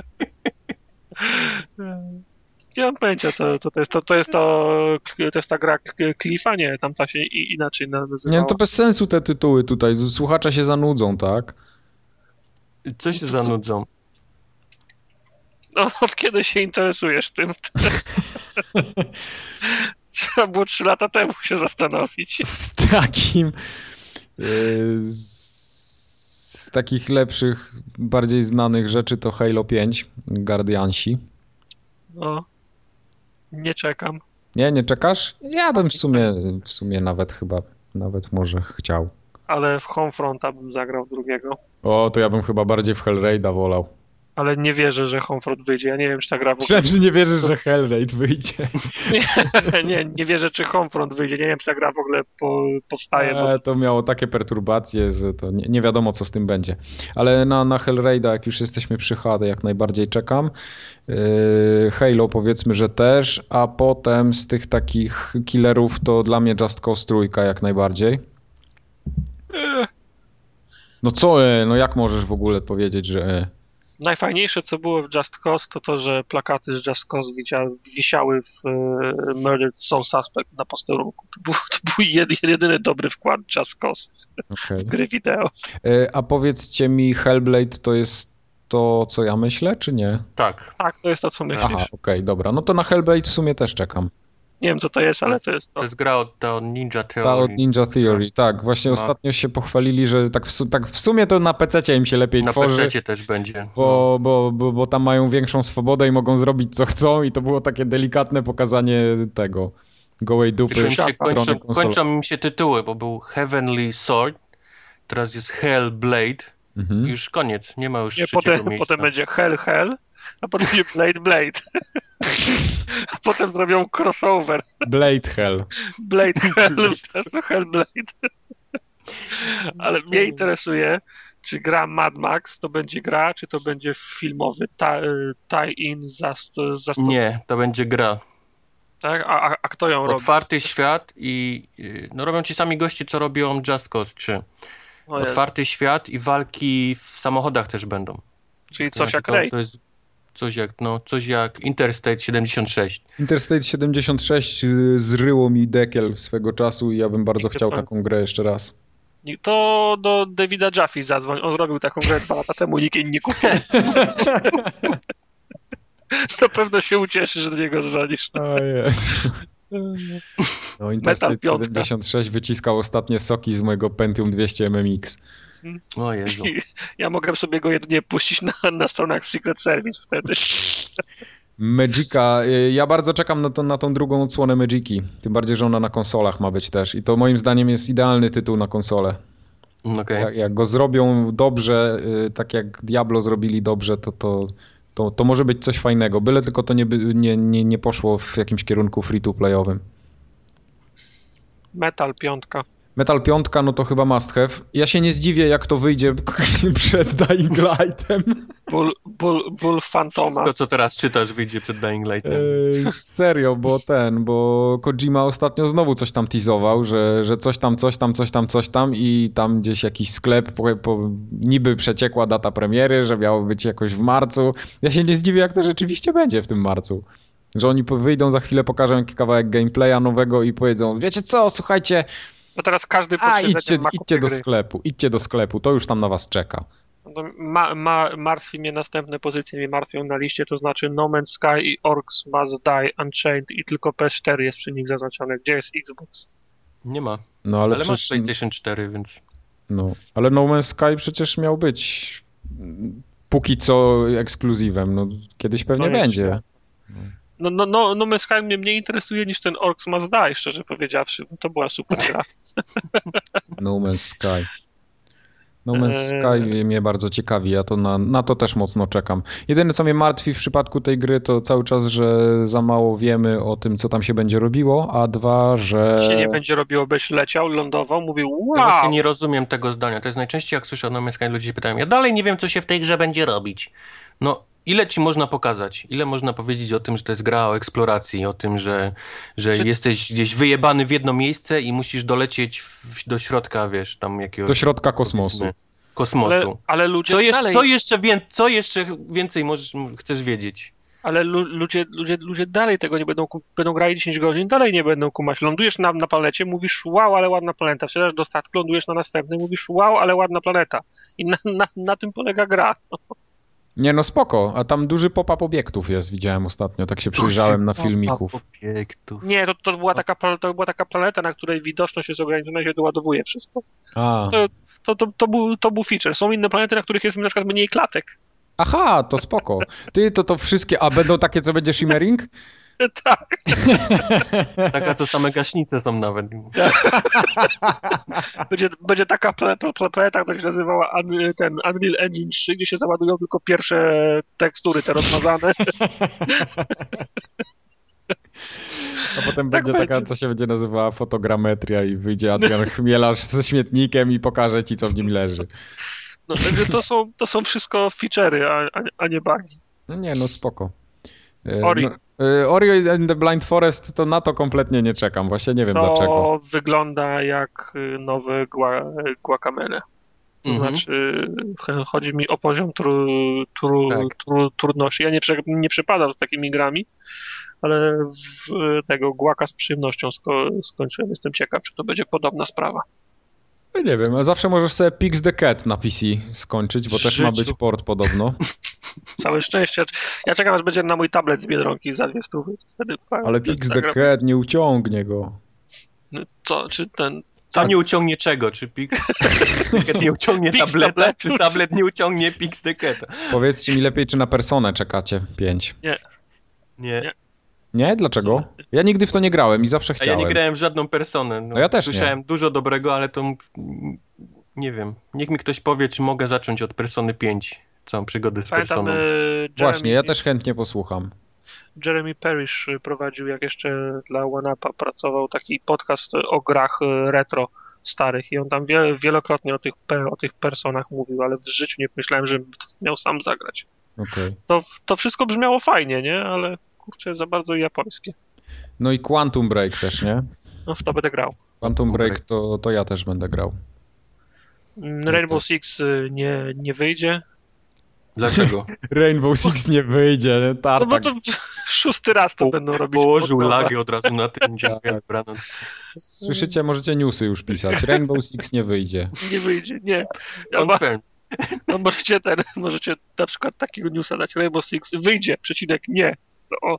Nie mam pojęcia, co, co to jest. To, to jest to, to jest ta gra Cliffa? Nie, tam ta się i- inaczej nazywała. Nie, no to bez sensu te tytuły tutaj. Słuchacze się zanudzą, tak? Co się zanudzą? No, od kiedy się interesujesz tym? Trzeba było trzy lata temu się zastanowić. Z takim... yy, Z takich lepszych, bardziej znanych rzeczy to Halo pięć, Guardiansi. No, nie czekam. Nie, nie czekasz? Ja bym w sumie, w sumie nawet chyba, nawet może chciał. Ale w Homefronta bym zagrał drugiego. O, to ja bym chyba bardziej w Hellraida wolał. Ale nie wierzę, że Homefront wyjdzie. Ja nie wiem, czy ta gra w ogóle... Myślałem, że nie wierzysz, że Hellraid wyjdzie. Nie, nie, nie wierzę, czy Homefront wyjdzie. Nie wiem, czy ta gra w ogóle po, powstaje. Bo... E, to miało takie perturbacje, że to nie, nie wiadomo, co z tym będzie. Ale na, na Hellraida, jak już jesteśmy przy H D, jak najbardziej czekam. Yy, Halo powiedzmy, że też, a potem z tych takich killerów to dla mnie Just Cause trójka jak najbardziej. Eh, No co, e, no jak możesz w ogóle powiedzieć, że e? Najfajniejsze, co było w Just Cause, to to, że plakaty z Just Cause widzia- wisiały w e, Murdered Soul Suspect na posterunku. To był, to był jedy, jedyny dobry wkład Just Cause Okej. w gry wideo. E, A powiedzcie mi, Hellblade to jest to, co ja myślę, czy nie? Tak. Tak, to jest to, co myślisz. Aha, okej, dobra. No to na Hellblade w sumie też czekam. Nie wiem, co to jest, ale to jest to. To jest gra od, ta od Ninja Ta Theory. od Ninja Theory, tak. Właśnie No. ostatnio się pochwalili, że tak w, su- tak w sumie to na pececie im się lepiej Na tworzy, P C też będzie. bo, bo, bo, bo tam mają większą swobodę i mogą zrobić co chcą i to było takie delikatne pokazanie tego gołej dupy Tylko mi się w stronę kończą, konsolowej. kończą mi się tytuły, bo był Heavenly Sword, teraz jest Hellblade. Mhm. Już koniec, nie ma już Nie, trzeciego potem, miejsca. potem będzie Hell Hell, a potem będzie Blade Blade. A potem zrobią crossover. Blade Hell. Blade Hell versus Hell Blade. Ale mnie interesuje, czy gra Mad Max to będzie gra, czy to będzie filmowy ta- tie-in zast- zastosowany. Nie, to będzie gra. Tak? A, a, a kto ją robi? Otwarty świat i y, no robią ci sami goście, co robią Just Cause trzy. O Jezu. Otwarty świat i walki w samochodach też będą. Czyli To coś znaczy jak to, Raid. to jest coś jak, no, coś jak Interstate siedemdziesiąt sześć. Interstate siedemdziesiąt sześć y, zryło mi dekiel swego czasu i ja bym bardzo Nigdy chciał to- taką grę jeszcze raz. To do Davida Jaffe zadzwoń. On zrobił taką grę dwa lata temu, nikt inny nie kupił. Na pewno się ucieszy, że do niego dzwonisz. O Jezu. No, Interstate piątka. siedemdziesiąt sześć wyciskał ostatnie soki z mojego Pentium dwieście M M X. O Jezu. Ja mogę sobie go jedynie puścić na, na stronach Secret Service wtedy. Magica, y, ja bardzo czekam na, to, na tą drugą odsłonę Magiki. Tym bardziej, że ona na konsolach ma być też. I to moim zdaniem jest idealny tytuł na konsolę. Okej. Jak, jak go zrobią dobrze, y, tak jak Diablo zrobili dobrze, to, to, to, to może być coś fajnego. Byle tylko to nie, by- nie, nie, nie poszło w jakimś kierunku free-to-playowym. Metal piątka. Metal pięć, no to chyba must have. Ja się nie zdziwię, jak to wyjdzie przed Dying Lightem. Bull, bull, bull Fantoma. Wszystko, co teraz czytasz, wyjdzie przed Dying Lightem. Ej, serio, bo ten, bo Kojima ostatnio znowu coś tam teasował, że, że coś tam, coś tam, coś tam, coś tam i tam gdzieś jakiś sklep, po, po, niby przeciekła data premiery, że miało być jakoś w marcu. Ja się nie zdziwię, jak to rzeczywiście będzie w tym marcu. Że oni po- wyjdą za chwilę, pokażą jakiś kawałek gameplaya nowego i powiedzą, wiecie co, słuchajcie, No teraz każdy a pod idźcie, siedzeniem ma idźcie do gry. sklepu, idźcie do sklepu, to już tam na was czeka. No to Ma, ma, martwi mnie następne pozycje, mnie martwią na liście, to znaczy No Man's Sky i Orcs Must Die Unchained i tylko P S cztery jest przy nich zaznaczone. Gdzie jest Xbox? Nie ma. No ale, Ale masz przecież, PlayStation cztery, więc... no, ale No Man's Sky przecież miał być póki co ekskluzywem. No, kiedyś pewnie No będzie. jeszcze. No, no, no, no Man's Sky mnie mniej interesuje niż ten Orcs Must Die, szczerze powiedziawszy. To była super gra. No Man's Sky. No Man's Sky mnie bardzo ciekawi, ja to na, na to też mocno czekam. Jedyne, co mnie martwi w przypadku tej gry, to cały czas, że za mało wiemy o tym, co tam się będzie robiło, a dwa, że... się nie będzie robiło, byś leciał, lądował, mówił wow! Ja właśnie nie rozumiem tego zdania. To jest najczęściej, jak słyszę o No Man's Sky, ludzie się pytają, ja dalej nie wiem, co się w tej grze będzie robić. No, ile ci można pokazać? Ile można powiedzieć o tym, że to jest gra o eksploracji, o tym, że, że Czy- jesteś gdzieś wyjebany w jedno miejsce i musisz dolecieć w, do środka, wiesz, tam jakiegoś... Do środka kosmosu. powiedzmy, Kosmosu. Ale, ale ludzie Co, jeszcze, dalej... co, jeszcze wię, co jeszcze więcej możesz, chcesz wiedzieć? Ale lu, ludzie, ludzie, ludzie dalej tego nie będą, ku- będą grali dziesięć godzin, dalej nie będą kumać. Lądujesz na, na planecie, mówisz wow, ale ładna planeta. Wsiadasz do statku, lądujesz na następnym, mówisz wow, ale ładna planeta. I na, na, na tym polega gra. Nie no spoko, a tam duży pop-up obiektów jest, widziałem ostatnio, tak się przyjrzałem na filmików. Obiektów. Nie, to, to, była taka, pla- to była taka planeta, na której widoczność jest ograniczona i się doładowuje wszystko. A. To, to, to, to, był, to był feature. Są inne planety, na których jest na przykład mniej klatek. Aha, to spoko. Ty, to to wszystkie, a będą takie, co będzie shimmering? Tak. Taka, co same gaśnice są nawet. Będzie, będzie taka pla- pla- planeta, która się nazywała Un- ten Unreal Engine trzy, gdzie się załadują tylko pierwsze tekstury, te rozmazane. A potem Tak będzie taka, będzie. co się będzie nazywała fotogrametria i wyjdzie Adrian Chmielarz ze śmietnikiem i pokaże ci, co w nim leży. No, także to są, to są wszystko feature'y, a, a, a nie bugi. No nie, no spoko. E, Ori. No, e, Ori and the Blind Forest, to na to kompletnie nie czekam. Właśnie nie wiem To dlaczego. wygląda jak y, nowy gua, Guacamele. To Mhm. znaczy, ch- chodzi mi o poziom tru, tru, Tak. tru, trudności. Ja nie, prze, nie przepadam z takimi grami, ale w, tego Guaca z przyjemnością sko, skończyłem. Jestem ciekaw, czy to będzie podobna sprawa. No nie wiem, a zawsze możesz sobie Pix the Cat na P C skończyć, bo W też ma życiu. być port podobno. Całe szczęście. Ja czekam, aż będzie na mój tablet z Biedronki za dwie stówy. Wtedy Ale Pix the Cat nie uciągnie go. Co, czy ten... Co nie uciągnie czego? Czy Pix nie uciągnie Pix tableta, tabletu. czy tablet nie uciągnie Pix Deketa? Powiedzcie mi lepiej, czy na Personę czekacie pięć. Nie. Nie. Nie? Dlaczego? Ja nigdy w to nie grałem i zawsze A ja chciałem. nie grałem w żadną personę. No, No ja też nie. Słyszałem dużo dobrego, ale to m- nie wiem. Niech mi ktoś powie, czy mogę zacząć od Persony pięć. Całą przygodę z Pamiętam, personą. e, Jeremy, Właśnie, ja też chętnie posłucham. Jeremy Parrish prowadził, jak jeszcze dla OneUp'a pracował, taki podcast o grach e, retro starych i on tam wie, wielokrotnie o tych, pe- o tych personach mówił, ale w życiu nie myślałem, że to miał sam zagrać. Okej. To, to wszystko brzmiało fajnie, nie? Ale kurczę, za bardzo japońskie. No i Quantum Break też, nie? No w to będę grał. Quantum Break to, to ja też będę grał. Mm, Rainbow Six y, nie, nie wyjdzie. Dlaczego? Rainbow Six nie wyjdzie, No bo tartak. to szósty raz to będą robić. Położył od nowa. lagę od razu na tym dzień. Tak. Dobranoc. Słyszycie, możecie newsy już pisać. Rainbow Six nie wyjdzie. Nie wyjdzie, nie. Ja ma, Confirm. no możecie, ten, możecie na przykład takiego newsa dać. Rainbow Six wyjdzie, przecinek nie. No, o.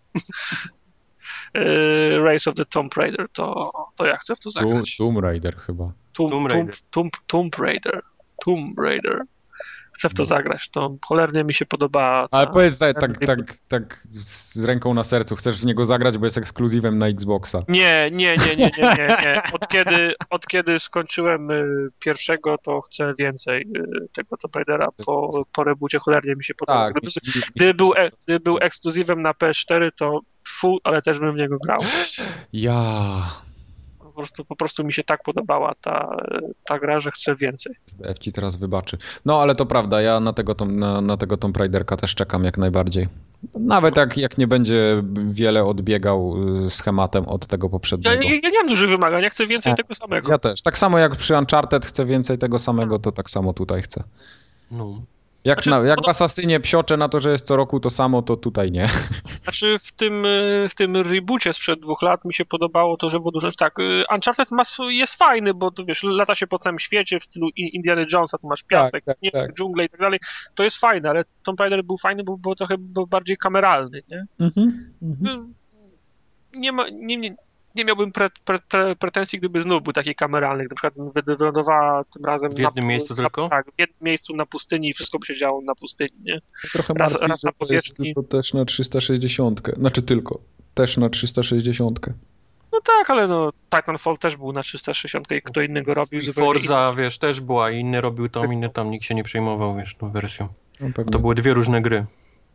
Y, Rise of the Tomb Raider, to, to ja chcę w to Tu, zagrać. Tomb Raider chyba. Tomb, Tomb Tomb, Raider. Tomb, Tomb Raider. Tomb Raider. Chcę w to zagrać. To cholernie mi się podoba. ta- Ale powiedz tak, tak, ten- tak, tak z ręką na sercu, chcesz w niego zagrać, bo jest ekskluzywem na Xboxa. Nie, nie, nie, nie, nie, nie, nie. Od kiedy, od kiedy skończyłem y, pierwszego, to chcę więcej y, tego Tomb Raidera po, po reboocie. Cholernie mi się podoba. Tak. Gdyby, mi się- mi się- gdyby, był, e- gdyby był ekskluzywem na P S cztery, to fu, ale też bym w niego grał. Ja... Po prostu, po prostu mi się tak podobała ta, ta gra, że chcę więcej. Z D F ci teraz wybaczy. No ale to prawda, ja na tego, tom, na, na tego Tomb Raiderka też czekam jak najbardziej. Nawet jak, jak nie będzie wiele odbiegał y, schematem od tego Ja, poprzedniego. ja, ja nie mam dużych wymagań, ja chcę więcej Ja- tego samego. Ja też. Tak samo jak przy Uncharted chcę więcej tego samego, to tak samo tutaj chcę. No. Jak, Znaczy, na, jak no w to- Assassinie psioczę na to, że jest co roku to samo, to tutaj nie. Znaczy w tym, y, w tym reboocie sprzed dwóch lat mi się podobało to, że było dużo, tak, y, Uncharted ma, sw- jest fajny, bo to wiesz, lata się po całym świecie w stylu I- Indiana Jonesa, tu masz piasek, tak, śnieg, tak. dżunglę i tak dalej, to jest fajne, ale Tomb Raider był fajny, bo był trochę był bardziej kameralny, nie? Mhm, mhm. Y, Nie ma, nie, nie, nie miałbym pre, pre, pre, pretensji, gdyby znów był taki kameralny. Na przykład wylądowała tym razem W jednym na, miejscu na, tylko? Tak, w jednym miejscu na pustyni i wszystko by się działo na pustyni, nie? Trochę Raz- martwi, raz że na to jest powierzchni. tylko też na trzysta sześćdziesiąt. Znaczy tylko. Też na trzysta sześćdziesiąt. No tak, ale no Titanfall też był na trzysta sześćdziesiąt i kto inny go robił I zupełnie Forza, wiesz, też była, inny robił tą, inny tam, nikt się nie przejmował, wiesz, tą wersją. No, Bo pewnie. to były dwie różne gry.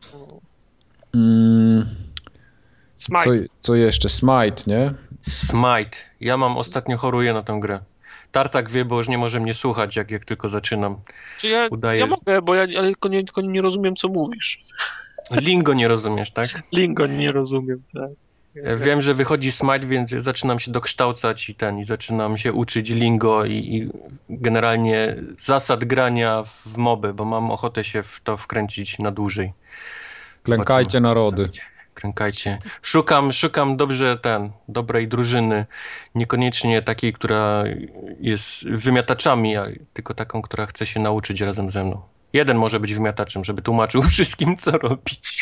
Mm, Smite. co, co jeszcze? Smite, nie? Smite. Ja mam, ostatnio choruję na tę grę. Tartak wie, bo już nie może mnie słuchać, jak, jak tylko zaczynam. Czy ja, Udaje, ja że- mogę, bo ja ale tylko nie, tylko nie rozumiem, co mówisz. Lingo nie rozumiesz, tak? Lingo nie rozumiem, tak. Ja wiem, że wychodzi Smite, więc ja zaczynam się dokształcać i ten, i zaczynam się uczyć lingo i, i generalnie zasad grania w moby, bo mam ochotę się w to wkręcić na dłużej. Klękajcie Zobaczymy. narody. Klękajcie. Szukam, szukam dobrze ten, dobrej drużyny, niekoniecznie takiej, która jest wymiataczami, a tylko taką, która chce się nauczyć razem ze mną. Jeden może być wymiataczem, żeby tłumaczył wszystkim, co robić.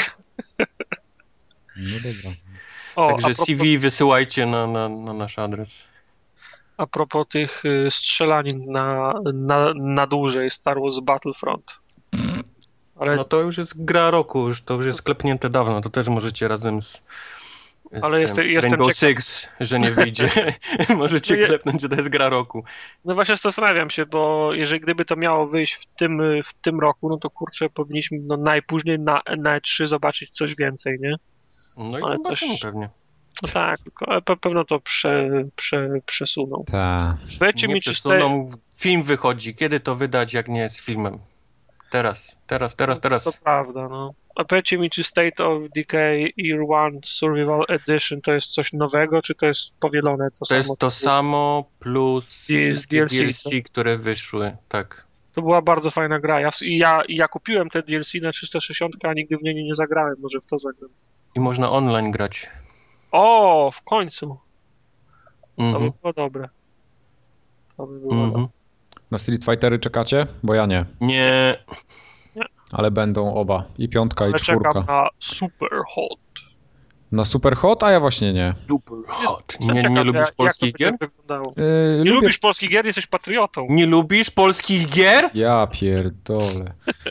No dobra. O, Także a propos, C V wysyłajcie na, na, na nasz adres. a propos tych y, strzelanin na, na, na dłużej Star Wars Battlefront. Ale, No to już jest gra roku, już, to już jest klepnięte dawno, to też możecie razem z, z, Ale tym, jestem- z jestem Rainbow ciekaw. Six, że nie wyjdzie. Możecie No je- klepnąć, że to jest gra roku. no właśnie zastanawiam się, bo jeżeli gdyby to miało wyjść w tym, w tym roku, no to kurczę, powinniśmy no najpóźniej na, na E trzy zobaczyć coś więcej, nie? No i Ale zobaczymy coś- pewnie. No tak, tylko pe- pewno to prze, prze, przesuną. Ta. Powiedzcie Nie mi, czy z te... przesuną, film wychodzi, kiedy to wydać, jak nie z filmem? Teraz, teraz, teraz, teraz. To prawda, no. A powiedzcie mi, czy State of Decay Year One Survival Edition to jest coś nowego, czy to jest powielone to, To samo? jest to samo plus Z D- z wszystkie D L C, D L C, które wyszły, tak. To była bardzo fajna gra. Ja, ja, ja kupiłem te D L C na trzysta sześćdziesiąt, a nigdy w niej nie zagrałem. Może w to zagram. I można online grać. O, w końcu. To by Mhm. było dobre. To by było Mhm. dobre. Na Street Fightery czekacie? Bo ja nie. Nie, Ale będą oba. I piątka, i Ale czwórka. czekam na Super Hot. Na Super Hot? A ja właśnie nie. super hot. Jestem Nie, nie ciekaw, lubisz jak, polskich jak to gier? będzie wyglądało. Yy, Nie lubię... lubisz polskich gier, jesteś patriotą. Nie lubisz polskich gier? Ja pierdolę.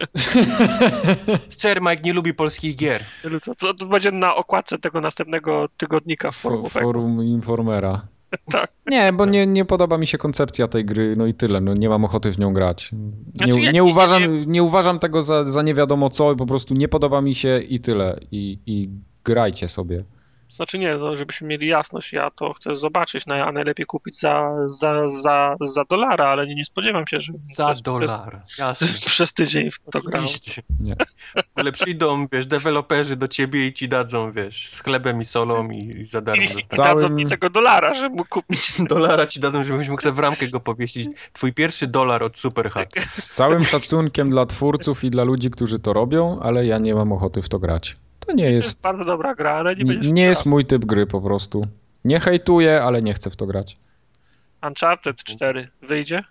Sir Mike nie lubi polskich gier. To, to, to będzie na okładce tego następnego tygodnika Fo- forumowego. Forum Informera. Tak. Nie, bo nie, nie podoba mi się koncepcja tej gry, no i tyle. No nie mam ochoty w nią grać. Znaczy, Nie, ja- nie, nie- uważam, nie- nie uważam tego za, za nie wiadomo co, po prostu nie podoba mi się i tyle. I, i grajcie sobie. Znaczy nie, no, żebyśmy mieli jasność, ja to chcę zobaczyć, no, a najlepiej kupić za, za, za, za dolara, ale nie, nie spodziewam się, że Za przez, dolar. Jasne. Przez, przez tydzień w to grałem. Oczywiście. Nie. Ale przyjdą, wiesz, deweloperzy do ciebie i ci dadzą, wiesz, z chlebem i solą i, i za darmo I, i dostaniesz. Całym- dadzą mi tego dolara, żeby mógł kupić. Dolara ci dadzą, żebyś mógł sobie w ramkę go powiesić. Twój pierwszy dolar od Superhat. Z całym szacunkiem dla twórców i dla ludzi, którzy to robią, ale ja nie mam ochoty w to grać. To nie To jest jest, bardzo dobra gra, ale nie nie, będziesz nie jest grał. mój typ gry po prostu. Nie hejtuję, ale nie chcę w to grać. Uncharted cztery wyjdzie?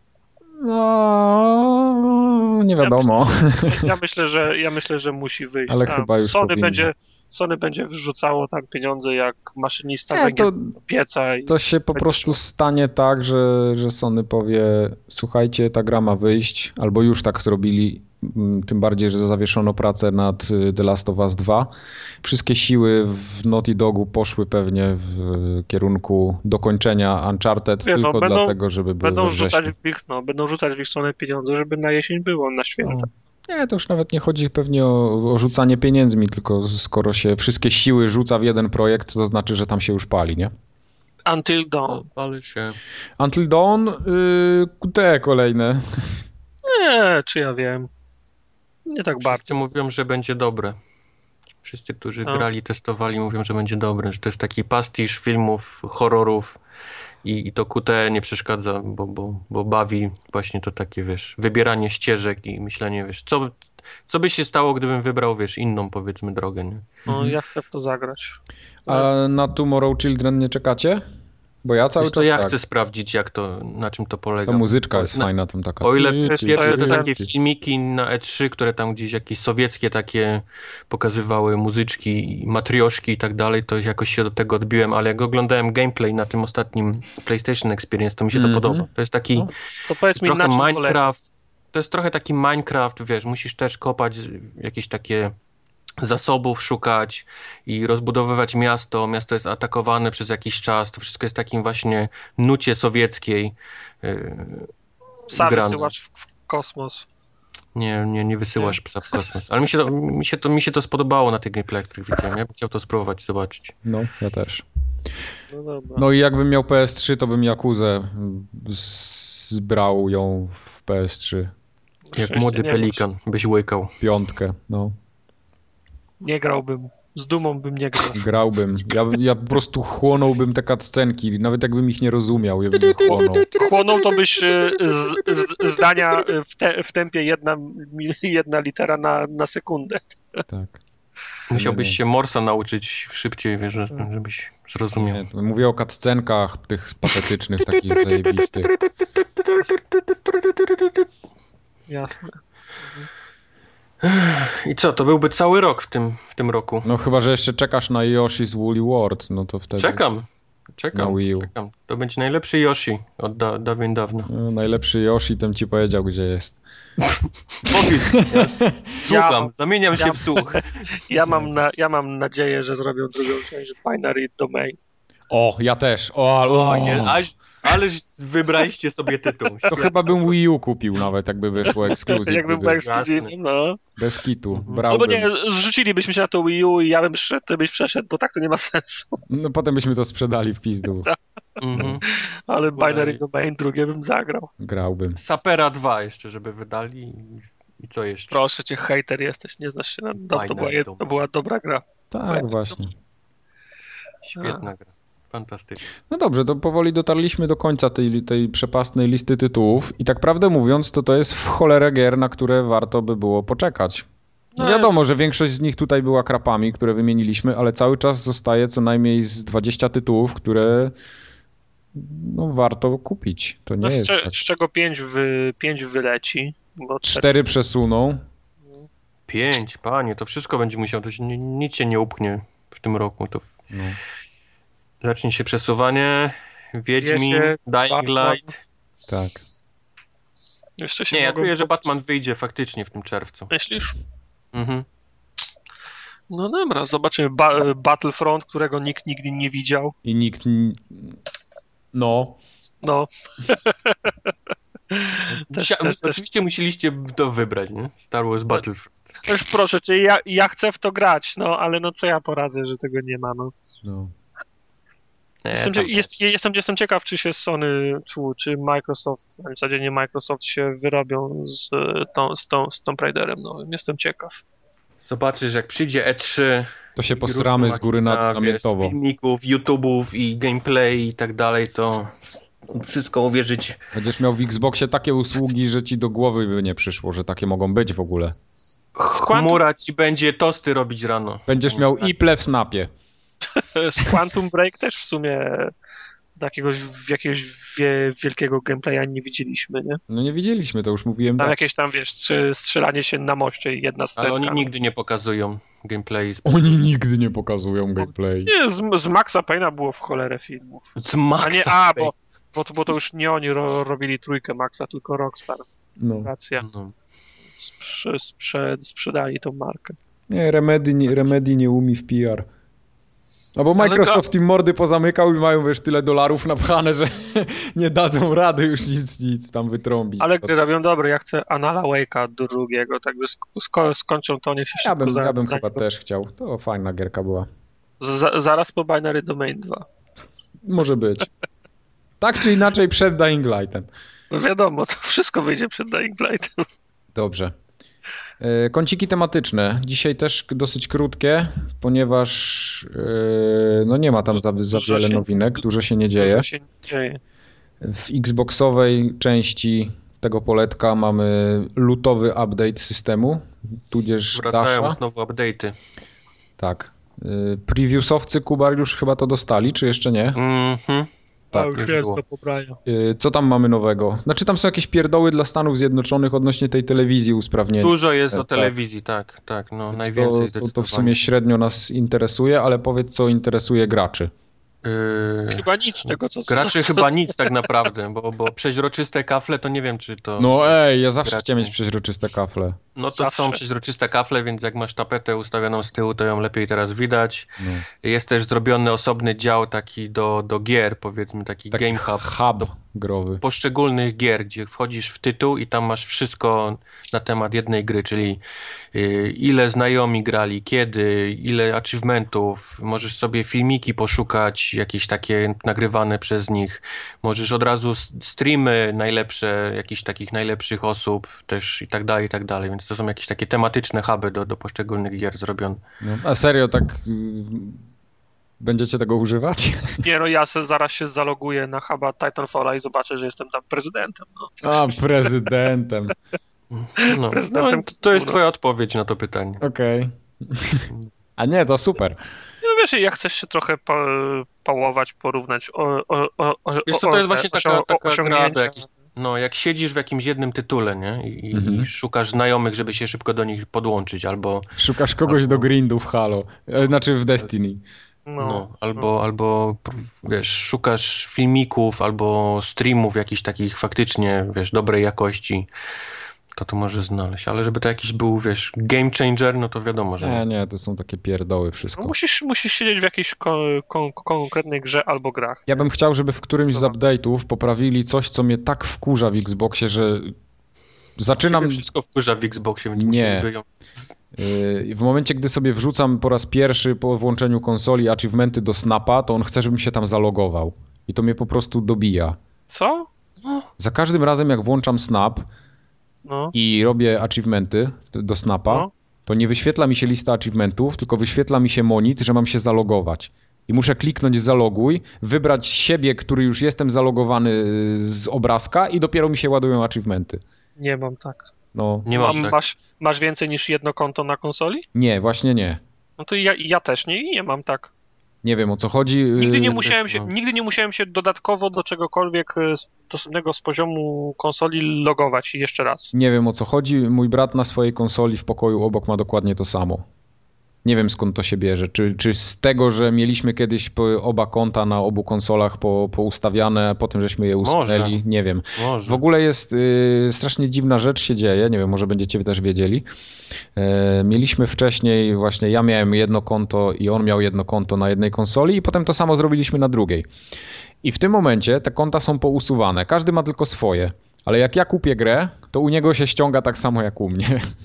No, nie wiadomo. Ja myślę, że, ja myślę, że musi wyjść. Ale Tam chyba już Sony powinno. będzie, Sony będzie wrzucało tam pieniądze jak maszynista Nie, węgiel to, do pieca. I... to się po będzie prostu szło. stanie tak, że, że Sony powie: słuchajcie, ta gra ma wyjść, albo już tak zrobili, m, tym bardziej, że zawieszono pracę nad y, The Last of Us dwa. Wszystkie siły w Naughty Dogu poszły pewnie w kierunku dokończenia Uncharted, Wie, no, tylko będą- dlatego, żeby były Będą we wrześniu. rzucać w ich, no, będą rzucać w ich stronę pieniądze, żeby na jesień było, na święta. Nie, to już nawet nie chodzi pewnie o, o rzucanie pieniędzmi, tylko skoro się wszystkie siły rzuca w jeden projekt, to znaczy, że tam się już pali, nie? Until Dawn. Ale się... Until Dawn, yy, te kolejne. Nie, czy ja wiem. Nie tak bardzo. Wszyscy mówią, że będzie dobre. Wszyscy, którzy No. grali, testowali, mówią, że będzie dobre. Że to jest taki pastisz filmów, horrorów i, i to Q T E nie przeszkadza, bo, bo, bo bawi właśnie to takie, wiesz, wybieranie ścieżek i myślenie, wiesz, co, co by się stało, gdybym wybrał, wiesz, inną, powiedzmy, drogę, nie? No, ja chcę w to zagrać. A na Tomorrow Children nie czekacie? Bo ja cały Wiesz co, czas ja tak. chcę sprawdzić, jak to, na czym to polega. Ta muzyczka jest Na- fajna tam taka. O ile Ty, ty, pierwsze jest te ty, takie ty. filmiki na E trzy, które tam gdzieś jakieś sowieckie takie pokazywały muzyczki, matrioszki i tak dalej, to jakoś się do tego odbiłem, ale jak oglądałem gameplay na tym ostatnim PlayStation Experience, to mi się to Mhm. podoba. To jest taki No, To powiedz mi, trochę na czym polega. Minecraft, to jest trochę taki Minecraft, wiesz, musisz też kopać jakieś takie zasobów, szukać i rozbudowywać miasto. Miasto jest atakowane przez jakiś czas, to wszystko jest w takim właśnie nucie sowieckiej. Yy, Sam grane. wysyłasz w, w kosmos. Nie, nie, nie wysyłasz psa w kosmos. Ale mi się to, mi się to, mi się to spodobało na tych gameplayach, których widziałem. Ja bym chciał to spróbować, zobaczyć. No, ja też. No dobra. No i jakbym miał P S trzy, to bym Jakuzę zbrał ją w P S trzy. Jak Szczęście młody nie pelikan byś łykał. Piątkę, no. Nie grałbym. Z dumą bym nie grał. Grałbym. Ja, ja po prostu chłonąłbym te cutscenki, nawet jakbym ich nie rozumiał, ja bym je chłonął. Chłonął to byś e, z, z, zdania w, te, w tempie jedna, mi- jedna litera na, na sekundę. Tak. Musiałbyś Nie, nie. się Morsa nauczyć szybciej, wiesz, żebyś zrozumiał. Nie, to mówię o cutscenkach tych patetycznych, takich zajebistych. Jasne. I co, to byłby cały rok w tym, w tym roku. No chyba, że jeszcze czekasz na Yoshi's Woolly World, no to wtedy... Czekam, Na czekam, Wii U. czekam. To będzie najlepszy Yoshi od da, dawien dawna. No, najlepszy Yoshi, ten ci powiedział, gdzie jest. Powiedz, ja słucham, Ja- zamieniam się ja- w słuch. Ja mam, na, ja mam nadzieję, że zrobią drugą część Binary Domain. O, ja też. O, o, O nie, aż, ależ wybraliście sobie tytuł. To chyba bym Wii U kupił nawet, jakby wyszło ekskluzyw. Jakby był ekskluzywnym, no. Bez kitu. Mhm. No bo Brałbym. nie, zrzucilibyśmy się na to Wii U i ja bym szedł, ty byś przeszedł, bo tak to nie ma sensu. No potem byśmy to sprzedali w pizdu. Mhm. Ale Binary Ojej. Domain drugie bym zagrał. Grałbym. Sapera dwa jeszcze, żeby wydali. i- I co jeszcze? Proszę cię, hejter jesteś, nie znasz się na... No, to, była, jed- to była dobra gra. Tak, właśnie. Świetna gra. Fantastycznie. No dobrze, to powoli dotarliśmy do końca tej, tej przepastnej listy tytułów i tak prawdę mówiąc, to to jest w cholerę gier, na które warto by było poczekać. No No wiadomo, że większość z nich tutaj była krapami, które wymieniliśmy, ale cały czas zostaje co najmniej z dwadzieścia tytułów, które no, warto kupić. To nie No, z, jest cze- tak. z czego pięć, wy, pięć wyleci. Bo te- Cztery przesuną. Pięć, panie, to wszystko będzie musiał, to się, ni- nic się nie upchnie w tym roku. To No. zacznie się przesuwanie. Wiedźmin, Wiecie, Dying Batman. Light. Tak. Jeszcze się Nie, ja mogą czuję, że kupić. Batman wyjdzie faktycznie w tym czerwcu. Myślisz? Mhm. No dobra, zobaczymy. Ba- Battlefront, którego nikt nigdy nie widział. I nikt... n- No. No. Też- Dzisiaj, też- też- oczywiście musieliście to wybrać, nie? Star Wars Battlefront. Też proszę cię, ja, ja chcę w to grać, no ale no co ja poradzę, że tego nie ma, no. no. Nie, Jestem, tam- cie- jest, jestem, jestem ciekaw, czy się Sony, czy, czy Microsoft, a w zasadzie nie Microsoft, się wyrobią z, e, tą, z, tą, z Tomb Raiderem, no. Jestem ciekaw. Zobaczysz, jak przyjdzie E trzy. To się i posramy różne z góry na, wiesz, namiętowo. filmików, YouTube'ów i gameplay i tak dalej, to wszystko uwierzycie. Będziesz miał w Xboxie takie usługi, że ci do głowy by nie przyszło, że takie mogą być w ogóle. Chmura ci będzie tosty robić rano. Będziesz miał Iple w snapie. Z Quantum Break też w sumie jakiegoś, jakiegoś wie, wielkiego gameplaya nie widzieliśmy, nie? No nie widzieliśmy, to już mówiłem Tam tak. jakieś tam, wiesz, strze- strzelanie się na moście i jedna scena. Ale oni nigdy nie pokazują gameplay. Oni nigdy nie pokazują gameplay. Nie, z, z Maxa Payne'a było w cholerę filmów. Z Maxa A nie, a, bo, bo, to, bo to już nie oni ro, robili trójkę Maxa, tylko Rockstar. No. Racja. No. Sprze, sprze, sprzedali tą markę. Nie, Remedy nie, Remedy nie umi w P R. No bo Ale Microsoft im mordy pozamykał i mają, wiesz, tyle dolarów napchane, że nie dadzą rady już nic, nic tam wytrąbić. Ale gdy robią dobre, ja chcę Anala Wake'a drugiego, także sko- skończą to, niech się Ja szybko bym, za, ja bym za, chyba też chciał. To fajna gierka była. za, zaraz po Binary Domain dwa. Może być. Tak czy inaczej przed Dying Lightem. No wiadomo, to wszystko wyjdzie przed Dying Lightem. Dobrze. E, Kąciki tematyczne. Dzisiaj też dosyć krótkie, ponieważ e, no nie ma tam za, za Dużo wiele się- nowinek, dużo się nie dzieje. Dużo się nie dzieje. W Xboxowej części tego poletka mamy lutowy update systemu, tudzież Wracają Dasha. znowu update'y. Tak. Y, Previewsowcy, Kubar, już chyba to dostali, czy jeszcze nie? Mhm. Tak, już już jest było. do pobrania. Y, Co tam mamy nowego? Znaczy tam są jakieś pierdoły dla Stanów Zjednoczonych odnośnie tej telewizji usprawnienia. Dużo jest E, o telewizji, tak, tak, no Więc najwięcej to, to, zdecydowanie. to w sumie średnio nas interesuje, ale powiedz, co interesuje graczy. Yy, Chyba nic z tego, co... graczy co, chyba nic tak naprawdę, bo, bo przeźroczyste kafle to nie wiem, czy to... No ej, ja zawsze graczy. chciałem mieć przeźroczyste kafle. No to Zawsze. są przeźroczyste kafle, więc jak masz tapetę ustawioną z tyłu, to ją lepiej teraz widać. No. Jest też zrobiony osobny dział taki do, do gier, powiedzmy, taki Taki game hub. hub growy. Poszczególnych gier, gdzie wchodzisz w tytuł i tam masz wszystko na temat jednej gry, czyli y, ile znajomi grali, kiedy, ile achievementów, możesz sobie filmiki poszukać, jakieś takie nagrywane przez nich, możesz od razu s- streamy najlepsze, jakichś takich najlepszych osób też i tak dalej, i tak dalej, więc to są jakieś takie tematyczne huby do, do poszczególnych gier zrobione. No, a serio, tak y, będziecie tego używać? Nie no, ja se, zaraz się zaloguję na huba Titanfalla i zobaczę, że jestem tam prezydentem. No. A, prezydentem. No, no Prezydentem to jest no. twoja odpowiedź na to pytanie. Okej. A nie, to super. No wiesz, jak chcesz się trochę pa, pałować, porównać o, o, o, o, Wiesz co, o- to jest o- właśnie taka, osią- taka gra osiągnięcia. do jakichś, no jak siedzisz w jakimś jednym tytule, nie? I, Mhm. i szukasz znajomych, żeby się szybko do nich podłączyć, albo, Szukasz kogoś do grindu w Halo. E, Znaczy w Destiny. no, No, albo, albo wiesz, szukasz filmików, albo streamów jakichś takich faktycznie, wiesz, dobrej jakości, to to możesz znaleźć, ale żeby to jakiś był, wiesz, game changer, no to wiadomo, że Nie, nie, to są takie pierdoły no wszystko. musisz, musisz siedzieć w jakiejś ko, ko, konkretnej grze albo grach. Ja bym chciał, żeby w którymś z No. update'ów poprawili coś, co mnie tak wkurza w Xboxie, że zaczynam... Ciebie wszystko wkurza w Xboxie, więc Nie. musieliby ją... Yy, W momencie, gdy sobie wrzucam po raz pierwszy po włączeniu konsoli achievementy do Snapa, to on chce, żebym się tam zalogował. I to mnie po prostu dobija. Co? Za każdym razem, jak włączam Snap No. i robię achievementy do Snapa, No. to nie wyświetla mi się lista achievementów, tylko wyświetla mi się monit, że mam się zalogować. I muszę kliknąć zaloguj, wybrać siebie, który już jestem zalogowany z obrazka i dopiero mi się ładują achievementy. Nie mam tak. No Nie mam Mam, tak. masz, masz więcej niż jedno konto na konsoli? nie, właśnie nie. No to ja, ja też nie i nie mam tak. Nie wiem, o co chodzi. Nigdy nie, Yy, musiałem też, się, no. nigdy nie musiałem się dodatkowo do czegokolwiek e, z- dostępnego z poziomu konsoli logować jeszcze raz. Nie wiem, o co chodzi. Mój brat na swojej konsoli w pokoju obok ma dokładnie to samo. Nie wiem, skąd to się bierze. Czy, czy z tego, że mieliśmy kiedyś po- oba konta na obu konsolach po, poustawiane, a potem żeśmy je usunęli? Może. Nie wiem. Może. W ogóle jest y, strasznie dziwna rzecz się dzieje, nie wiem, może będziecie też wiedzieli. E, mieliśmy wcześniej, właśnie ja miałem jedno konto i on miał jedno konto na jednej konsoli i potem to samo zrobiliśmy na drugiej. I w tym momencie te konta są pousuwane, każdy ma tylko swoje, ale jak ja kupię grę, to u niego się ściąga tak samo jak u mnie.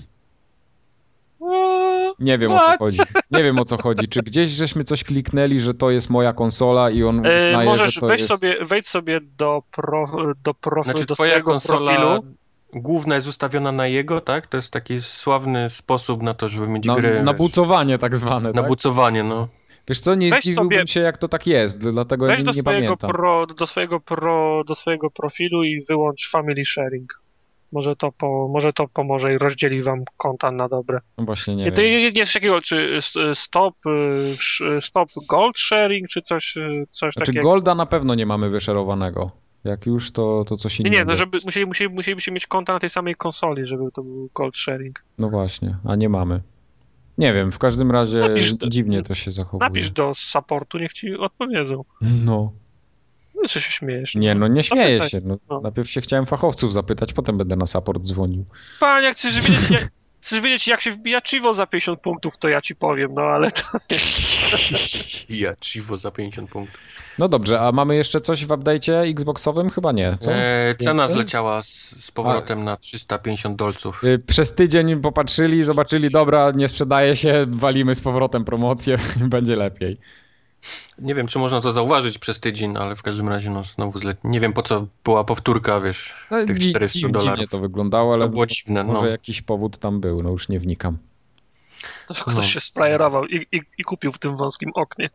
Nie wiem o co What? chodzi. Nie wiem o co chodzi. Czy gdzieś żeśmy coś kliknęli, że to jest moja konsola i on E, uznaje, możesz że to wejdź jest... sobie, wejdź sobie do, pro, do, profi, Znaczy do twoja swojego konsola profilu. główna jest ustawiona na jego, tak? To jest taki sławny sposób na to, żeby mieć Na, gry, na wiesz, bucowanie tak zwane, na tak? bucowanie, no. Wiesz co, nie Weź zdziwiłbym sobie- się, jak to tak jest, dlatego Weź nie, do nie swojego, pamiętam. pro, do, swojego pro, do swojego profilu i wyłącz family sharing. Może to, po, może to pomoże i rozdzieli wam konta na dobre. No właśnie nie Nie, to wiem. nie jest takiego, czy s- stop, y, sz- stop gold sharing, czy coś, y, coś Znaczy takiego. Golda na pewno nie mamy wyszerowanego. Jak już, to, to coś Nie, innego. nie, no żeby musieli, musieli, musielibyście mieć konta na tej samej konsoli, żeby to był gold sharing. No właśnie, a nie mamy. Nie wiem, w każdym razie Napisz do- dziwnie to się zachowuje. Napisz do supportu, niech ci odpowiedzą. No, No co się śmiejesz? nie no, nie śmieję Zapytaj. się. No, No. najpierw się chciałem fachowców zapytać, potem będę na support dzwonił. Panie, jak chcesz wiedzieć, jak, chcesz wiedzieć, jak się wbija Chivo za pięćdziesiąt punktów, to ja ci powiem, no ale to nie. Ja, Chivo za pięćdziesiąt punktów. No dobrze, a mamy jeszcze coś w update'cie Xboxowym? Chyba nie, co? E, cena Więcej? zleciała z, z powrotem na trzysta pięćdziesiąt dolców. Y, Przez tydzień popatrzyli, zobaczyli, dobra, nie sprzedaje się, walimy z powrotem promocję, będzie lepiej. Nie wiem, czy można to zauważyć przez tydzień, ale w każdym razie no znowu zle... Nie wiem, po co była powtórka, wiesz, No, tych dzi- czterysta dziw- dolarów. Dziwnie to wyglądało, ale To było dziwne, no. może jakiś powód tam był, no już nie wnikam. To ktoś No. się sprajerował i, i, i kupił w tym wąskim oknie.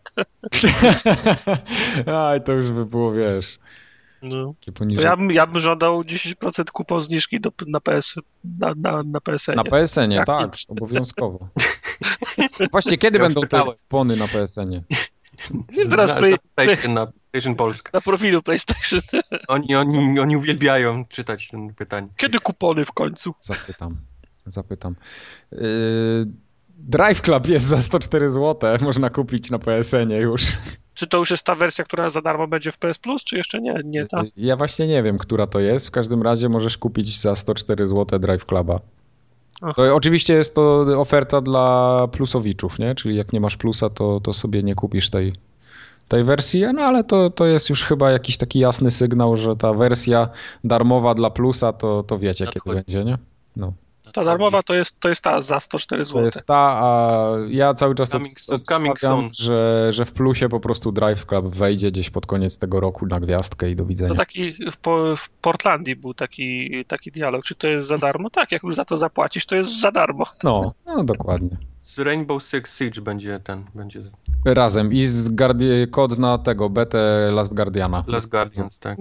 Aj, to już by było, wiesz, No. takie To poniżej. ja bym, ja bym żądał dziesięć procent kupon zniżki do, na P S, na, na, na P S N. Na P S N-ie, Jak tak, nic. obowiązkowo. Właśnie, kiedy Ja już będą te pytałem. kupony na P S N-ie? Zaraz Zna- play- Zapytaj się na PlayStation Polska. Na profilu PlayStation. Oni, oni, oni uwielbiają czytać ten pytanie. Kiedy kupony w końcu? Zapytam, zapytam. Yy, Drive Club jest za sto cztery złote, można kupić na P S N-ie już. Czy to już jest ta wersja, która za darmo będzie w P S Plus, czy jeszcze nie? Nie ta. Ja właśnie nie wiem, która to jest. W każdym razie możesz kupić za sto cztery złote Drive Cluba. Aha. To oczywiście jest to oferta dla plusowiczów, nie? Czyli jak nie masz plusa, to, to sobie nie kupisz tej, tej wersji, no ale to, to jest już chyba jakiś taki jasny sygnał, że ta wersja darmowa dla plusa, to, to wiecie, kiedy Nadchodzi. będzie, nie? No. Ta darmowa to jest, to jest ta za sto cztery To złote. jest ta, a ja cały czas Coming soon, obstawiam, coming soon. że, że w plusie po prostu Drive Club wejdzie gdzieś pod koniec tego roku na gwiazdkę i do widzenia. To taki w, po, w Portlandii był taki, taki dialog. Czy to jest za darmo? Tak, jak już za to zapłacisz, to jest za darmo. No, no dokładnie. Z Rainbow Six Siege będzie ten, będzie Razem i z Guardi- kod na tego, betę Last Guardiana. Last Guardians, tak.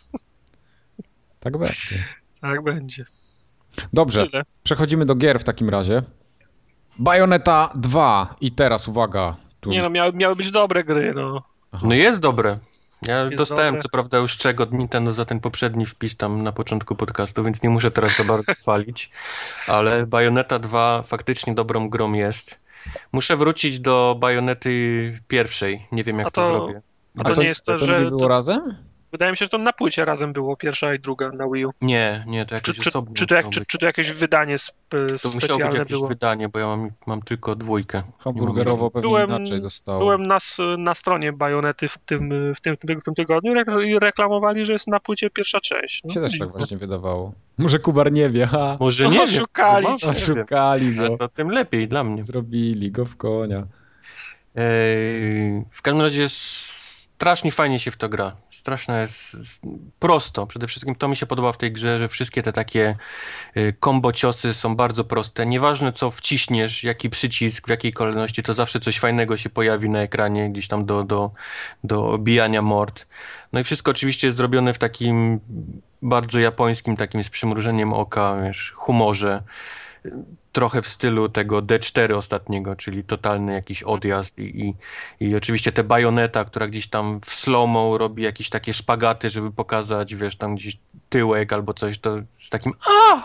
Tak będzie. Tak będzie. Dobrze, Tyle. przechodzimy do gier w takim razie. Bayonetta dwa i teraz uwaga. Tu... Nie no, miały, miały być dobre gry, no. No jest dobre. Ja Jest dostałem dobre. co prawda już czego od Nintendo za ten poprzedni wpis tam na początku podcastu, więc nie muszę teraz za bardzo chwalić, ale Bayonetta dwa faktycznie dobrą grą jest. Muszę wrócić do Bajonety pierwszej. Nie wiem jak A to, to- zrobię. A to nie jest to, to że... nie było To, razem? wydaje mi się, że to na płycie razem było, pierwsza i druga na Wii U. Nie, nie, to Czy, jakoś czy, osobno. czy, to, jak, miało czy, być. czy to jakieś wydanie sp, To musiało być specjalne jakieś było? wydanie, bo ja mam, mam tylko dwójkę. Hamburgerowo pewnie Byłem- inaczej dostało. Byłem na, s- na stronie Bajonety w tym, w tym, w tym, w tym tygodniu i reklamowali, że jest na płycie pierwsza część. Mi się też tak dziwne. właśnie wydawało. Może Kubar nie wie, ha. Może No, nie wiem. szukali. może nie wiem. Oszukali go. Ale to tym lepiej dla mnie. Zrobili go w konia. Eee, w każdym razie strasznie fajnie się w to gra. Strasznie jest jest prosto. Przede wszystkim to mi się podoba w tej grze, że wszystkie te takie y, combo ciosy są bardzo proste. Nieważne co wciśniesz, jaki przycisk, w jakiej kolejności, to zawsze coś fajnego się pojawi na ekranie, gdzieś tam do, do, do obijania mord. No i wszystko oczywiście jest zrobione w takim bardzo japońskim, takim z przymrużeniem oka, wiesz, humorze. Trochę w stylu tego D cztery ostatniego, czyli totalny jakiś odjazd i, i, i oczywiście te Bajoneta, która gdzieś tam w slow-mo robi jakieś takie szpagaty, żeby pokazać, wiesz, tam gdzieś tyłek albo coś, to z takim a!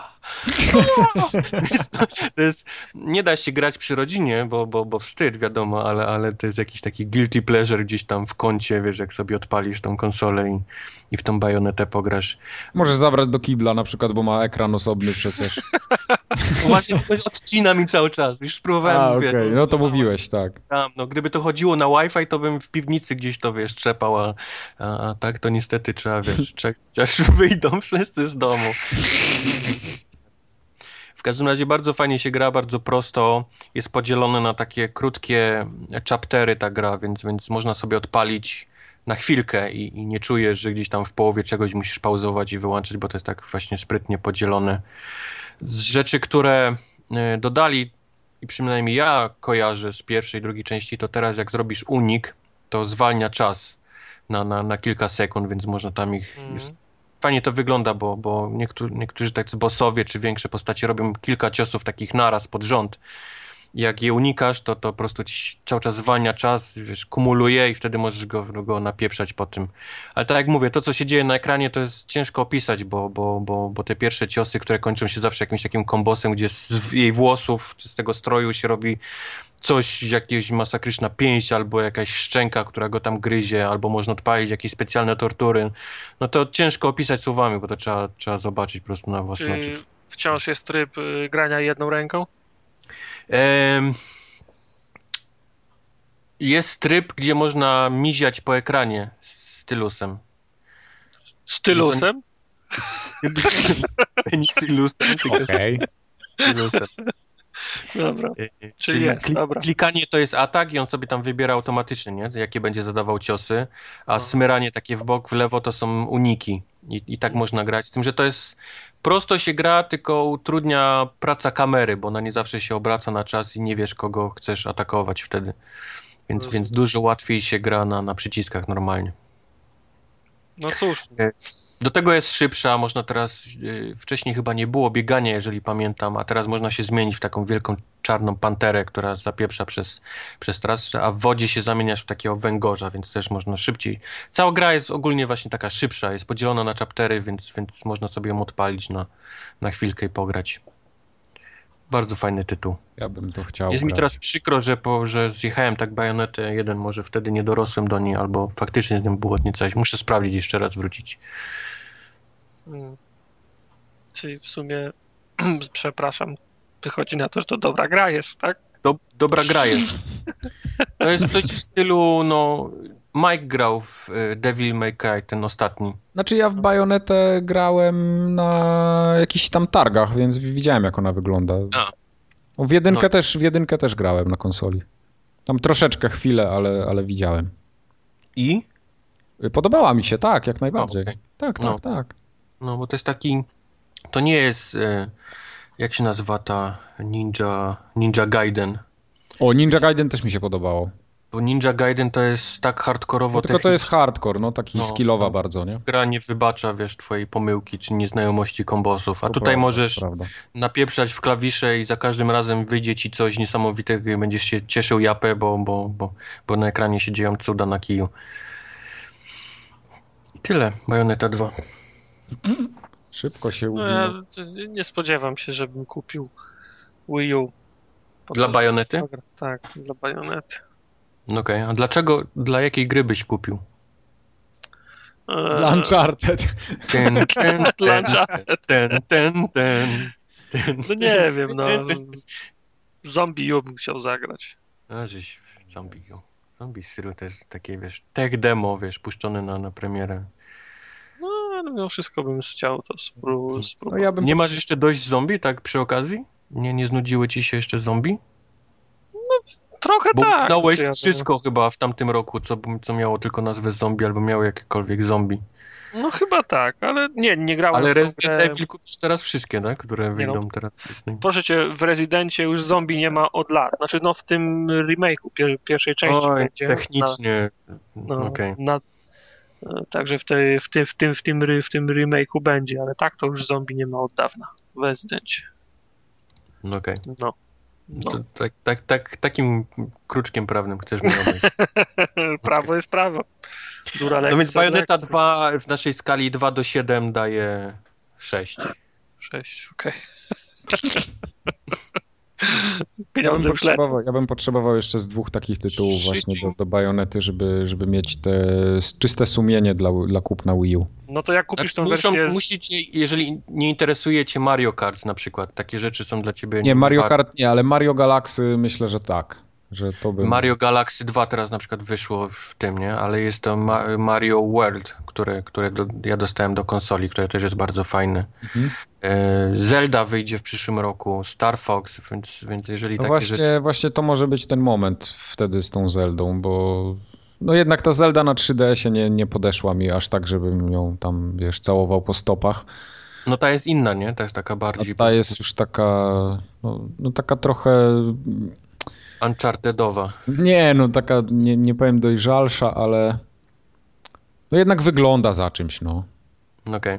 to, to jest, nie da się grać przy rodzinie, bo, bo, bo wstyd, wiadomo, ale, ale to jest jakiś taki guilty pleasure gdzieś tam w kącie, wiesz, jak sobie odpalisz tą konsolę i, i w tą Bajonetę pograsz. Możesz zabrać do kibla na przykład, bo ma ekran osobny przecież. Właśnie to odcina mi cały czas, już próbowałem, A, wiesz, okej, no to mówiłeś, tak. tam, no gdyby to chodziło na Wi-Fi, to bym w piwnicy gdzieś to, wiesz, trzepał, a, a, a tak to niestety trzeba, wiesz, czekać, aż wyjdą wszyscy z domu. W każdym razie bardzo fajnie się gra, bardzo prosto, jest podzielone na takie krótkie chaptery ta gra, więc, więc można sobie odpalić na chwilkę i, i nie czujesz, że gdzieś tam w połowie czegoś musisz pauzować i wyłączyć, bo to jest tak właśnie sprytnie podzielone. Z rzeczy, które y, dodali, i przynajmniej ja kojarzę z pierwszej, drugiej części, to teraz jak zrobisz unik, to zwalnia czas na, na, na kilka sekund, więc można tam ich... Mhm. Jest, fajnie to wygląda, bo, bo niektórzy, niektórzy tacy bossowie czy większe postacie robią kilka ciosów takich naraz pod rząd. Jak je unikasz, to, to po prostu ci cały czas zwalnia czas, wiesz, kumuluje i wtedy możesz go, go napieprzać po tym. Ale tak jak mówię, to co się dzieje na ekranie, to jest ciężko opisać, bo, bo, bo, bo te pierwsze ciosy, które kończą się zawsze jakimś takim kombosem, gdzie z jej włosów czy z tego stroju się robi coś, jakieś masakryczna pięść albo jakaś szczęka, która go tam gryzie, albo można odpalić jakieś specjalne tortury. No to ciężko opisać słowami, bo to trzeba, trzeba zobaczyć po prostu na własne oczy. Czy wciąż jest tryb y, grania jedną ręką? Em, Jest tryb, gdzie można miziać po ekranie stylusem. Stylusem? Stylusem. Nie stylusem, tylko Okej. stylusem. Dobra. E, Czyli jest, kli- dobra. klikanie to jest atak i on sobie tam wybiera automatycznie, nie? Jakie będzie zadawał ciosy, a smyranie takie w bok, w lewo to są uniki i, i tak można grać. Z tym, że to jest prosto się gra, tylko utrudnia praca kamery, bo ona nie zawsze się obraca na czas i nie wiesz, kogo chcesz atakować wtedy. Więc, Rozumiem. więc dużo łatwiej się gra na, na przyciskach normalnie. No cóż, Do tego jest szybsza, można teraz, yy, wcześniej chyba nie było biegania, jeżeli pamiętam, a teraz można się zmienić w taką wielką czarną panterę, która zapieprza przez, przez trasę, a w wodzie się zamieniasz w takiego węgorza, więc też można szybciej. Cała gra jest ogólnie właśnie taka szybsza, jest podzielona na chaptery, więc, więc można sobie ją odpalić na, na chwilkę i pograć. Bardzo fajny tytuł. Ja bym to chciał Jest mi grać. teraz przykro, że, po, że zjechałem tak Bajonetę jeden, może wtedy nie dorosłem do niej, albo faktycznie z nią było nie coś. Muszę sprawdzić, jeszcze raz wrócić. Hmm. Czyli w sumie, przepraszam, wychodzi na to, że to dobra gra jest, tak? Do, dobra gra jest. To jest coś w stylu, no... Mike grał w y, Devil May Cry, ten ostatni. Znaczy ja w Bajonetę grałem na jakichś tam targach, więc widziałem jak ona wygląda. A. W jedynkę, No. też, w jedynkę też grałem na konsoli. Tam troszeczkę chwilę, ale, ale widziałem. I? Podobała mi się, tak, jak najbardziej. O, okej. Tak, tak, No. tak. No, bo to jest taki... To nie jest... Y, jak się nazywa ta Ninja... Ninja Gaiden. O, Ninja Gaiden też mi się podobało. Bo Ninja Gaiden to jest tak hardkorowo No, tylko to jest techniczne. hardcore, no taki No, skillowa no. bardzo, nie? Gra nie wybacza, wiesz, twojej pomyłki czy nieznajomości kombosów. A To tutaj prawda, możesz to prawda. napieprzać w klawisze i za każdym razem wyjdzie ci coś niesamowitego i będziesz się cieszył japę, bo, bo, bo, bo na ekranie się dzieją cuda na kiju. I tyle. Bayonetta dwa. Szybko się No, ja ubiło. nie spodziewam się, żebym kupił Wii U. Po Dla to, Bajonety? żeby- Tak, dla Bajonety. No okej, a dlaczego, dla jakiej gry byś kupił? Eee, Dla Uncharted. Ten, ten, Dla ten, Uncharted. ten, ten, ten, ten. No nie wiem, no. Zombie U bym chciał zagrać. A żeś Zombie. Zombie Syru to jest takie, wiesz, tech demo, wiesz, puszczone na, na premierę. No, ale mimo wszystko bym chciał to spró- No spróbować. ja bym Nie masz jeszcze dość zombie, tak przy okazji? Nie, nie znudziły ci się jeszcze zombie? Trochę Bo tak. utknąłeś czy ja to- wszystko chyba w tamtym roku, co, co miało tylko nazwę zombie, albo miało jakiekolwiek zombie. No chyba tak, ale nie, nie grałem Ale w tą Resident grę. Evil kupisz teraz wszystkie, tak? Które Nie no. wyjdą teraz wcześniej. Proszę cię, w Rezydencie już zombie nie ma od lat. Znaczy, no w tym remake'u pier- pierwszej części Oj, będzie. technicznie. Na, no, Okej. na, e, także w, tej, w, tym, w, tym, w, tym, ry- w tym remake'u będzie, ale tak to już zombie nie ma od dawna w Rezydencie. No okej. No. no. To Tak, tak, tak, takim kruczkiem prawnym chcesz mnie obejść. Prawo jest prawo. Duralex, No więc Bayonetta Lex. dwa w naszej skali dwa do siedem daje sześć. sześć, okej. Ja bym, Pieniądze już lecą. potrzebował, ja bym potrzebował jeszcze z dwóch takich tytułów właśnie do, do Bajonety, żeby, żeby mieć te czyste sumienie dla, dla kupna Wii U. No to jak kupisz Znaczy, tą muszą, wersję... musicie, jeżeli nie interesuje cię Mario Kart na przykład, takie rzeczy są dla ciebie... Nie, Mario warte. Kart nie, ale Mario Galaxy myślę, że tak. Że to bym... Mario Galaxy dwa teraz na przykład wyszło w tym, nie? Ale jest to Ma- Mario World, które, które do, ja dostałem do konsoli, które też jest bardzo fajne. Mhm. E, Zelda wyjdzie w przyszłym roku, Star Fox, więc, więc jeżeli No takie właśnie, rzeczy... właśnie to może być ten moment wtedy z tą Zeldą, bo no jednak ta Zelda na trzy D S-ie nie, nie podeszła mi aż tak, żebym ją tam, wiesz, całował po stopach. No ta jest inna, nie? Ta jest taka A bardziej ta jest już taka, no, no taka trochę, unchartedowa. nie no taka, nie, nie powiem dojrzalsza, ale no jednak wygląda za czymś, no. No okej.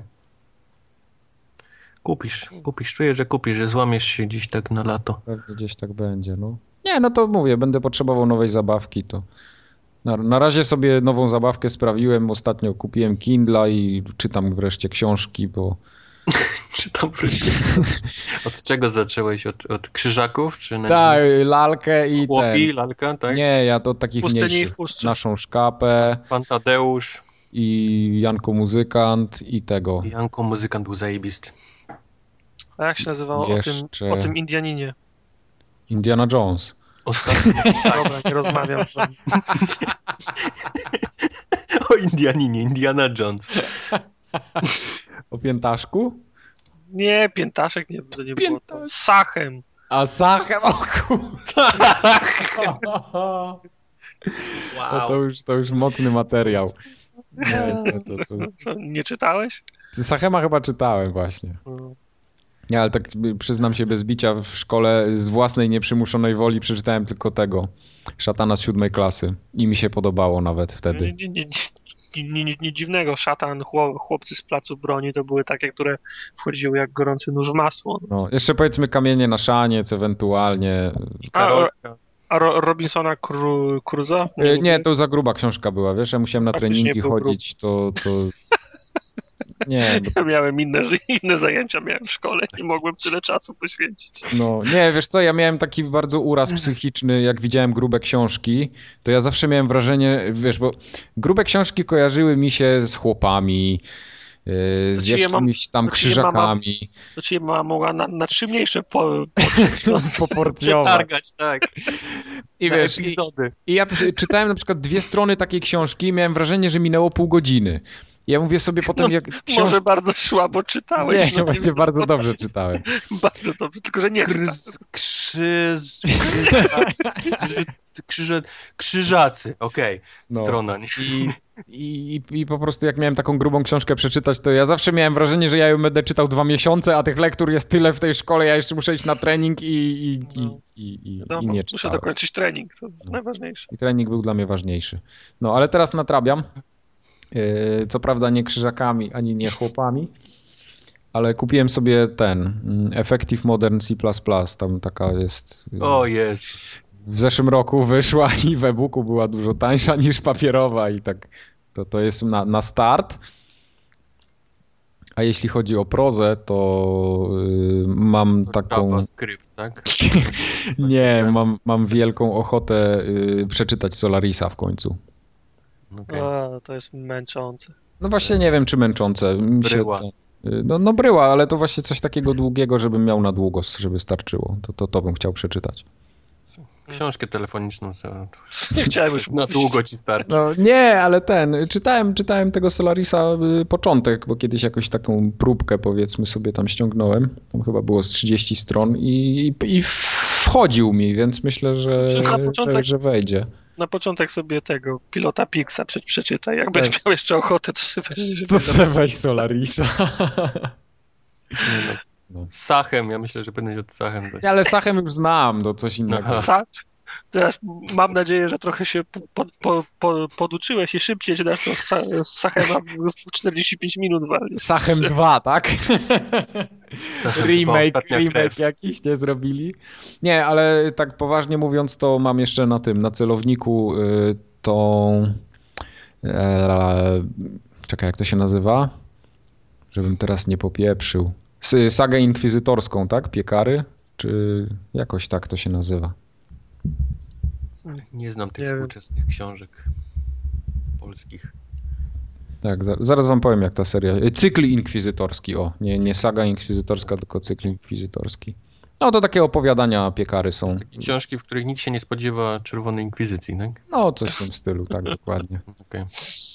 Kupisz, kupisz, czuję, że kupisz, że złamiesz się gdzieś tak na lato. Pewnie gdzieś tak będzie, no. Nie, no to mówię, będę potrzebował nowej zabawki, to na, na razie sobie nową zabawkę sprawiłem, ostatnio kupiłem Kindla i czytam wreszcie książki, bo Czy tam wreszcie... Od czego zacząłeś? Od, od krzyżaków? Czy na tak, lalkę i chłopi, ten. lalka, tak? Nie, ja to od takich Pustyni i mniejszych. w puszczy. Naszą szkapę Pan Tadeusz i Janko Muzykant i tego. i Janko Muzykant był zajebisty. A jak się nazywało o tym, Jeszcze- o tym Indianinie? Indiana Jones. Ostatnio Dobra, nie rozmawiam z wami. o Indianinie, Indiana Jones. O piętaszku? Nie, piętaszek nie, to nie było to. Piętasz- Z Sachem. A Sachem, o kurwa. No to już, to już mocny materiał. Nie, to, to, to. Co, nie czytałeś? Sachema chyba czytałem właśnie. No. Nie, ale tak przyznam się bez bicia, w szkole z własnej nieprzymuszonej woli przeczytałem tylko tego. Szatana z siódmej klasy. I mi się podobało nawet wtedy. Nie, nie, nie. nic dziwnego, szatan, chłopcy z placu broni to były takie, które wchodziły jak gorący nóż w masło. No, jeszcze powiedzmy kamienie na szaniec ewentualnie. I A, Karolka. a Ro- Robinsona Cru- Crusoe? Nie, nie, to za gruba książka była, wiesz, ja musiałem na Faktycznie treningi był grub. chodzić, to... to... Nie, Ja miałem inne, inne zajęcia miałem w szkole, nie mogłem tyle czasu poświęcić. no nie, wiesz co, ja miałem taki bardzo uraz psychiczny, jak widziałem grube książki, to ja zawsze miałem wrażenie, wiesz, bo grube książki kojarzyły mi się z chłopami, yy, z Znaczy, ja mam- jakimiś tam znaczy, ja mam- krzyżakami, Znaczy mama mogła na, na trzy mniejsze po, poporcjować. Przetargać, tak. I Na wiesz, i, epizody. i ja przy- czytałem na przykład dwie strony takiej książki i miałem wrażenie, że minęło pół godziny. I ja mówię sobie potem, No, jak Może książka... bardzo słabo czytałeś. Nie, no, ja właśnie bardzo dobrze czytałem. Bardzo dobrze, tylko że nie czytałem. Krys, krzyż, krzyż, krzyże, krzyżacy, okej, No. strona. Nie? I, i, I po prostu jak miałem taką grubą książkę przeczytać, to ja zawsze miałem wrażenie, że ja ją będę czytał dwa miesiące, a tych lektur jest tyle w tej szkole, ja jeszcze muszę iść na trening i, i, i, No. i, i, Wiadomo, i nie muszę czytałem. dokończyć trening, to najważniejsze. I trening był dla mnie ważniejszy. No, ale teraz natrabiam. Yy, Co prawda nie krzyżakami, ani nie chłopami, ale kupiłem sobie ten mm, Effective Modern C plus plus. Tam taka jest. yy, O jest. W zeszłym roku wyszła i w e-booku była dużo tańsza niż papierowa i tak to, to jest na, na start. A jeśli chodzi o prozę, to yy, mam taką. JavaScript, tak? Nie, mam, mam wielką ochotę yy, przeczytać Solarisa w końcu. Okej. O, to jest męczące. No właśnie nie wiem, czy męczące. Mi się Bryła. to- No, no bryła, ale to właśnie coś takiego długiego, żebym miał na długo, żeby starczyło. To, to, to bym chciał przeczytać. Książkę telefoniczną sobie. Nie chciałem już Na mówić. długo ci starczy. No nie, ale ten, czytałem, czytałem tego Solarisa y, początek, bo kiedyś jakąś taką próbkę powiedzmy sobie tam ściągnąłem. Tam chyba było z trzydzieści stron i, i, i wchodził mi, więc myślę, że, Że na że, początek- że wejdzie. Na początek sobie tego pilota Pixa prze- przeczytaj. Jak będziesz miał jeszcze ochotę, to sobie weź- To se weź Solarisa. Nie no. No. Z Sachem, ja myślę, że będę od Sachem. dać. Ale Sachem już znam, to coś innego. Aha. Sa- Teraz mam nadzieję, że trochę się po, po, po, poduczyłeś i szybciej się dasz to z, Sa- z Sachema w czterdzieści pięć minut walić. Sachem dwa, tak? Sachem dwa, remake, ostatnia remake krew. jakiś nie zrobili. Nie, ale tak poważnie mówiąc, to mam jeszcze na tym, na celowniku y, tą... E, czekaj, jak to się nazywa? Żebym teraz nie popieprzył. S- Sagę inkwizytorską, tak? Piekary? Czy jakoś tak to się nazywa? Nie znam tych Nie wiem. współczesnych książek polskich. Tak, za- zaraz wam powiem jak ta seria... y, Cykl inkwizytorski, o. Nie, nie saga inkwizytorska, tylko cykl inkwizytorski. No to takie opowiadania piekary To są. są takie książki, w których nikt się nie spodziewa Czerwonej Inkwizycji, tak? No coś w tym stylu, tak dokładnie. Okej.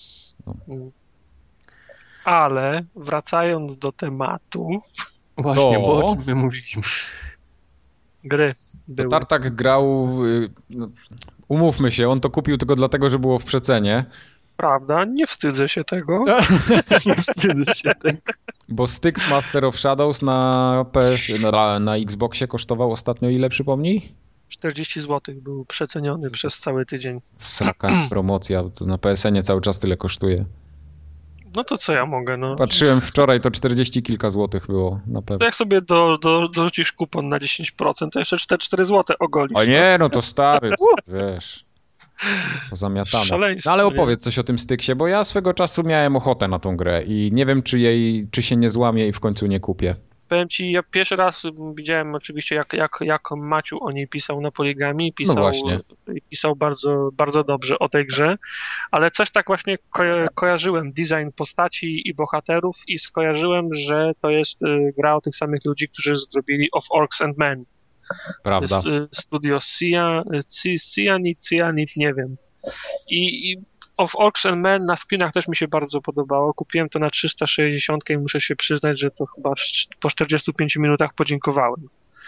Ale wracając do tematu, Właśnie, To- bo o czym my mówiliśmy? gry To były. Tartak grał... y, no, umówmy się, on to kupił tylko dlatego, że było w przecenie, Prawda? Nie wstydzę się tego. Nie wstydzę się tego. bo Styx Master of Shadows na, P S, na, na Xboxie kosztował ostatnio ile, przypomnij? czterdzieści złotych był przeceniony przez cały tydzień. Sraka promocja, to na P S N-ie cały czas tyle kosztuje. No to co ja mogę, no. Patrzyłem wczoraj, to czterdzieści kilka złotych było na To pewno. jak sobie do, do, dorzucisz kupon na dziesięć procent, to jeszcze cztery, cztery złote ogolisz. O nie, no to stary, co ty wiesz. Pozamiatane. Szaleństwo, No ale nie? opowiedz coś o tym Styksie, bo ja swego czasu miałem ochotę na tą grę i nie wiem, czy jej, czy się nie złamię i w końcu nie kupię. Powiem ci, ja pierwszy raz widziałem oczywiście, jak, jak, jak Maciu o niej pisał na Poligami i pisał, No właśnie. i pisał bardzo, bardzo dobrze o tej grze, ale coś tak właśnie ko- kojarzyłem, design postaci i bohaterów i skojarzyłem, że to jest y, gra o tych samych ludzi, którzy zrobili Of Orcs and Men. To Prawda? jest y, studio Cyan- Cy- Cyanid, Cyanid, nie wiem. I, i Of Orcs and Men na screenach też mi się bardzo podobało. Kupiłem to na trzysta sześćdziesiąt i muszę się przyznać, że to chyba sz- po czterdziestu pięciu minutach podziękowałem.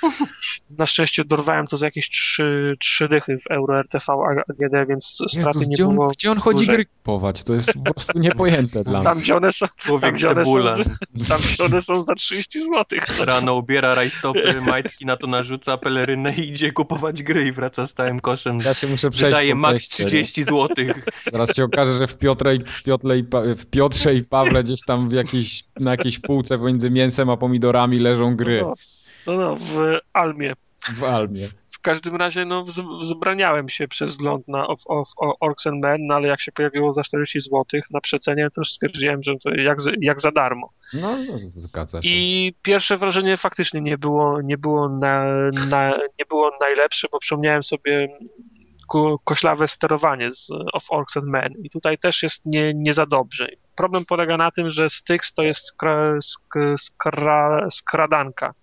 Na szczęście dorwałem to za jakieś trzy, trzy dychy w Euro R T V A G D, więc straty Jezus, nie gdzie on, było. gdzie on chodzi duże. gry kupować? To jest po prostu niepojęte dla Tam mnie. gdzie one są, tam, Człowiek gdzie one są, cebula. tam gdzie one są za trzydzieści złotych. Rano ubiera rajstopy, majtki na to narzuca, pelerynę i idzie kupować gry i wraca z całym koszem. Ja się muszę przejść Wydaje po max tekście, nie? trzydzieści złotych. Zaraz się okaże, że w Piotrze, i- w, Piotrze i, Pa- w Piotrze i Pawle gdzieś tam w jakiejś, na jakiejś półce pomiędzy mięsem a pomidorami leżą gry No, no, no, w Almie. w Almie. W każdym razie no, wz- wzbraniałem się przez wzgląd na of, of, of Orcs and Men, no ale jak się pojawiło za czterdzieści złotych na przecenie, to już stwierdziłem, że to jak, z- jak za darmo. No, no, zgadza się. I pierwsze wrażenie faktycznie nie było, nie było, na, na, nie było najlepsze, bo przypomniałem sobie ko, koślawe sterowanie z of Orcs and Men i tutaj też jest nie, nie za dobrze. Problem polega na tym, że Styx to jest skra, sk, skra, skradanka.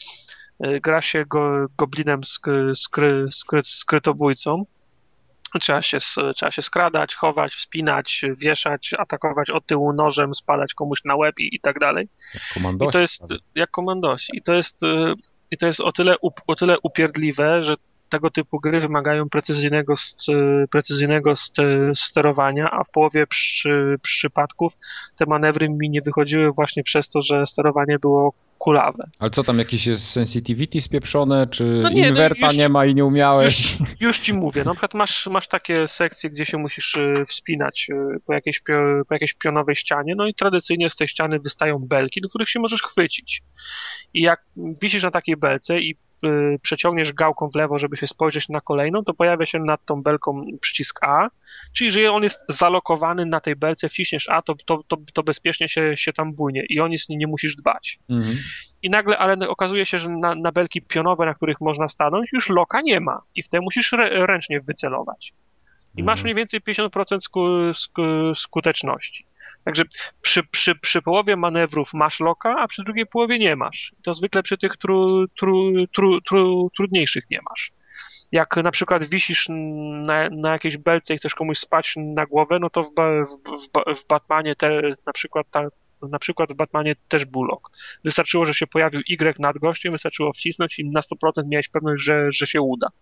Gra się go, goblinem skry, skry, skry, skrytobójcą. Trzeba się, trzeba się skradać, chować, wspinać, wieszać, atakować od tyłu nożem, spadać komuś na łeb i, i tak dalej. Jak komandosi. I to jest prawie. jak komandosi. I to jest, y, i to jest o tyle, up- o tyle upierdliwe, że tego typu gry wymagają precyzyjnego, st- precyzyjnego st- sterowania, a w połowie przy, przypadków te manewry mi nie wychodziły właśnie przez to, że sterowanie było kulawe. Ale co tam, jakieś jest sensitivity spieprzone, czy No nie, no inwerta już- nie ma i nie umiałeś? Już ci mówię, na przykład masz, masz takie sekcje, gdzie się musisz y, wspinać y, po jakiejś, pio, po jakiejś pionowej ścianie, no i tradycyjnie z tej ściany wystają belki, do których się możesz chwycić. I jak wisisz na takiej belce i y, przeciągniesz gałką w lewo, żeby się spojrzeć na kolejną, to pojawia się nad tą belką przycisk A, czyli jeżeli on jest zalokowany na tej belce, wciśniesz A, to, to, to, to bezpiecznie się, się tam bujnie i o nic nie, nie musisz dbać. Mhm. I nagle, ale okazuje się, że na, na belki pionowe, na których można stanąć, już loka nie ma i w te musisz re, ręcznie wycelować. I masz Mhm. mniej więcej pięćdziesiąt procent sku, sku, skuteczności. Także przy, przy, przy połowie manewrów masz loka, a przy drugiej połowie nie masz. To zwykle przy tych tru, tru, tru, tru, trudniejszych nie masz. Jak na przykład wisisz na, na jakiejś belce i chcesz komuś spać na głowę, no to w, ba, w, w, w Batmanie te, na przykład ta, na przykład w Batmanie też był lock. Wystarczyło, że się pojawił Y nad gościem, wystarczyło wcisnąć i na sto procent miałeś pewność, że, że się uda.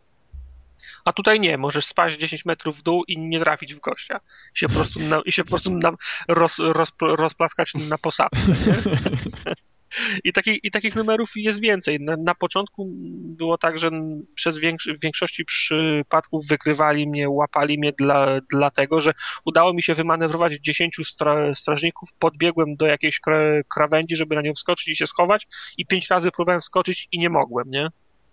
A tutaj nie, możesz spaść dziesięć metrów w dół i nie trafić w gościa. I się po prostu, na, i się po prostu na, roz, roz, rozplaskać na posadce. Nie? I, taki, I takich numerów jest więcej. Na, na początku było tak, że przez większo- w większości przypadków wykrywali mnie, łapali mnie dla, dlatego, że udało mi się wymanewrować dziesięciu stra- strażników, podbiegłem do jakiejś kra- krawędzi, żeby na nią wskoczyć i się schować i pięć razy próbowałem wskoczyć i nie mogłem, nie?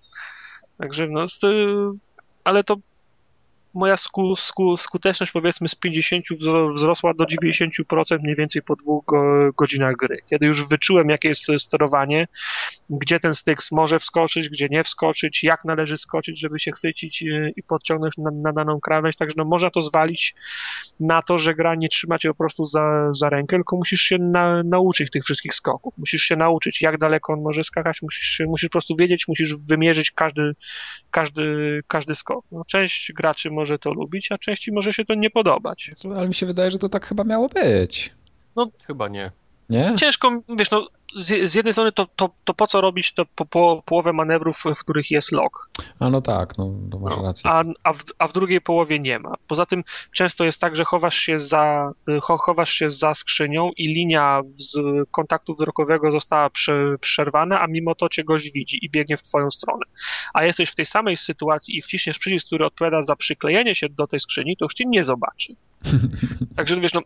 Także no, z, ale to moja sku, sku, skuteczność powiedzmy z pięćdziesięciu wzro- wzrosła do dziewięćdziesięciu procent mniej więcej po dwóch go, godzinach gry. Kiedy już wyczułem, jakie jest sterowanie, gdzie ten Styx może wskoczyć, gdzie nie wskoczyć, jak należy skoczyć, żeby się chwycić i, i podciągnąć na, na daną krawędź, także no, można to zwalić na to, że gra nie trzyma cię po prostu za, za rękę, tylko musisz się na, nauczyć tych wszystkich skoków. Musisz się nauczyć, jak daleko on może skakać, musisz, się, musisz po prostu wiedzieć, musisz wymierzyć każdy, każdy, każdy skok. No, część graczy może to lubić, a części może się to nie podobać. Ale mi się wydaje, że to tak chyba miało być. Chyba nie. Nie? Ciężko, wiesz, no, z, z jednej strony to, to, to po co robić to po, po połowę manewrów, w których jest lock, A no tak, no to masz no, rację. a, a, w, a w drugiej połowie nie ma. Poza tym często jest tak, że chowasz się za, cho, chowasz się za skrzynią i linia z kontaktu wzrokowego została prze, przerwana, a mimo to cię gość widzi i biegnie w twoją stronę. A jesteś w tej samej sytuacji i wciśniesz przycisk, który odpowiada za przyklejenie się do tej skrzyni, to już cię nie zobaczy. Także wiesz, no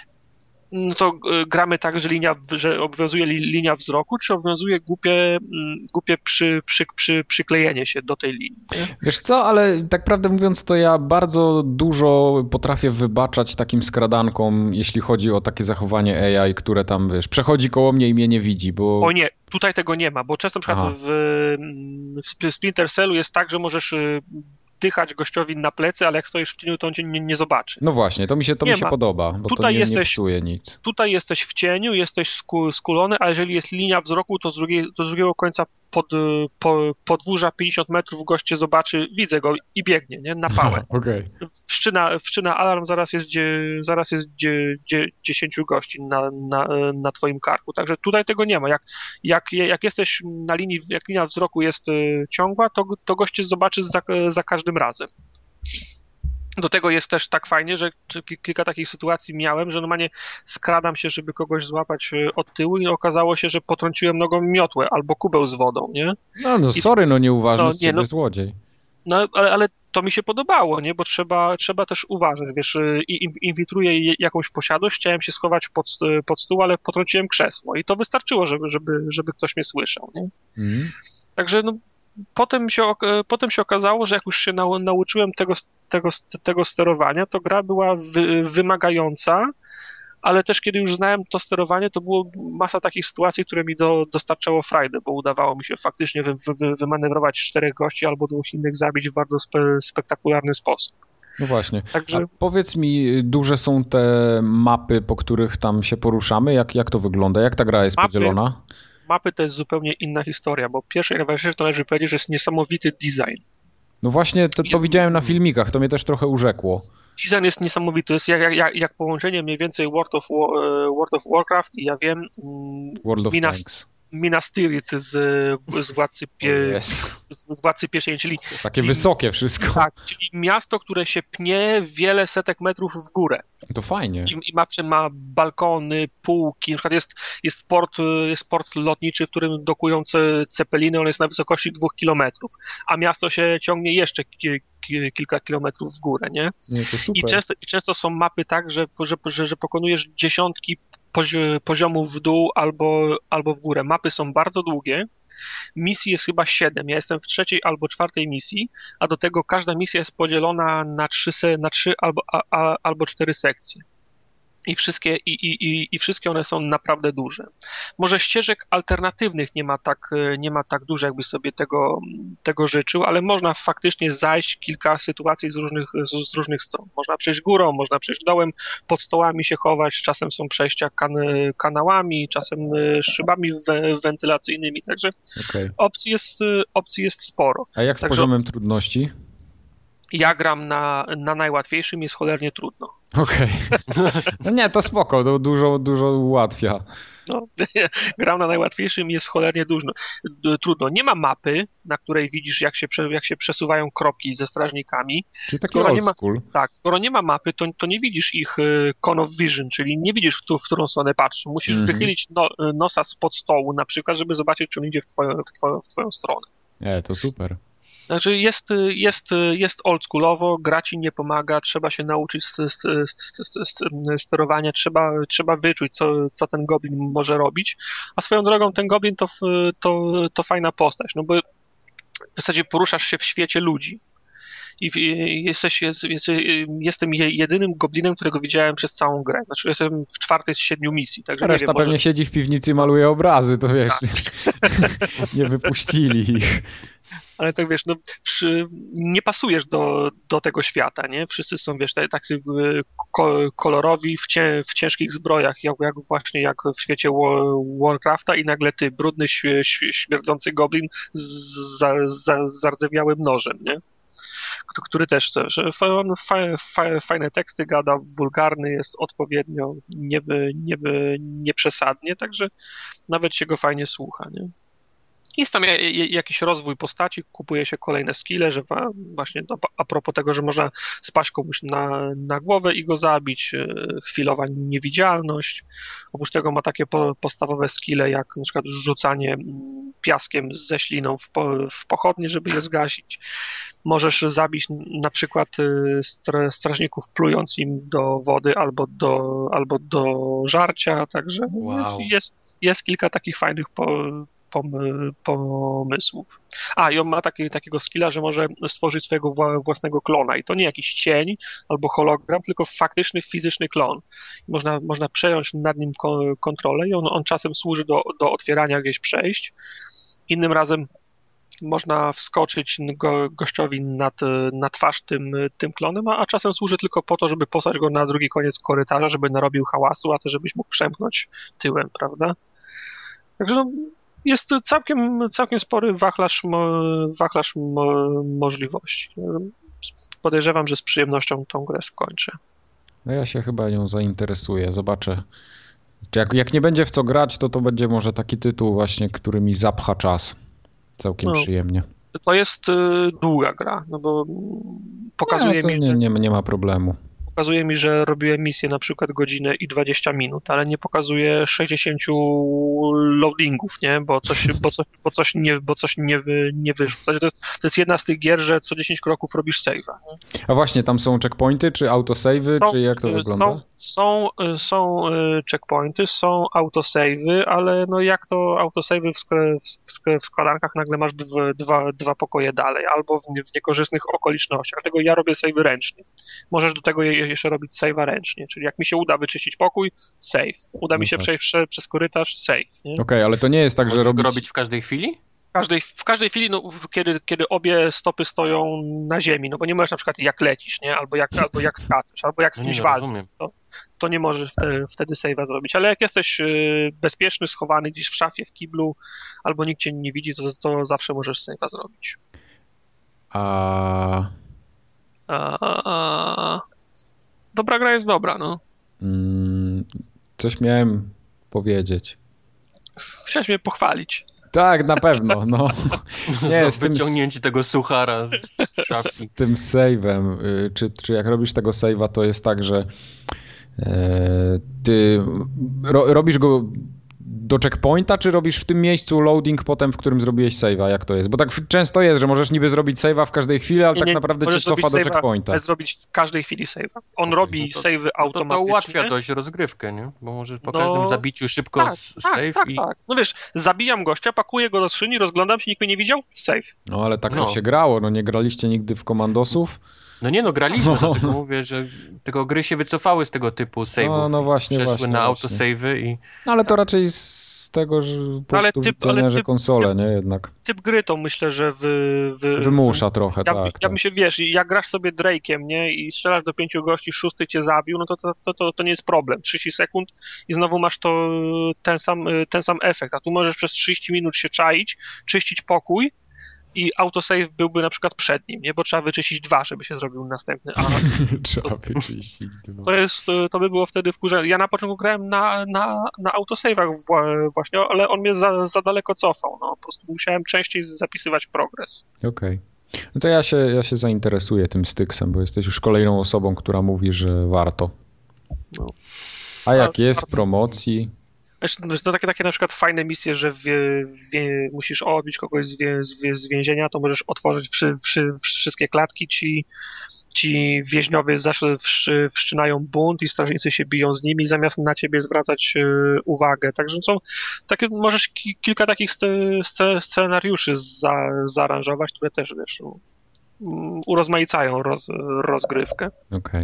no to y, gramy tak, że linia, że obowiązuje li, linia wzroku, czy obowiązuje głupie, mm, głupie przy, przy, przy, przyklejenie się do tej linii. Nie? Wiesz co, ale tak prawdę mówiąc, to ja bardzo dużo potrafię wybaczać takim skradankom, jeśli chodzi o takie zachowanie A I, które tam, wiesz, przechodzi koło mnie i mnie nie widzi, bo... O nie, tutaj tego nie ma, bo często na przykład Aha. w, w Splinter Cellu jest tak, że możesz y, dychać gościowi na plecy, ale jak stoisz w cieniu, to on cię nie, nie zobaczy. No właśnie, to mi się, to Nie mi się ma. podoba, bo to Tutaj nie, nie jesteś- psuje nic. Tutaj jesteś w cieniu, jesteś sku, skulony, a jeżeli jest linia wzroku, to z, drugiej, to z drugiego końca pod, po, podwórza pięćdziesiąt metrów, goście zobaczy, widzę go i biegnie, nie, na pałę. Okay. Wszczyna, wszczyna alarm, zaraz jest, dzie, zaraz jest dzie, dzie, dziesięciu gości na, na, na twoim karku, także tutaj tego nie ma. Jak, jak, jak jesteś na linii, jak linia wzroku jest ciągła, to, to goście zobaczy za, za każdym razem. Do tego jest też tak fajnie, że kilka takich sytuacji miałem, że normalnie skradam się, żeby kogoś złapać od tyłu i okazało się, że potrąciłem nogą miotłę albo kubeł z wodą, nie? No, no sorry, no nieuważny no, z nie, ciebie no, złodziej. No, ale, ale to mi się podobało, nie? Bo trzeba, trzeba też uważać, wiesz, infiltruję jakąś posiadłość, chciałem się schować pod, pod stół, ale potrąciłem krzesło i to wystarczyło, żeby, żeby, żeby ktoś mnie słyszał, nie? Mm. Także no, Potem się, potem się okazało, że jak już się nau, nauczyłem tego, tego, tego sterowania, to gra była wy, wymagająca, ale też kiedy już znałem to sterowanie, to było masa takich sytuacji, które mi do, dostarczało frajdy, bo udawało mi się faktycznie wy, wy, wymanewrować czterech gości albo dwóch innych zabić w bardzo spe, spektakularny sposób. No właśnie. Także... A powiedz mi, duże są te mapy, po których tam się poruszamy? Jak, jak to wygląda? Jak ta gra jest mapy... podzielona? Mapy to jest zupełnie inna historia, bo pierwszej najważniejsze to należy powiedzieć, że jest niesamowity design. No właśnie, to, to jest... widziałem na filmikach, to mnie też trochę urzekło. Design jest niesamowity, to jest jak, jak, jak połączenie mniej więcej World of, World of Warcraft i ja wiem World of Minas, Tanks. Minas Tirith z, z, Władcy pie, oh yes. z Władcy Pierścieni, czyli... Takie czyli, wysokie wszystko. Tak, czyli miasto, które się pnie wiele setek metrów w górę. To fajnie. I, i ma, ma balkony, półki, na przykład jest, jest, port, jest port lotniczy, w którym dokują cepeliny, on jest na wysokości dwóch kilometrów, a miasto się ciągnie jeszcze ki, ki, kilka kilometrów w górę, nie? nie to super. I, często, I często są mapy tak, że, że, że, że pokonujesz dziesiątki poziomów w dół albo, albo w górę. Mapy są bardzo długie, misji jest chyba siedem, ja jestem w trzeciej albo czwartej misji, a do tego każda misja jest podzielona na trzy, na trzy albo, a, a, albo cztery sekcje. I wszystkie, i, i, i wszystkie one są naprawdę duże. Może ścieżek alternatywnych nie ma tak, nie ma tak dużo, jakbyś sobie tego, tego życzył, ale można faktycznie zajść kilka sytuacji z różnych, z, z różnych stron. Można przejść górą, można przejść dołem, pod stołami się chować, czasem są przejścia kan, kanałami, czasem szybami we, wentylacyjnymi, także okay. opcji, jest, opcji jest sporo. A jak z także poziomem trudności? Ja gram na, na najłatwiejszym, jest cholernie trudno. Okej. Okay. No nie, to spoko, to dużo, dużo ułatwia. No, gram na najłatwiejszym, jest cholernie dużo, trudno. Nie ma mapy, na której widzisz, jak się, jak się przesuwają kropki ze strażnikami. Czyli taki old school. Nie ma, tak, skoro nie ma mapy, to, to nie widzisz ich cone of vision, czyli nie widzisz, w, tu, w którą stronę patrzą. Musisz mm-hmm. wychylić no, nosa spod stołu na przykład, żeby zobaczyć, czy on idzie w twoją, w twoją, w twoją stronę. Nie, to super. Znaczy jest, jest, jest oldschoolowo, gra ci nie pomaga, trzeba się nauczyć sterowania, trzeba, trzeba wyczuć, co, co ten goblin może robić, a swoją drogą ten goblin to, to, to fajna postać, no bo w zasadzie poruszasz się w świecie ludzi i jesteś, jest, jest, jestem jedynym goblinem, którego widziałem przez całą grę, znaczy jestem w czwartej z siedmiu misji. Także reszta nie wiem, pewnie może... siedzi w piwnicy i maluje obrazy, to wiesz, tak. Nie wypuścili ich. Ale tak wiesz, no, przy, nie pasujesz do, do tego świata, nie? Wszyscy są, wiesz, tacy kolorowi w, cię, w ciężkich zbrojach, jak, jak właśnie jak w świecie Warcrafta i nagle ty, brudny, śmierdzący goblin z, za, za, z zardzewiałym nożem, nie? Który też, też on fajne, fajne teksty gada, wulgarny jest odpowiednio, nieby, nieby, nieprzesadnie, także nawet się go fajnie słucha, nie? Jest tam jakiś rozwój postaci, kupuje się kolejne skille, że właśnie a propos tego, że można spaść komuś na, na głowę i go zabić, chwilowa niewidzialność. Oprócz tego ma takie po, podstawowe skille, jak na przykład rzucanie piaskiem ze śliną w, po, w pochodnie, żeby je zgasić. Możesz zabić na przykład strażników plując im do wody albo do, albo do żarcia, także wow. jest, jest, jest kilka takich fajnych po, pomysłów. A, i on ma taki, takiego skilla, że może stworzyć swojego własnego klona i to nie jakiś cień albo hologram, tylko faktyczny, fizyczny klon. Można, można przejąć nad nim kontrolę i on, on czasem służy do, do otwierania gdzieś przejść. Innym razem można wskoczyć go, gościowi nad, na twarz tym, tym klonem, a, a czasem służy tylko po to, żeby posłać go na drugi koniec korytarza, żeby narobił hałasu, a to żebyś mógł przemknąć tyłem, prawda? Także no, jest całkiem, całkiem spory wachlarz, wachlarz możliwości. Podejrzewam, że z przyjemnością tą grę skończę. No ja się chyba nią zainteresuję, zobaczę. Jak, jak nie będzie w co grać, to to będzie może taki tytuł właśnie, który mi zapcha czas. Całkiem no, przyjemnie. To jest y, długa gra, no bo pokazuje nie, to mi, nie, że... nie, nie ma problemu. Pokazuje mi, że robiłem misję na przykład godzinę i dwadzieścia minut, ale nie pokazuje sześćdziesiąt loadingów, nie? Bo coś, bo coś, bo coś, nie, bo coś nie, nie wyszło. To jest, to jest jedna z tych gier, że co dziesięć kroków robisz save'a. A właśnie, tam są checkpointy, czy autosave'y, czy jak to wygląda? Są, są, są checkpointy, są autosave'y, ale no jak to autosave'y w, w, w składankach nagle masz dwa, dwa, dwa pokoje dalej, albo w, w niekorzystnych okolicznościach. Dlatego ja robię save'y ręcznie. Możesz do tego jeszcze robić save'a ręcznie, czyli jak mi się uda wyczyścić pokój, save. Uda mi się no tak. przejść prze, przez korytarz, save. Okej, okay, ale to nie jest tak, Możesz że robić... robić w każdej chwili? W każdej, w każdej chwili, no, kiedy, kiedy obie stopy stoją na ziemi, no bo nie możesz na przykład jak lecisz, nie? Albo jak, albo jak skaczesz, albo jak z kimś no walczysz, to, to nie możesz wtedy, wtedy save'a zrobić. Ale jak jesteś y, bezpieczny, schowany gdzieś w szafie, w kiblu, albo nikt cię nie widzi, to, to zawsze możesz save'a zrobić. A... A, a, a... Dobra gra jest dobra, no. Mm, coś miałem powiedzieć. Chciałeś mnie pochwalić. Tak, na pewno, no. Nie, z wyciągnięcie tym, tego suchara z szafki. Z tym save'em, czy, czy jak robisz tego save'a, to jest tak, że e, ty ro, robisz go do checkpointa, czy robisz w tym miejscu loading potem, w którym zrobiłeś save'a? Jak to jest? Bo tak często jest, że możesz niby zrobić save'a w każdej chwili, ale nie, tak nie, naprawdę cię cofa do checkpointa. Możesz zrobić w każdej chwili save'a. On okay, robi no save'y automatycznie. No to, to ułatwia dość rozgrywkę, nie? Bo możesz po no, każdym zabiciu szybko tak, save tak, i... Tak, tak. No wiesz, zabijam gościa, pakuję go do skrzyni, rozglądam się, nikt mnie nie widział, save. No ale tak no. to się grało, no nie graliście nigdy w komandosów? No nie no, graliśmy, no. Tylko mówię, że tylko gry się wycofały z tego typu save'ów. No, no właśnie, przeszły właśnie, na właśnie. autosave'y i... No ale to raczej z tego, że ale typ, widzenia, ale typ, że konsole, typ, nie jednak. Typ gry to myślę, że wy, wy, wymusza trochę, ja, tak. Ja tak. bym się, wiesz, jak grasz sobie Drake'iem, nie, i strzelasz do pięciu gości, szósty cię zabił, no to to, to, to to nie jest problem. trzydzieści sekund i znowu masz to ten sam, ten sam efekt, a tu możesz przez trzydzieści minut się czaić, czyścić pokój i autosave byłby na przykład przed nim, nie? Bo trzeba wyczyścić dwa, żeby się zrobił następny. A trzeba to, wyczyścić dwa. To, jest, to by było wtedy wkurzające. Ja na początku grałem na, na, na autosave'ach właśnie, ale on mnie za, za daleko cofał. No. Po prostu musiałem częściej zapisywać progres. Okej. Okay. No to ja się, ja się zainteresuję tym Styxem, bo jesteś już kolejną osobą, która mówi, że warto. No. A jak jest w promocji... To takie, takie na przykład fajne misje, że wie, wie, musisz odbić kogoś z, wie, z, z więzienia, to możesz otworzyć wszy, wszy, wszystkie klatki, ci, ci więźniowie zawsze wszy, wszczynają bunt i strażnicy się biją z nimi, zamiast na ciebie zwracać y, uwagę. Także są takie, możesz ki, kilka takich sc, scenariuszy za, zaaranżować, które też, wiesz, urozmaicają roz, rozgrywkę. Okej. Okay.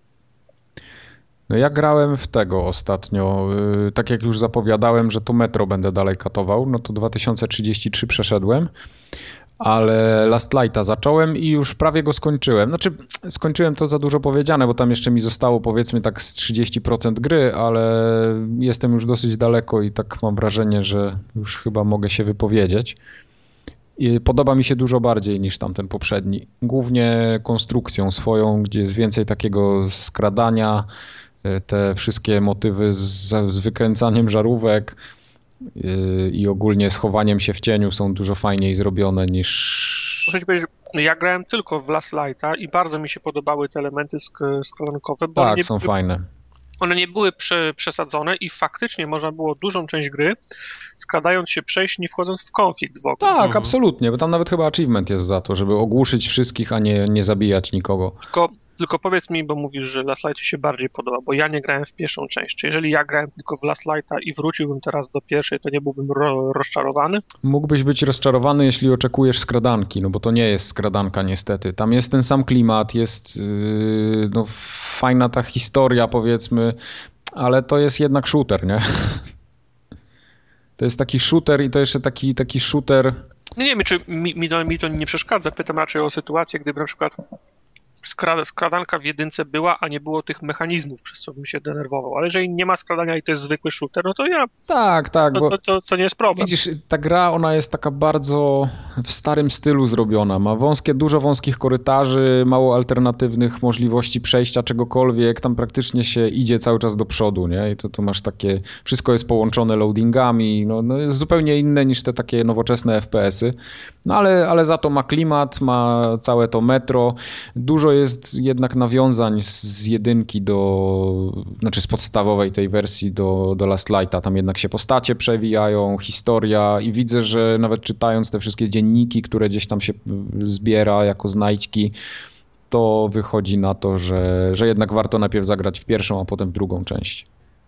No ja grałem w tego ostatnio, tak jak już zapowiadałem, że to Metro będę dalej katował, no to dwa tysiące trzydzieści trzy przeszedłem, ale Last Lighta zacząłem i już prawie go skończyłem. Znaczy skończyłem to za dużo powiedziane, bo tam jeszcze mi zostało powiedzmy tak z trzydzieści procent gry, ale jestem już dosyć daleko i tak mam wrażenie, że już chyba mogę się wypowiedzieć. I podoba mi się dużo bardziej niż tamten poprzedni. Głównie konstrukcją swoją, gdzie jest więcej takiego skradania, te wszystkie motywy z, z wykręcaniem żarówek yy, i ogólnie schowaniem się w cieniu są dużo fajniej zrobione niż... Muszę ci powiedzieć, że ja grałem tylko w Last Lighta i bardzo mi się podobały te elementy sk- składankowe. Bo tak, nie są były, fajne. One nie były prze, przesadzone i faktycznie można było dużą część gry, skradając się, przejść, nie wchodząc w konflikt w ogóle. Tak, mhm. absolutnie, bo tam nawet chyba achievement jest za to, żeby ogłuszyć wszystkich, a nie, nie zabijać nikogo. Tylko Tylko powiedz mi, bo mówisz, że Last Light się bardziej podoba, bo ja nie grałem w pierwszą część. Czy jeżeli ja grałem tylko w Last Lighta i wróciłbym teraz do pierwszej, to nie byłbym ro- rozczarowany? Mógłbyś być rozczarowany, jeśli oczekujesz skradanki, no bo to nie jest skradanka niestety. Tam jest ten sam klimat, jest yy, no, fajna ta historia powiedzmy, ale to jest jednak shooter, nie? To jest taki shooter i to jeszcze taki, taki shooter... Nie, nie wiem, czy mi, mi, to, mi to nie przeszkadza. Pytam raczej o sytuację, gdyby na przykład Skra- skradanka w jedynce była, a nie było tych mechanizmów, przez co bym się denerwował. Ale jeżeli nie ma skradania i to jest zwykły shooter, no to ja, Tak, tak, to, bo to, to, to nie jest problem. widzisz, ta gra, ona jest taka bardzo w starym stylu zrobiona. Ma wąskie, dużo wąskich korytarzy, mało alternatywnych możliwości przejścia czegokolwiek. Tam praktycznie się idzie cały czas do przodu, nie? I to, to masz takie, wszystko jest połączone loadingami. No, no jest zupełnie inne niż te takie nowoczesne F P S y. No ale, ale za to ma klimat, ma całe to metro. Dużo jest jednak nawiązań z, z jedynki do, znaczy z podstawowej tej wersji do, do Last Lighta. Tam jednak się postacie przewijają, historia i widzę, że nawet czytając te wszystkie dzienniki, które gdzieś tam się zbiera jako znajdźki, to wychodzi na to, że, że jednak warto najpierw zagrać w pierwszą, a potem w drugą część.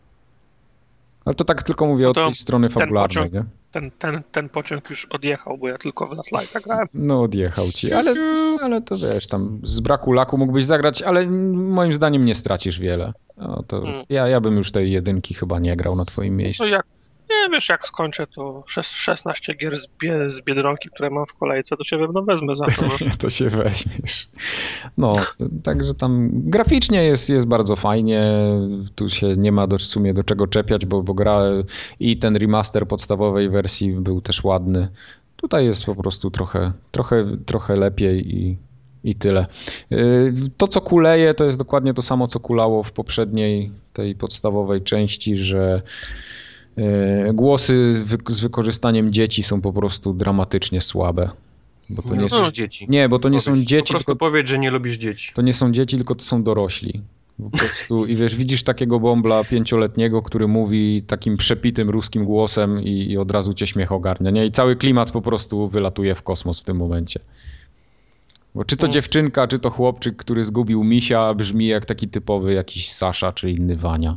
Ale to tak tylko mówię No od to tej strony ten fabularnej, pociąg- nie? Ten, ten, ten pociąg już odjechał, bo ja tylko w Last Lighta grałem. No odjechał ci, ale, ale to wiesz, tam z braku laku mógłbyś zagrać, ale moim zdaniem nie stracisz wiele. No to Mm. ja, ja bym już tej jedynki chyba nie grał na twoim miejscu. No jak, nie wiesz, jak skończę, to szes- szesnaście gier z, bie, z Biedronki, które mam w kolejce, to cię no wezmę za to. No. To się weźmiesz. No, także tam graficznie jest, jest bardzo fajnie. Tu się nie ma do, w sumie do czego czepiać, bo, bo gra i ten remaster podstawowej wersji był też ładny. Tutaj jest po prostu trochę, trochę, trochę lepiej i, i tyle. Yy, To, co kuleje, to jest dokładnie to samo, co kulało w poprzedniej tej podstawowej części, że yy, głosy wy- z wykorzystaniem dzieci są po prostu dramatycznie słabe. Bo to Nie nie, lubisz są, dzieci. nie, bo to nie są Powiedz, dzieci, Po prostu tylko, powiedz, że nie lubisz dzieci. to nie są dzieci, tylko to są dorośli. Po prostu, i wiesz, widzisz takiego bąbla pięcioletniego, który mówi takim przepitym ruskim głosem i, i od razu cię śmiech ogarnia, nie? I cały klimat po prostu wylatuje w kosmos w tym momencie. Bo czy to Mm. dziewczynka, czy to chłopczyk, który zgubił misia, brzmi jak taki typowy jakiś Sasza, czy inny Wania.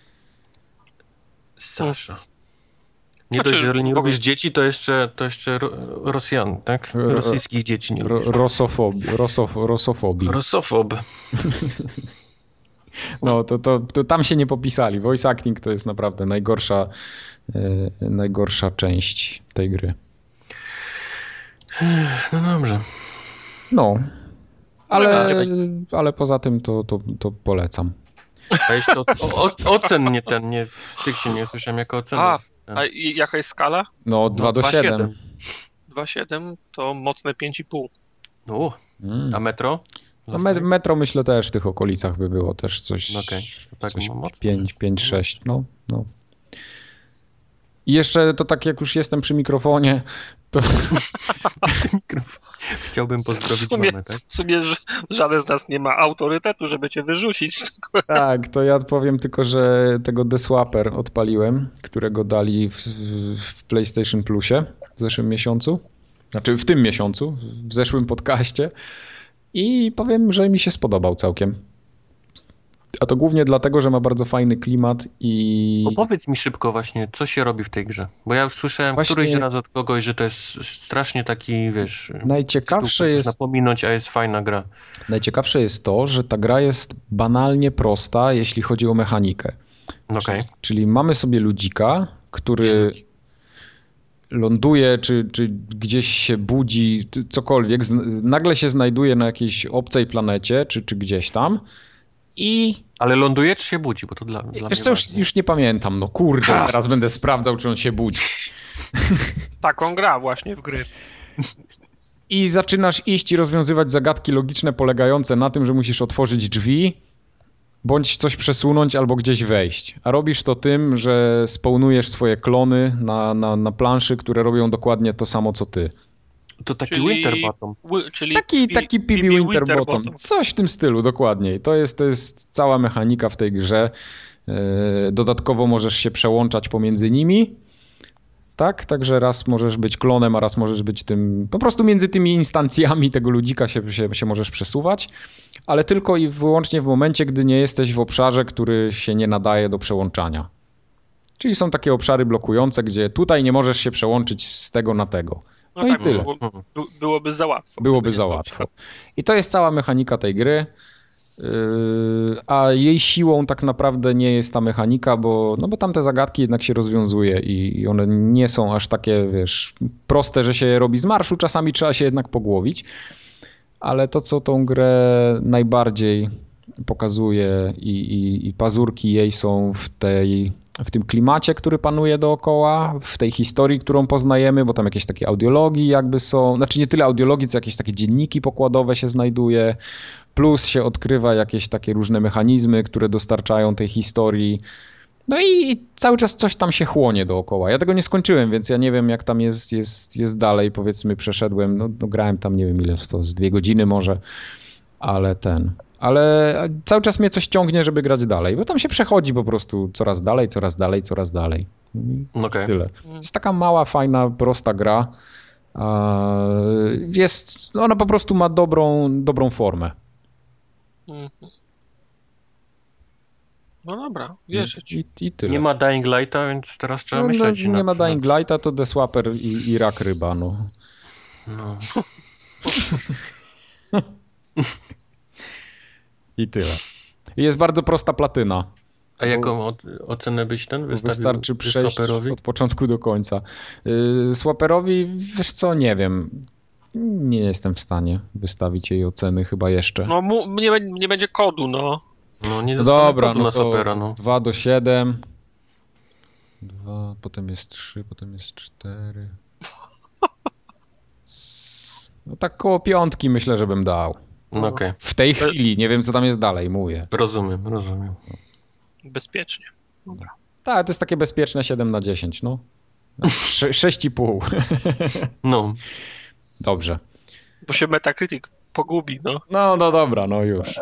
Sasza. Nie Znaczy, dość, że nie w ogóle- lubisz dzieci, to jeszcze, to jeszcze Ro- Rosjan, tak? Ro- Rosyjskich dzieci nie Ro, lubisz. rosofobi, rosof, rosofobii. Rosofob. No to, to, to tam się nie popisali. Voice acting to jest naprawdę najgorsza, e, najgorsza część tej gry. No dobrze. No, ale, Ale- ale poza tym to, to, to polecam. A jeszcze o, o, ocen nie ten, nie, z tych się nie słyszałem jako oceny. A, Ten. A i jaka jest skala? No od dwa do siedem. dwa siedem to mocne pięć i pół. No, Mm. a metro? No, me, metro myślę też w tych okolicach by było też coś, No okej, to tak coś mocno. pięć, pięć, sześć. No, no. I jeszcze to tak jak już jestem przy mikrofonie, to Chciałbym pozdrowić W sumie- mamę, tak? W sumie ż- żaden z nas nie ma autorytetu, żeby cię wyrzucić. tak, to ja powiem tylko, że tego The Swapper odpaliłem, którego dali w, w PlayStation Plusie w zeszłym miesiącu. Znaczy w tym miesiącu, w zeszłym podcaście. I powiem, że mi się spodobał całkiem. A to głównie dlatego, że ma bardzo fajny klimat i... Opowiedz mi szybko właśnie, co się robi w tej grze. Bo ja już słyszałem Właśnie- któryś raz od kogoś, że to jest strasznie taki, wiesz... Najciekawsze tytuł, jest... Można pominąć, a jest fajna gra. Najciekawsze jest to, że ta gra jest banalnie prosta, jeśli chodzi o mechanikę. No okej. Czyli mamy sobie ludzika, który Jezus. ląduje, czy, czy gdzieś się budzi, ty- cokolwiek, z- nagle się znajduje na jakiejś obcej planecie, czy, czy gdzieś tam i Ale ląduje czy się budzi? Bo to dla, dla wiesz mnie co, już, ważne. już nie pamiętam, no kurde, teraz będę sprawdzał, czy on się budzi. Taką gra właśnie w gry. I zaczynasz iść i rozwiązywać zagadki logiczne polegające na tym, że musisz otworzyć drzwi, bądź coś przesunąć, albo gdzieś wejść. A robisz to tym, że spełnujesz swoje klony na, na, na planszy, które robią dokładnie to samo, co ty. To taki Czyli- Winterbottom. Wy- czyli Taki, P- taki P B Winterbottom. Coś w tym stylu, dokładnie. To jest, to jest cała mechanika w tej grze. Yy, Dodatkowo możesz się przełączać pomiędzy nimi. Tak, także raz możesz być klonem, a raz możesz być tym, po prostu między tymi instancjami tego ludzika się, się, się możesz przesuwać, ale tylko i wyłącznie w momencie, gdy nie jesteś w obszarze, który się nie nadaje do przełączania. Czyli są takie obszary blokujące, gdzie tutaj nie możesz się przełączyć z tego na tego. No, i tyle. Było, by- byłoby za łatwo. Byłoby Gdyby za nie było łatwo. I to jest cała mechanika tej gry. Yy, A jej siłą tak naprawdę nie jest ta mechanika, bo, no bo tam te zagadki jednak się rozwiązuje i i one nie są aż takie, wiesz, proste, że się je robi z marszu. Czasami trzeba się jednak pogłowić. ale to, co tą grę najbardziej pokazuje i, i, i pazurki jej są w tej, w tym klimacie, który panuje dookoła, w tej historii, którą poznajemy, bo tam jakieś takie audiologii jakby są, znaczy nie tyle audiologii, co jakieś takie dzienniki pokładowe się znajduje, plus się odkrywa jakieś takie różne mechanizmy, które dostarczają tej historii. No i cały czas coś tam się chłonie dookoła. Ja tego nie skończyłem, więc ja nie wiem, jak tam jest, jest, jest dalej. Powiedzmy, przeszedłem, no, no grałem tam, nie wiem ile, to z dwie godziny może, ale ten... Ale cały czas mnie coś ciągnie, żeby grać dalej, bo tam się przechodzi po prostu coraz dalej, coraz dalej, coraz dalej. Okay. Tyle. To jest taka mała, fajna, prosta gra. Jest, ona po prostu ma dobrą, dobrą formę. No dobra, wierzę ci. I, i tyle. Nie ma Dying Lighta, więc teraz trzeba no, myśleć. No, nie nad, ma Dying nad... Lighta, to The Swapper i, i rak ryba, no. no. I tyle. Jest bardzo prosta platyna. A jaką o, ocenę byś ten wystawił? Wystarczy przejść od początku do końca. Yy, Swapperowi, wiesz co, nie wiem. Nie jestem w stanie wystawić jej oceny chyba jeszcze. No mu, nie, nie będzie kodu, no. No nie no dobra, kodu no na to Swappera, no. dwa do siedem. dwa, potem jest trzy, potem jest cztery. No tak koło piątki myślę, że bym dał. No okej. Okay. W tej chwili, nie wiem co tam jest dalej, mówię. Rozumiem, rozumiem. Bezpiecznie. Dobra. Tak, to jest takie bezpieczne siedem na dziesięć, no. sześć i pół. No. Dobrze. Bo się Metacritic pogubi, no. No, no dobra, no już.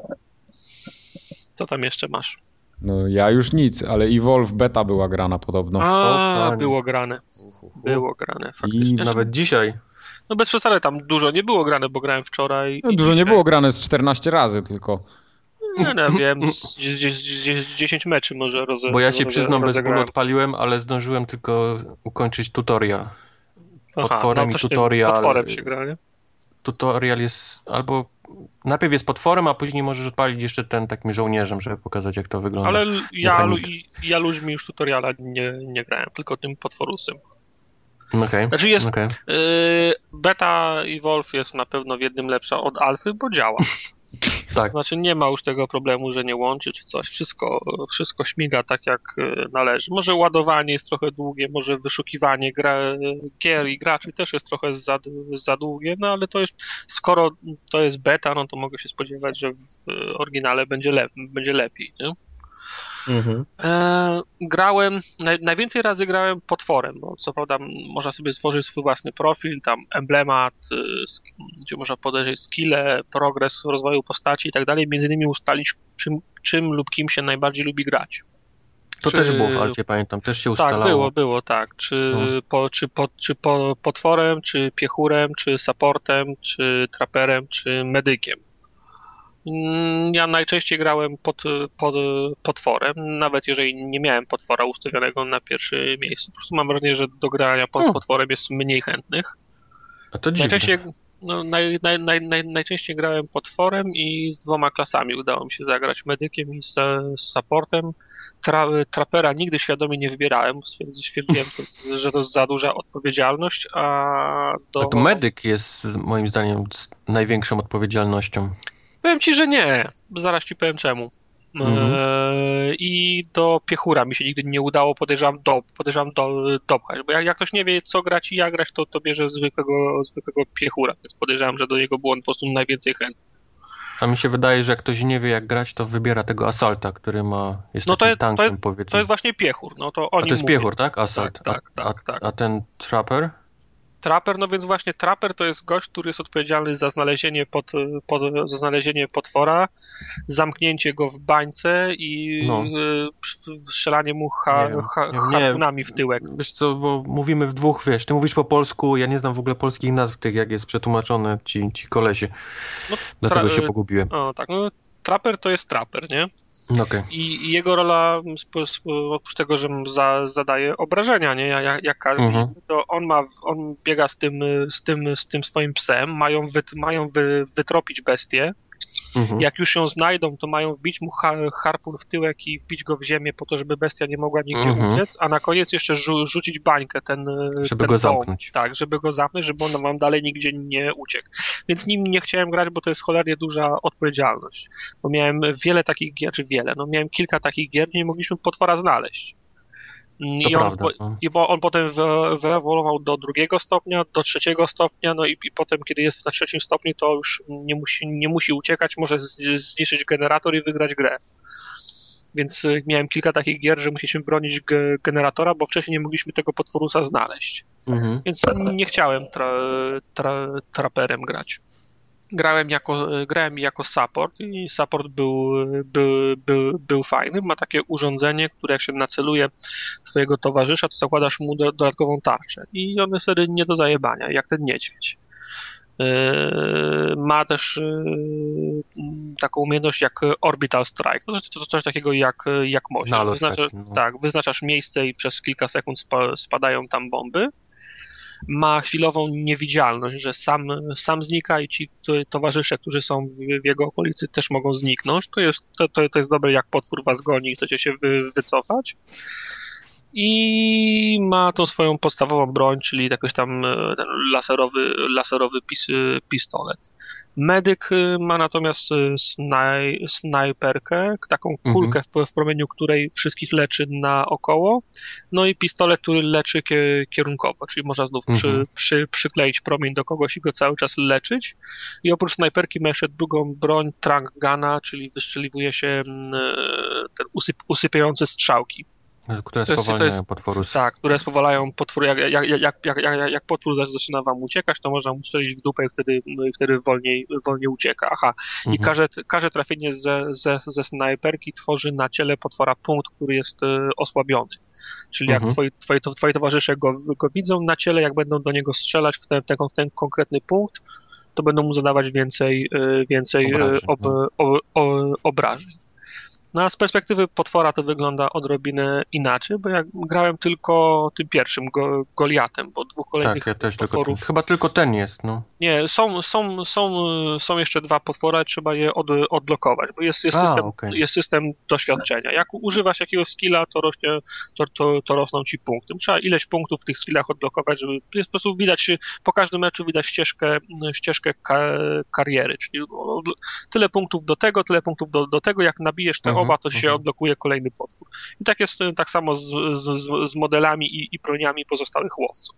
Co tam jeszcze masz? No ja już nic, ale Evolve beta była grana podobno. A, o, było grane. Było grane, faktycznie. I nawet dzisiaj. No bez przesady, tam dużo nie było grane, bo grałem wczoraj. No, dużo dzisiaj... nie było grane, z czternaście razy tylko. Nie, no, wiem, z, z, z, z dziesięć meczy może rozegrałem. Bo ja się przyznam, bez bólu odpaliłem, ale zdążyłem tylko ukończyć tutorial. Potworem Aha, no i tutorial. Potworem się gra, nie? Tutorial jest albo... Najpierw jest potworem, a później możesz odpalić jeszcze ten takim żołnierzem, żeby pokazać, jak to wygląda. Ale ja, ja ludźmi już tutoriala nie, nie grałem, tylko tym potworusem. Okej. Okay. Znaczy jest... Okay. Y, beta Evolve jest na pewno w jednym lepsza od alfy, bo działa. Tak. Znaczy nie ma już tego problemu, że nie łączy czy coś. Wszystko, wszystko śmiga tak jak należy. Może ładowanie jest trochę długie, może wyszukiwanie gra, gier i graczy też jest trochę za, za długie, no ale to jest, skoro to jest beta, no to mogę się spodziewać, że w oryginale będzie, lep, będzie lepiej, nie? Mhm. E, grałem, naj, najwięcej razy grałem potworem, bo co prawda można sobie stworzyć swój własny profil, tam emblemat, y, gdzie można podejrzeć skille, progres rozwoju postaci i tak dalej, między innymi ustalić czym, czym lub kim się najbardziej lubi grać. To czy, też było w Alfie, pamiętam, też się ustalało. Tak, było, było, tak. Czy, no. po, czy, po, czy po, potworem, czy piechurem, czy supportem, czy traperem, czy medykiem. Ja najczęściej grałem pod, pod potworem, nawet jeżeli nie miałem potwora ustawionego na pierwszym miejscu. Po prostu mam wrażenie, że do grania pod hmm. potworem jest mniej chętnych. A to dziwne. Najczęściej, no, naj, naj, naj, naj, najczęściej grałem potworem i z dwoma klasami udało mi się zagrać, medykiem i z, z supportem. Tra, trapera nigdy świadomie nie wybierałem, stwierdziłem, że to jest za duża odpowiedzialność, a do... A to medyk jest moim zdaniem z największą odpowiedzialnością. Powiem ci, że nie. Zaraz ci powiem czemu. Mhm. Eee, I do piechura mi się nigdy nie udało, podejrzewam, do, podejrzewam do, dopchać. Bo jak, jak ktoś nie wie, co grać i jak grać, to, to bierze zwykłego, zwykłego piechura. Więc podejrzewam, że do niego było on po prostu najwięcej chętnych. A mi się wydaje, że jak ktoś nie wie, jak grać, to wybiera tego Assalta, który ma, jest no to takim jest, tankiem, to jest, powiedzmy. To jest właśnie piechur. No to o a to jest mówię. piechur, tak? Assault. Tak, tak, a, tak, tak. A, a ten Trapper? Trapper, no więc właśnie Trapper to jest gość, który jest odpowiedzialny za znalezienie, pod, pod, za znalezienie potwora, zamknięcie go w bańce i no. y, strzelanie mu ha, nie ha, nie, harpunami w tyłek. Wiesz co, bo mówimy w dwóch, wiesz, ty mówisz po polsku, ja nie znam w ogóle polskich nazw tych, jak jest przetłumaczone ci, ci kolesie. No, Dlatego się pogubiłem. O, tak, no, Trapper to jest Trapper, nie? Okay. I, I jego rola, oprócz tego, że za, zadaje obrażenia, nie? Jak, jak każdy, mhm. to on ma, on biega z tym, z tym, z tym swoim psem, mają, wy, mają wy, wytropić bestię, Mhm. Jak już ją znajdą, to mają wbić mu har- harpun w tyłek i wbić go w ziemię po to, żeby bestia nie mogła nigdzie Mhm. uciec, a na koniec jeszcze rzu- rzucić bańkę, ten, Żeby ten go dom. zamknąć. Tak, żeby go zamknąć, żeby on wam dalej nigdzie nie uciekł. Więc nim nie chciałem grać, bo to jest cholernie duża odpowiedzialność. Bo miałem wiele takich gier, czy wiele, no miałem kilka takich gier, gdzie nie mogliśmy potwora znaleźć. To I on, prawda. No. i bo on potem wy- wyewoluował do drugiego stopnia, do trzeciego stopnia, no i, i potem, kiedy jest na trzecim stopniu, to już nie musi, nie musi uciekać, może z, zniszczyć generator i wygrać grę. Więc y, miałem kilka takich gier, że musieliśmy bronić ge- generatora, bo wcześniej nie mogliśmy tego potworusa znaleźć. Mhm. Więc nie chciałem tra, tra, traperem grać. Grałem jako, grałem jako support i support był, był, był, był fajny. Ma takie urządzenie, które jak się naceluje twojego towarzysza, to zakładasz mu do, dodatkową tarczę i on jest wtedy nie do zajebania, jak ten niedźwiedź. Yy, ma też yy, taką umiejętność jak Orbital Strike. To, to, to coś takiego jak, jak moździerz. Nalot Wyznaczasz, taki, no. tak, wyznaczasz miejsce i przez kilka sekund spa, spadają tam bomby. Ma chwilową niewidzialność, że sam, sam znika i ci to- towarzysze, którzy są w, w jego okolicy, też mogą zniknąć. To jest, to, to, to jest dobre, jak potwór was goni i chcecie się wy, wycofać. I ma tą swoją podstawową broń, czyli jakiś tam e, ten laserowy, laserowy pis, pistolet. Medyk e, ma natomiast e, snaj, snajperkę, taką kulkę, w, w promieniu której wszystkich leczy naokoło, no i pistolet, który leczy kie, kierunkowo, czyli można znów przy, Mhm. przy, przykleić promień do kogoś i go cały czas leczyć. I oprócz snajperki ma jeszcze drugą broń, trunk guna, czyli wystrzeliwuje się mm, e, ten usyp, usypiające strzałki. Które To jest- to spowalniają jest- potworusy. Tak, które spowalają potwór, jak, jak, jak, jak, jak, jak, jak potwór za- zaczyna wam uciekać, to można mu strzelić w dupę i wtedy, no i wtedy wolniej, wolniej ucieka. Aha, i Mhm. każde, każde trafienie ze, ze, ze snajperki tworzy na ciele potwora punkt, który jest e, osłabiony. Czyli jak Mhm. twoi, twoi, twoi towarzysze go, go widzą na ciele, jak będą do niego strzelać w ten, w ten, w ten konkretny punkt, to będą mu zadawać więcej, e, więcej e, Obrażeń, ob, no. o, o, obrażeń. No a z perspektywy potwora to wygląda odrobinę inaczej, bo jak grałem tylko tym pierwszym, go, Goliatem, bo dwóch kolejnych Tak, ja też tylko ten. potworów... Chyba tylko ten jest, no. Nie, są, są, są, są jeszcze dwa potwora, trzeba je od, odblokować, bo jest, jest, A, system, okej. jest system doświadczenia. Jak używasz jakiegoś skilla, to, rośnie, to, to, to rosną ci punkty. Trzeba ileś punktów w tych skillach odblokować, żeby jest po prostu widać, po każdym meczu widać ścieżkę, ścieżkę ka, kariery, czyli od- tyle punktów do tego, tyle punktów do, do tego, jak nabijesz te Mhm, oba, to się mhm. odblokuje kolejny potwór. I tak jest e, tak samo z, z, z- z modelami i, i broniami pozostałych łowców.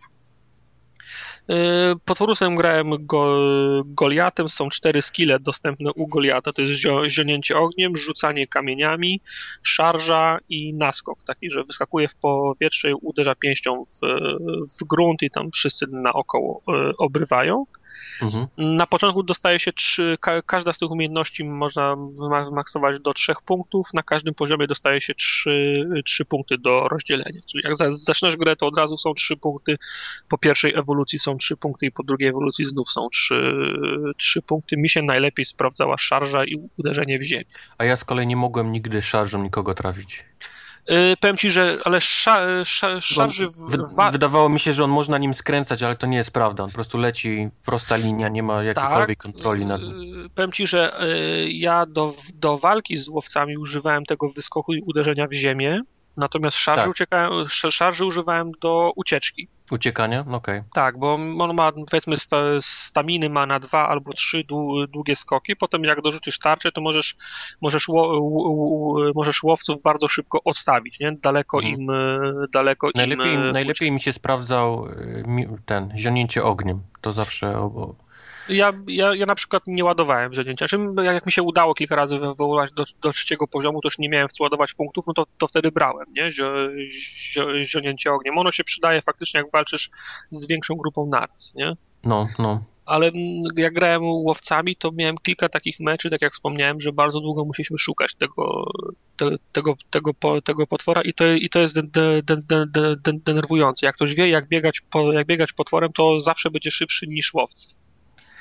Potworusem grałem go, Goliatem, są cztery skille dostępne u Goliata, to jest zio, zionięcie ogniem, rzucanie kamieniami, szarża i naskok, taki, że wyskakuje w powietrze i uderza pięścią w, w grunt i tam wszyscy naokoło e, obrywają. Mhm. Na początku dostaje się trzy, ka, każda z tych umiejętności można wyma- wymaksować do trzech punktów, na każdym poziomie dostaje się trzy, trzy punkty do rozdzielenia. Czyli jak za, zaczynasz grę, to od razu są trzy punkty, po pierwszej ewolucji są trzy punkty i po drugiej ewolucji znów są trzy, trzy punkty. Mi się najlepiej sprawdzała szarża i uderzenie w ziemię. A ja z kolei nie mogłem nigdy szarżą nikogo trafić. Yy, powiem ci, że ale sza, sza, szarży w, Wy, wa- wydawało mi się, że on można nim skręcać, ale to nie jest prawda. On po prostu leci prosta linia, nie ma jakiejkolwiek kontroli nad nim. Yy, Powiem ci, że yy, ja do, do walki z łowcami używałem tego wyskoku i uderzenia w ziemię, natomiast szarży, Tak. uciekałem, sz- szarży używałem do ucieczki. Uciekania? No okej. Tak, bo on ma, powiedzmy, sta, staminy ma na dwa albo trzy dłu, długie skoki, potem jak dorzucisz tarczę, to możesz, możesz, ło, ł, ł, możesz łowców bardzo szybko odstawić, nie? Daleko Mhm. im, e, daleko Najlepiej, im... e, najlepiej mi się sprawdzał y, mi- ten, zionięcie ogniem. To zawsze... O, o. Ja, ja, ja na przykład nie ładowałem zionięcia. Czym, jak jak mi się udało kilka razy wywołać do, do trzeciego poziomu, to już nie miałem w co ładować punktów, no to, to wtedy brałem, nie? Zio, zio, zionięcie ogniem. Ono się przydaje faktycznie, jak walczysz z większą grupą naraz, nie? No, no. Ale mm, jak grałem łowcami, to miałem kilka takich meczy, tak jak wspomniałem, że bardzo długo musieliśmy szukać tego, te, tego, tego, po, tego potwora i to, i to jest de, de, de, de, de, de, denerwujące. Jak ktoś wie, jak biegać, po, jak biegać potworem, to zawsze będzie szybszy niż łowcy.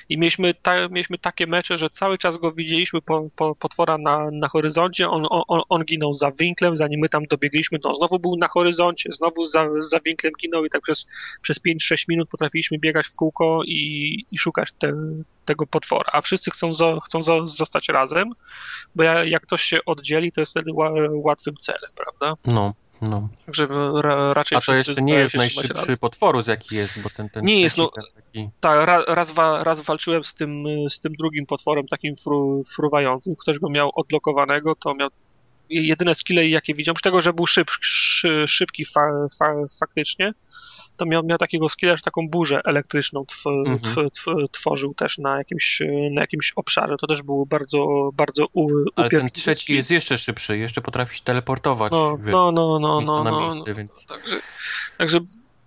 I mieliśmy, ta, mieliśmy takie mecze, że cały czas go widzieliśmy po, po, potwora na, na horyzoncie, on, on, on ginął za winklem, zanim my tam dobiegliśmy, to on znowu był na horyzoncie, znowu za, za winklem ginął i tak przez, przez pięć sześć minut potrafiliśmy biegać w kółko i, i szukać te, tego potwora, a wszyscy chcą, zo, chcą zo, zostać razem, bo jak ktoś się oddzieli, to jest wtedy ła, łatwym celem, prawda? No. No. Także ra, raczej A to jeszcze nie jest najszybszy potworus, jaki jest, bo ten, ten nie jest, no, ten taki... tak, raz, raz, raz walczyłem z tym, z tym drugim potworem, takim fru, fruwającym, ktoś go miał odblokowanego, to miał jedyne skille, jakie widziałem, z tego, że był szyb, szy, szybki fa, fa, faktycznie, to miał, miał takiego skilla, że taką burzę elektryczną tw, Mhm. tw, tw, tworzył też na jakimś, na jakimś obszarze. To też było bardzo, bardzo u, Ale ten upierdliwy trzeci skill. jest jeszcze szybszy, jeszcze potrafi się teleportować, No, wiesz, no, no, no, z miejsca no, na no, miejsce, no. więc... Także, także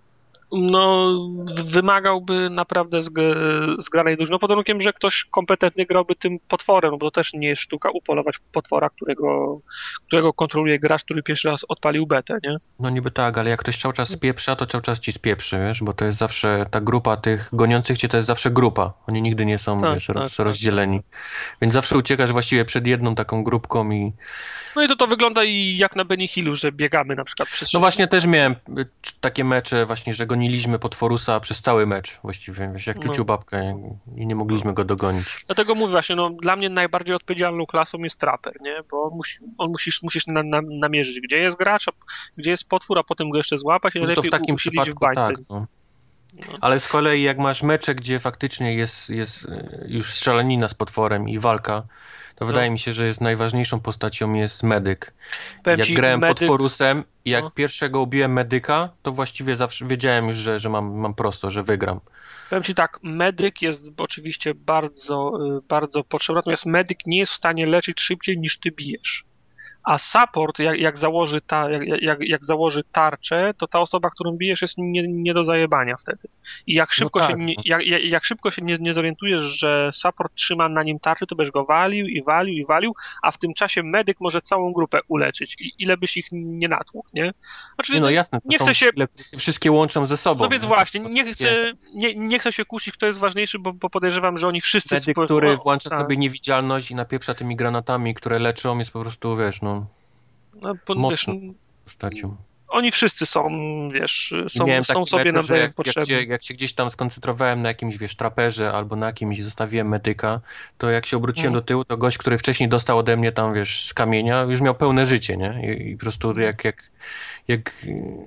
no, wymagałby naprawdę zg- zgranej dużo. No pod warunkiem, że ktoś kompetentnie grałby tym potworem, no bo to też nie jest sztuka upolować potwora, którego, którego kontroluje gracz, który pierwszy raz odpalił betę, nie? No niby tak, ale jak ktoś cały czas spieprza, to cały czas ci spieprzy, wiesz, bo to jest zawsze, ta grupa tych goniących cię to jest zawsze grupa. Oni nigdy nie są, Tak, wiesz, tak, roz, tak, rozdzieleni. Więc zawsze uciekasz właściwie przed jedną taką grupką i... No i to to wygląda i jak na Benny Hillu, że biegamy na przykład przez... No właśnie też miałem y, takie mecze właśnie, że goniliśmy potworusa przez cały mecz właściwie, wiesz, jak No. ciuciu babkę i nie mogliśmy go dogonić. Dlatego mówię właśnie, no dla mnie najbardziej odpowiedzialną klasą jest traper, nie? Bo on, musi, on musisz, musisz na, na, namierzyć, gdzie jest gracz, a, gdzie jest potwór, a potem go jeszcze złapać i No to najlepiej w takim uchylić w przypadku bańce. tak, no. Ale z kolei jak masz mecze, gdzie faktycznie jest, jest y, już strzelanina z potworem i walka, to No. wydaje mi się, że jest najważniejszą postacią jest medyk. Powiem Jak ci, grałem medyk- potworusem i jak No. pierwszego ubiłem medyka, to właściwie zawsze wiedziałem już, że, że mam, mam prosto, że wygram. Powiem ci tak, medyk jest oczywiście bardzo, y, bardzo potrzebny, natomiast medyk nie jest w stanie leczyć szybciej niż ty bijesz. A support, jak, jak, założy ta, jak, jak, jak założy tarczę, to ta osoba, którą bijesz, jest nie, nie do zajebania wtedy. I jak szybko, No się, tak, nie, no. jak, jak, jak szybko się nie, nie zorientujesz, że support trzyma na nim tarczę, to będziesz go walił i walił i walił, a w tym czasie medyk może całą grupę uleczyć. I ile byś ich nie natłukł, nie? Znaczy, Nie no jasne, to nie są chcę się... skille, które wszystkie łączą ze sobą. No więc nie? właśnie, To- nie chcę, nie, nie chcę się kłócić, kto jest ważniejszy, bo, bo podejrzewam, że oni wszyscy... Medyk, spo- który o, włącza tak. sobie niewidzialność i napieprza tymi granatami, które leczą, jest po prostu, wiesz, no, No, po, wiesz, mocno postacią. oni wszyscy są, wiesz, są, Miałem są taki sobie mecz, że nawzajem jak, jak, potrzebni. się, jak się gdzieś tam skoncentrowałem na jakimś, wiesz, traperze albo na kimś zostawiłem medyka, to jak się obróciłem Mm. do tyłu, to gość, który wcześniej dostał ode mnie tam, wiesz, z kamienia, już miał pełne życie, nie? I, i po prostu jak, jak, jak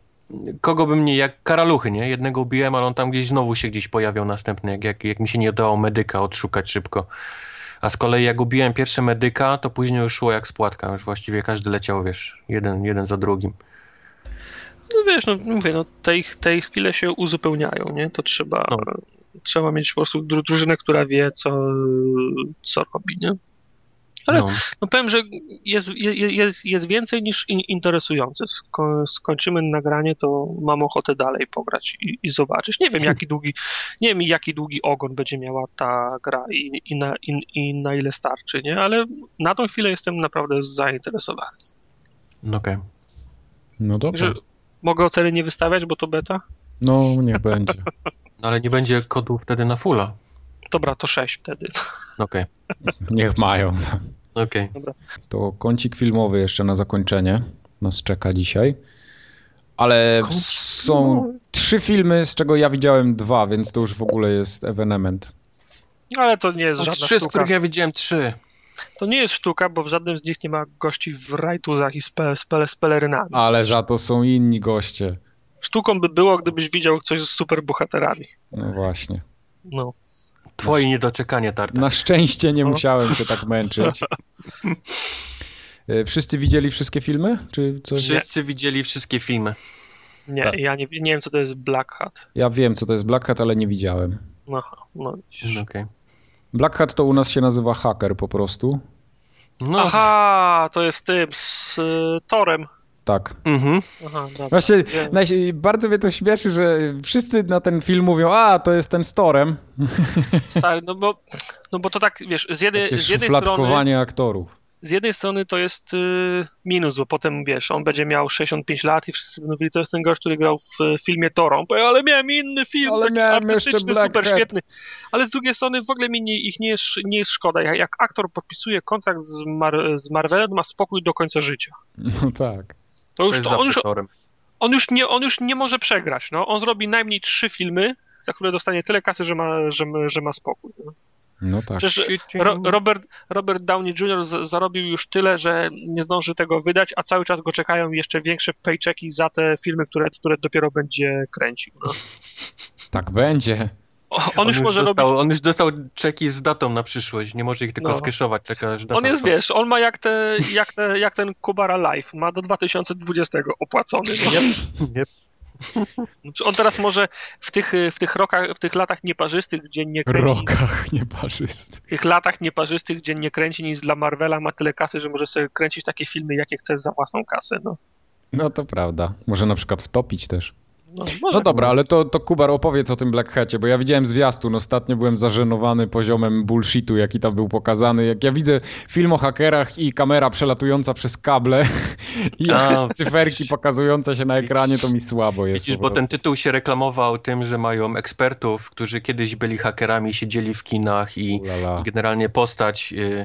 kogo bym nie, jak karaluchy, nie? Jednego ubiłem, ale on tam gdzieś znowu się gdzieś pojawiał następny, jak, jak, jak mi się nie udało medyka odszukać szybko. A z kolei jak ubiłem pierwszy medyka, to później już szło jak spłatka, już właściwie każdy leciał, wiesz, jeden, jeden za drugim. No wiesz, no mówię, no te ich, te ich skille się uzupełniają, nie? To trzeba, No. trzeba mieć po prostu dru- drużynę, która wie, co, co robi, nie? Ale No. no powiem, że jest, jest, jest więcej niż in, interesujące. Sko, skończymy nagranie, to mam ochotę dalej pograć i, i zobaczyć. Nie wiem, jaki długi, nie wiem, jaki długi ogon będzie miała ta gra i, i, na, i, i na ile starczy, nie? Ale na tą chwilę jestem naprawdę zainteresowany. Okej. No dobrze. Że mogę oceny nie wystawiać, bo to beta? No niech będzie. No ale nie będzie kodu wtedy na fulla. Dobra, to sześć wtedy. Okej. Niech mają. Okej. To kącik filmowy jeszcze na zakończenie nas czeka dzisiaj. Ale Kącik są filmowy? trzy filmy, z czego ja widziałem dwa, więc to już w ogóle jest ewenement. Ale to nie jest Są żadna trzy, z sztuka. których ja widziałem trzy. To nie jest sztuka, bo w żadnym z nich nie ma gości w rajtuzach i z, pe, z, pe, z pelerynami. Ale za to są inni goście. Sztuką by było, gdybyś widział coś z superbohaterami. No właśnie. No. Twoje niedoczekanie, Tartak. Na szczęście nie No. musiałem się tak męczyć. Y, Wszyscy widzieli wszystkie filmy? Czy coś? Wszyscy widzieli wszystkie filmy. Nie, Tak. ja nie, nie wiem, co to jest Black Hat. Ja wiem, co to jest Black Hat, ale nie widziałem. No, no. Okej. Black Hat to u nas się nazywa haker po prostu. No, Aha, to jest tym, z y, Torem. Tak. mhm. Aha, dobra. Właśnie Wiem. naj- bardzo mnie to śmieszy, że wszyscy na ten film mówią, a to jest ten z Torem. Stary, no bo, no bo to tak, wiesz, z, jednej Takie z jednej strony... szufladkowanie aktorów. z jednej strony to jest y, minus, bo potem, wiesz, on będzie miał sześćdziesiąt pięć lat i wszyscy będą mówili, to jest ten gość, który grał w y, filmie Toro. On powie, ale miałem inny film, Ale taki miałem jeszcze artystyczny, Black super Hat. świetny. Ale z drugiej strony w ogóle mi nie, ich nie jest, nie jest szkoda. Jak, jak aktor podpisuje kontrakt z, Mar- z Marvelem, ma spokój do końca życia. No tak. To już, To jest to on, już, zawsze torem. on, już nie, on już nie może przegrać. No. On zrobi najmniej trzy filmy, za które dostanie tyle kasy, że ma, że, że ma spokój. No. No tak. Przecież Ro- Robert, Robert Downey junior z- zarobił już tyle, że nie zdąży tego wydać, a cały czas go czekają jeszcze większe paychecki za te filmy, które, które dopiero będzie kręcił. No. Tak będzie. O, on, On już już, może dostał, robić... on już dostał czeki z datą na przyszłość, nie może ich tylko No. skeszować, czeka aż data. On jest, wiesz, on ma jak, te, jak, te, jak ten Kubara Live, ma do dwa tysiące dwudziestego opłacony. No. Nie, On teraz może w tych, w tych rokach, w tych latach nieparzystych, gdzie nie kręci... Rokach nieparzysty. W tych latach nieparzystych, gdzie nie kręci nic dla Marvela, ma tyle kasy, że może sobie kręcić takie filmy, jakie chce za własną kasę, no. No to prawda. Może na przykład wtopić też. No, może No dobra, ale to, to Kubar, opowiedz o tym Black Hacie, bo ja widziałem zwiastun, ostatnio byłem zażenowany poziomem bullshitu, jaki tam był pokazany. Jak ja widzę film o hakerach i kamera przelatująca przez kable i jakieś A, cyferki pokazujące się na ekranie, to mi słabo jest. Widzisz, po bo prostu. ten tytuł się reklamował tym, że mają ekspertów, którzy kiedyś byli hakerami, siedzieli w kinach i, Ulala. i generalnie postać y,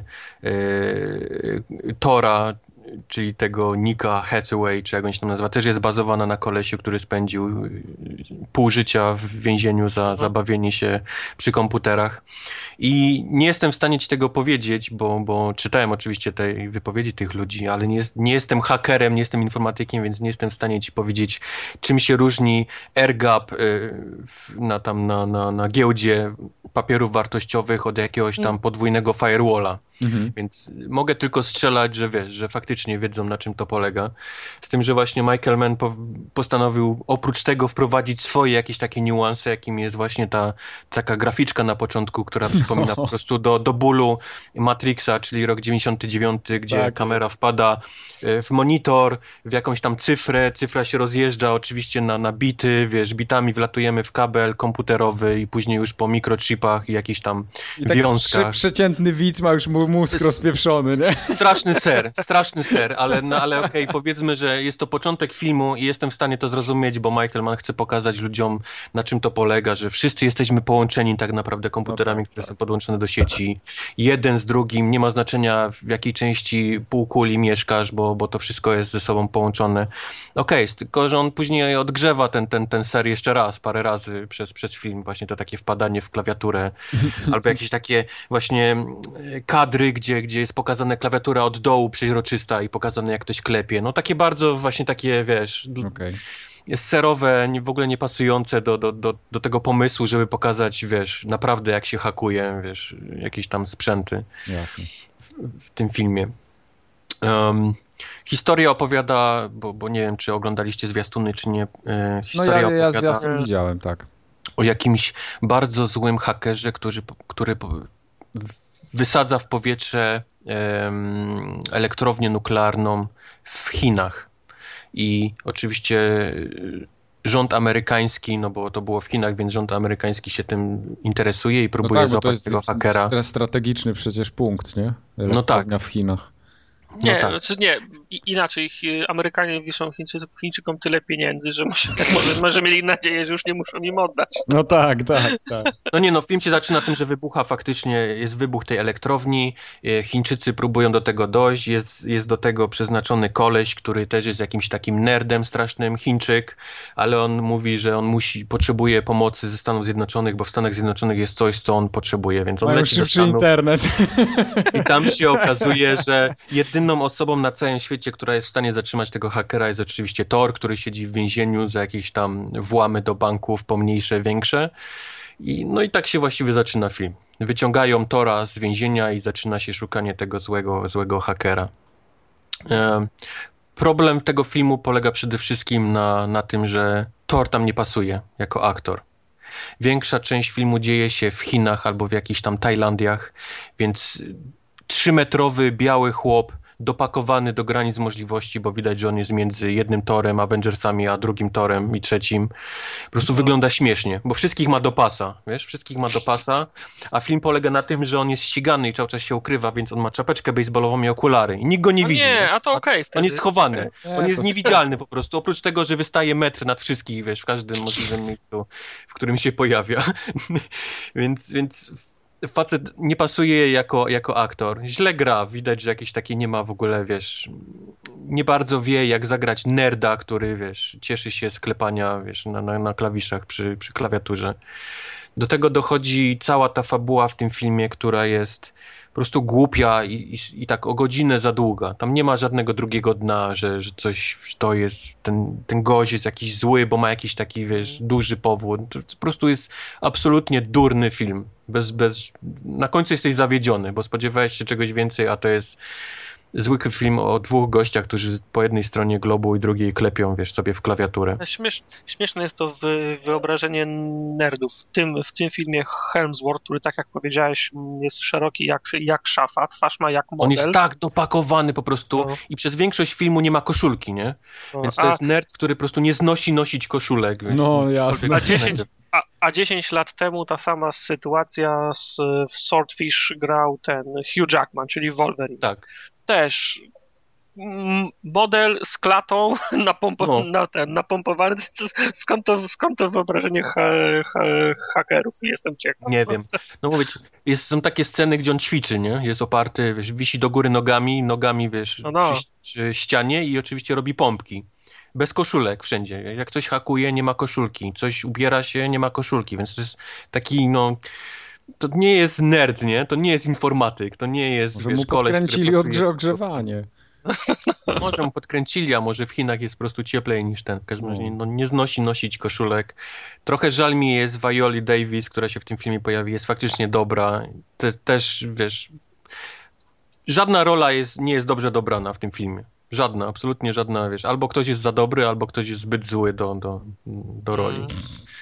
y, Tora, czyli tego Nika Hathaway, czy jak on się tam nazywa, też jest bazowana na kolesiu, który spędził y, pół życia w więzieniu za Mhm. zabawienie się przy komputerach. I nie jestem w stanie ci tego powiedzieć, bo, bo czytałem oczywiście te wypowiedzi tych ludzi, ale nie, jest, nie jestem hakerem, nie jestem informatykiem, więc nie jestem w stanie ci powiedzieć, czym się różni AirGap y, w, na, tam, na, na, na giełdzie papierów wartościowych od jakiegoś tam podwójnego firewalla. Mhm. Więc mogę tylko strzelać, że wiesz, że faktycznie wiedzą, na czym to polega. Z tym, że właśnie Michael Mann po, postanowił oprócz tego wprowadzić swoje jakieś takie niuanse, jakim jest właśnie ta taka graficzka na początku, która przypomina po prostu do, do bólu Matrixa, czyli rok dziewięćdziesiąty dziewiąty, gdzie Tak. kamera wpada e, w monitor, w jakąś tam cyfrę, cyfra się rozjeżdża oczywiście na, na bity, wiesz, bitami wlatujemy w kabel komputerowy i później już po mikrochipach i jakichś tam I taki wiązkach. przy, przeciętny widz ma już mu- mózg Jest- rozpieprzony, nie? Straszny ser, straszny ser, ale, no, ale okej, powiedzmy, że jest to początek filmu i jestem w stanie to zrozumieć, bo Michael Mann chce pokazać ludziom, na czym to polega, że wszyscy jesteśmy połączeni tak naprawdę komputerami, No tak, które tak. są podłączone do sieci. Jeden z drugim, nie ma znaczenia w jakiej części półkuli mieszkasz, bo, bo to wszystko jest ze sobą połączone. Okej, okay, tylko że on później odgrzewa ten, ten, ten ser jeszcze raz, parę razy przez, przez film, właśnie to takie wpadanie w klawiaturę, albo jakieś takie właśnie e, kadry, gdzie, gdzie jest pokazana klawiatura od dołu przeźroczysta i pokazane jak ktoś klepie. No takie bardzo właśnie takie, wiesz, d- Okej. serowe, nie, w ogóle nie pasujące do, do, do, do tego pomysłu, żeby pokazać, wiesz, naprawdę jak się hakuje, wiesz, jakieś tam sprzęty Jasne. w tym filmie. Um, historia opowiada, bo, bo nie wiem, czy oglądaliście zwiastuny, czy nie. E, No historia ja, ja opowiada zwiastun widziałem, tak. o jakimś bardzo złym hakerze, który, który po- w- wysadza w powietrze em, elektrownię nuklearną w Chinach. I oczywiście y, rząd amerykański, no bo to było w Chinach, więc rząd amerykański się tym interesuje i No próbuje tak, bo to złapać jest tego hakera. stra- strategiczny przecież punkt, nie? No tak. Elektrownia w Chinach. Nie, No tak. znaczy nie, I, inaczej, ich- Amerykanie wiszą Chińczycy, Chińczykom tyle pieniędzy, że może, może, może mieli nadzieję, że już nie muszą im oddać. No tak, tak, tak. No nie no, film się zaczyna tym, że wybucha faktycznie, jest wybuch tej elektrowni, e, Chińczycy próbują do tego dojść, jest, jest do tego przeznaczony koleś, który też jest jakimś takim nerdem strasznym, Chińczyk, ale on mówi, że on musi, potrzebuje pomocy ze Stanów Zjednoczonych, bo w Stanach Zjednoczonych jest coś, co on potrzebuje, więc on Mają leci do szybszy Stanów internet. i tam się okazuje, że jedyną osobą na całym świecie, która jest w stanie zatrzymać tego hakera, jest oczywiście Thor, który siedzi w więzieniu za jakieś tam włamy do banków, pomniejsze, większe. I, no i tak się właściwie zaczyna film. Wyciągają Thora z więzienia i zaczyna się szukanie tego złego, złego hakera. E, problem tego filmu polega przede wszystkim na, na tym, że Thor tam nie pasuje jako aktor. Większa część filmu dzieje się w Chinach albo w jakichś tam Tajlandiach, więc trzymetrowy biały chłop dopakowany do granic możliwości, bo widać, że on jest między jednym Torem, Avengersami, a drugim Torem i trzecim. Po prostu no. wygląda śmiesznie, bo wszystkich ma do pasa, wiesz, wszystkich ma do pasa, a film polega na tym, że on jest ścigany i cały czas się ukrywa, więc on ma czapeczkę baseballową i okulary i nikt go nie no widzi. Nie, nie, a to okej okay wtedy. On jest schowany, nie, on jest to... niewidzialny po prostu, oprócz tego, że wystaje metr nad wszystkich, wiesz, w każdym możliwym miejscu, w którym się pojawia. więc, więc facet nie pasuje jako, jako aktor. Źle gra, widać, że jakieś takie nie ma w ogóle, wiesz, nie bardzo wie, jak zagrać nerda, który, wiesz, cieszy się z klepania, wiesz, na, na, na klawiszach przy, przy klawiaturze. Do tego dochodzi cała ta fabuła w tym filmie, która jest po prostu głupia i, i, i tak o godzinę za długa. Tam nie ma żadnego drugiego dna, że, że coś to jest, ten, ten gość jest jakiś zły, bo ma jakiś taki, wiesz, duży powód. To po prostu jest absolutnie durny film. Bez, bez... Na końcu jesteś zawiedziony, bo spodziewałeś się czegoś więcej, a to jest zwykły film o dwóch gościach, którzy po jednej stronie globu i drugiej klepią, wiesz, sobie w klawiaturę. Śmiesz, śmieszne jest to wy, wyobrażenie nerdów. W tym, w tym filmie Helmsworth, który tak jak powiedziałeś jest szeroki jak, jak szafa, twarz ma jak model. On jest tak dopakowany po prostu no. i przez większość filmu nie ma koszulki, nie? No, Więc to a... jest nerd, który po prostu nie znosi nosić koszulek. Wiesz, no jasne. A dziesięć, a, a dziesięć lat temu ta sama sytuacja z, w Swordfish grał ten Hugh Jackman, czyli Wolverine. Tak. Też model z klatą napompo- no. na ten, napompowany. Skąd to, skąd to wyobrażenie ha, ha, hakerów? Jestem ciekaw. Nie wiem. No mówię ci, jest, są takie sceny, gdzie on ćwiczy, nie? Jest oparty, wiesz, wisi do góry nogami, nogami, wiesz, no no. przy, przy ścianie i oczywiście robi pompki. Bez koszulek wszędzie. Jak coś hakuje, nie ma koszulki. Coś ubiera się, nie ma koszulki. Więc to jest taki, no... To nie jest nerd, nie? To nie jest informatyk, to nie jest, może wiesz, mu koleś, podkręcili odgrze- ogrzewanie. Może mu podkręcili, a może w Chinach jest po prostu cieplej niż ten. W każdym razie no, nie znosi nosić koszulek. Trochę żal mi jest Violi Davis, która się w tym filmie pojawi. Jest faktycznie dobra. Te, też, wiesz... Żadna rola jest, nie jest dobrze dobrana w tym filmie. Żadna, absolutnie żadna, wiesz. Albo ktoś jest za dobry, albo ktoś jest zbyt zły do, do, do roli. Mm.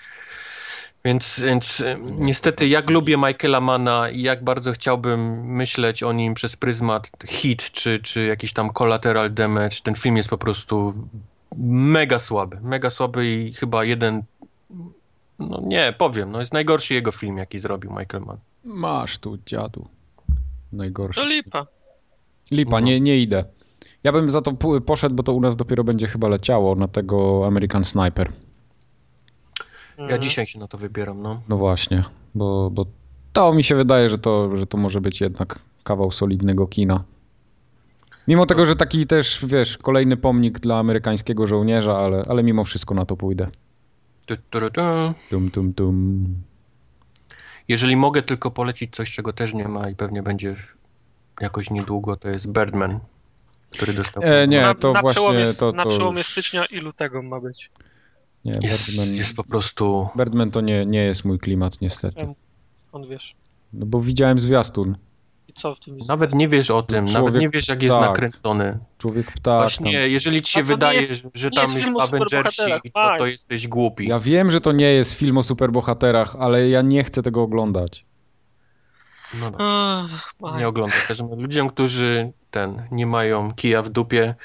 Więc, więc niestety jak lubię Michaela Manna i jak bardzo chciałbym myśleć o nim przez pryzmat hit, czy, czy jakiś tam collateral damage, ten film jest po prostu mega słaby. Mega słaby i chyba jeden, no nie, powiem, no jest najgorszy jego film, jaki zrobił Michael Mann. Masz tu, dziadu. Najgorszy. To lipa. Lipa, no. nie, nie idę. Ja bym za to poszedł, bo to u nas dopiero będzie chyba leciało na tego American Sniper. Ja dzisiaj się na to wybieram, no. No właśnie, bo, bo to mi się wydaje, że to, że to może być jednak kawał solidnego kina. Mimo tego, że taki też, wiesz, kolejny pomnik dla amerykańskiego żołnierza, ale, ale mimo wszystko na to pójdę. Tu, tu, tu, tu. Tum, tum, tum. Jeżeli mogę tylko polecić coś, czego też nie ma i pewnie będzie jakoś niedługo, to jest Birdman, który dostał... E, nie, na, to na właśnie... Przełomie, to, to na przełomie stycznia i lutego ma być. Nie, jest, Birdman, jest po prostu... Birdman to nie, nie jest mój klimat, niestety. Skąd wiesz? No bo widziałem zwiastun. I co w tym jest? Nawet nie wiesz o tym, Człowiek nawet nie wiesz, jak jest ptak. nakręcony. Człowiek ptak. Właśnie, tam. jeżeli ci się to wydaje, jest, że tam jest, jest Avengersi, to, to jesteś głupi. Ja wiem, że to nie jest film o superbohaterach, ale ja nie chcę tego oglądać. No dobrze. Uh, nie oglądam. Ludziom, którzy ten, nie mają kija w dupie,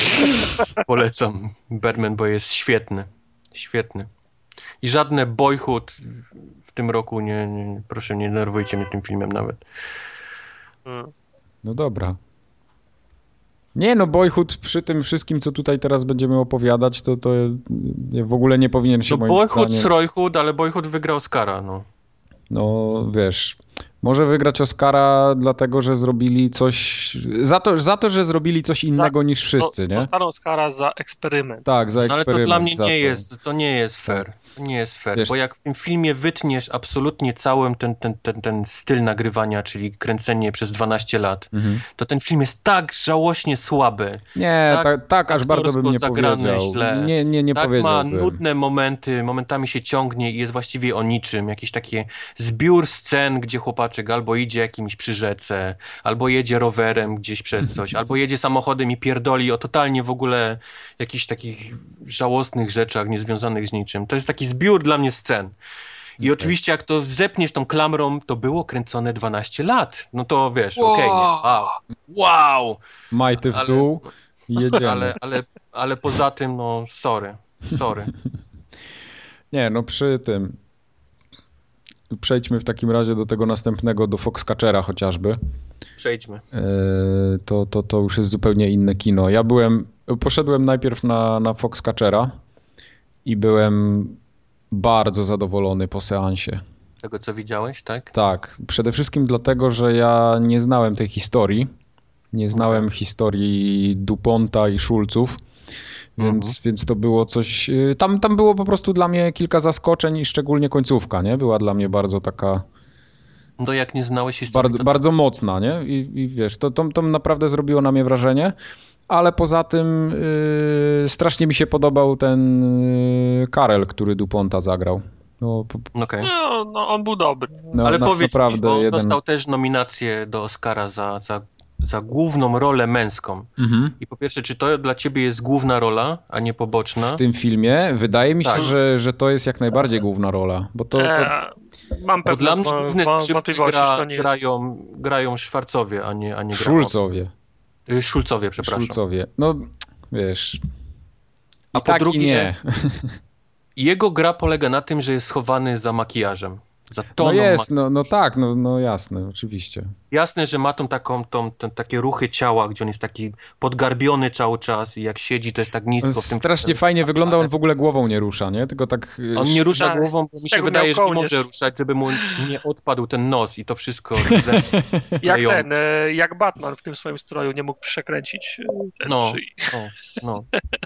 polecam Birdman, bo jest świetny. Świetny. I żadne Boyhood w tym roku, nie, nie proszę, nie nerwujcie mnie tym filmem nawet. No dobra. Nie no, Boyhood przy tym wszystkim, co tutaj teraz będziemy opowiadać, to, to w ogóle nie powinien się no moim Boyhood zdaniem... z Royhood, ale Boyhood wygrał Oscara, no. No wiesz, może wygrać Oscara dlatego, że zrobili coś... Za to, za to że zrobili coś innego za, niż wszyscy, no, nie? Dostaną Oscara za eksperyment. Tak, za eksperyment. No, ale to dla mnie nie to. jest, to nie jest fair. To nie jest fair, Wiesz, bo jak w tym filmie wytniesz absolutnie cały ten, ten, ten, ten styl nagrywania, czyli kręcenie przez dwanaście lat, mhm. to ten film jest tak żałośnie słaby. Nie, tak, tak, tak aż bardzo bym nie powiedział. Źle. Nie, nie, nie tak powiedziałbym. Ma nudne momenty, momentami się ciągnie i jest właściwie o niczym. Jakieś takie zbiór scen, gdzie chłopaczek albo idzie jakimś przy rzece, albo jedzie rowerem gdzieś przez coś, albo jedzie samochodem i pierdoli o totalnie w ogóle jakichś takich żałosnych rzeczach niezwiązanych z niczym. To jest taki zbiór dla mnie scen. I okay. oczywiście jak to zepniesz tą klamrą, to było kręcone dwanaście lat. No to wiesz, wow. okej, okay, wow, wow. Majty w ale, dół i jedziemy. Ale, ale, ale poza tym, no sorry, sorry. Nie, no przy tym, przejdźmy w takim razie do tego następnego, do Foxcatchera chociażby. Przejdźmy. To, to, to już jest zupełnie inne kino. Ja byłem, poszedłem najpierw na, na Foxcatchera i byłem bardzo zadowolony po seansie. Tego, co widziałeś, tak? Tak. Przede wszystkim dlatego, że ja nie znałem tej historii. Nie znałem okay. historii DuPonta i Schulzów. Więc, mhm. więc to było coś... Tam, tam było po prostu dla mnie kilka zaskoczeń i szczególnie końcówka, nie? Była dla mnie bardzo taka... No jak nie znałeś historii... Bardzo, to... bardzo mocna, nie? I, i wiesz, to, to, to naprawdę zrobiło na mnie wrażenie. Ale poza tym yy, strasznie mi się podobał ten yy, Karel, który DuPonta zagrał. No, po... okay. no, no on był dobry. No, ale na, powiedz naprawdę mi, bo jeden... dostał też nominację do Oscara za... za... za główną rolę męską. Mhm. I po pierwsze, czy to dla ciebie jest główna rola, a nie poboczna? W tym filmie wydaje mi się, tak. że, że to jest jak najbardziej główna rola. Bo to, to... Eee, mam pewne dla mnie główne skrzypki gra, grają, grają Szwarcowie, a nie, a nie Szulcowie. Gra... Szulcowie, przepraszam. Szulcowie. No, wiesz... A po tak drugie, nie. jego gra polega na tym, że jest schowany za makijażem. Za toną no jest, no, no tak, no, no jasne, oczywiście. Jasne, że ma tą taką, tą, tą, takie ruchy ciała, gdzie on jest taki podgarbiony cały czas i jak siedzi, to jest tak nisko. W tym strasznie fajnie wygląda, on w ogóle głową nie rusza, nie? Tylko tak... On nie rusza tak, głową, bo mi się wydaje, że nie może ruszać, żeby mu nie odpadł ten nos i to wszystko... jak ten, jak Batman w tym swoim stroju nie mógł przekręcić ten no, szyi. No, no.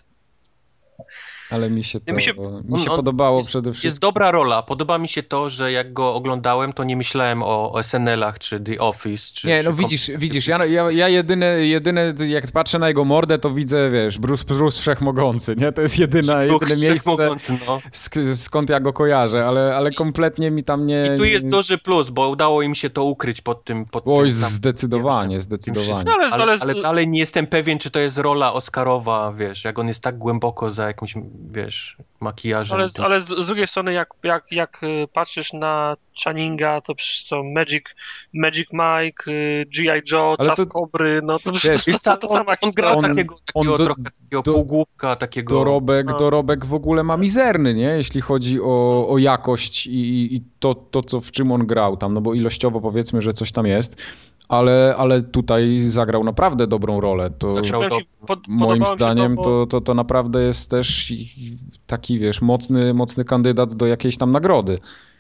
Ale mi się to mi się, mi się on, podobało jest, przede wszystkim. Jest dobra rola. Podoba mi się to, że jak go oglądałem, to nie myślałem o, o S N L-ach, czy The Office, czy... Nie, no czy widzisz, kom... widzisz, ja, ja, ja jedyne, jedyne, jak patrzę na jego mordę, to widzę, wiesz, Bruce, Bruce Wszechmogący, nie? To jest jedyna, jedyne miejsce, no. skąd ja go kojarzę, ale, ale kompletnie mi tam nie... I tu jest duży plus, bo udało im się to ukryć pod tym... Pod Oj, tym tam, zdecydowanie, wiesz, zdecydowanie. No, ale, ale, ale, ale dalej nie jestem pewien, czy to jest rola Oscarowa, wiesz, jak on jest tak głęboko za jakimś, wiesz... makijażem. Ale, ale z, z drugiej strony, jak, jak, jak patrzysz na Channinga, to przecież co, Magic, Magic Mike, G I. Joe, ale Czas to, Kobry, no to wiesz, to, to, to on, sama on grał takiego, takiego do, trochę takiego do, półgłówka, takiego... Dorobek, no. dorobek w ogóle ma mizerny, nie? Jeśli chodzi o, o jakość i, i to, to, co w czym on grał tam, no bo ilościowo powiedzmy, że coś tam jest, ale, ale tutaj zagrał naprawdę dobrą rolę. To pod, moim zdaniem to, bo... to, to, to naprawdę jest też taki, wiesz, mocny, mocny kandydat do jakiejś tam nagrody.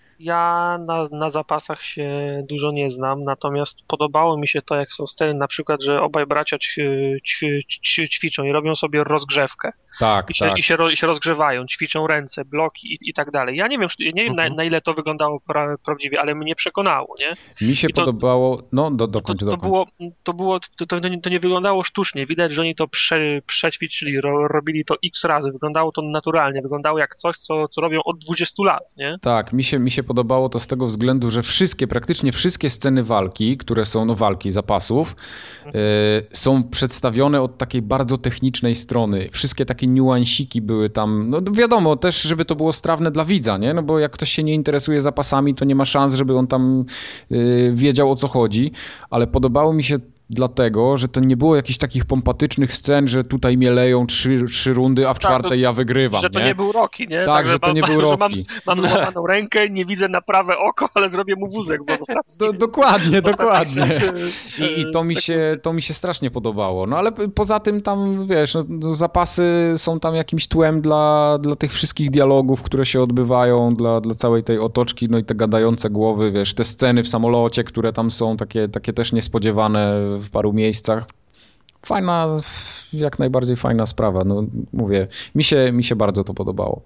Ja na, na zapasach się dużo nie znam, natomiast podobało mi się to, jak są sceny, na przykład, że obaj bracia ć, ć, ć, ćwiczą i robią sobie rozgrzewkę. Tak, I się, tak. I się, ro, się rozgrzewają, ćwiczą ręce, bloki i, i tak dalej. Ja nie wiem, nie wiem uh-huh. na, na ile to wyglądało pra, prawdziwie, ale mnie przekonało, nie? Mi się to, podobało, no do, dokończ, to, to dokończ. było, to, było to, to, to nie wyglądało sztucznie, widać, że oni to prze, przećwiczyli, ro, robili to x razy, wyglądało to naturalnie, wyglądało jak coś, co, co robią od dwudziestu lat, nie? Tak, mi się, mi się podobało to z tego względu, że wszystkie, praktycznie wszystkie sceny walki, które są, no walki, zapasów, y, są przedstawione od takiej bardzo technicznej strony. Wszystkie takie niuansiki były tam, no wiadomo, też żeby to było strawne dla widza, nie? No bo jak ktoś się nie interesuje zapasami, to nie ma szans, żeby on tam y, wiedział, o co chodzi, ale podobało mi się dlatego, że to nie było jakichś takich pompatycznych scen, że tutaj mnie leją trzy, trzy rundy, a w tak, czwartej to, ja wygrywam. Że to nie, nie był Rocky, nie? Tak, tak że, że to mam, nie był Rocky. Mam, mam złamaną rękę, nie widzę na prawe oko, ale zrobię mu wózek. Bo Do, dokładnie, dokładnie. I, I to, mi się, to mi się strasznie podobało. No ale poza tym tam, wiesz, no, zapasy są tam jakimś tłem dla, dla tych wszystkich dialogów, które się odbywają, dla, dla całej tej otoczki, no i te gadające głowy, wiesz, te sceny w samolocie, które tam są, takie, takie też niespodziewane w paru miejscach. Fajna, jak najbardziej fajna sprawa. No mówię, mi się, mi się bardzo to podobało.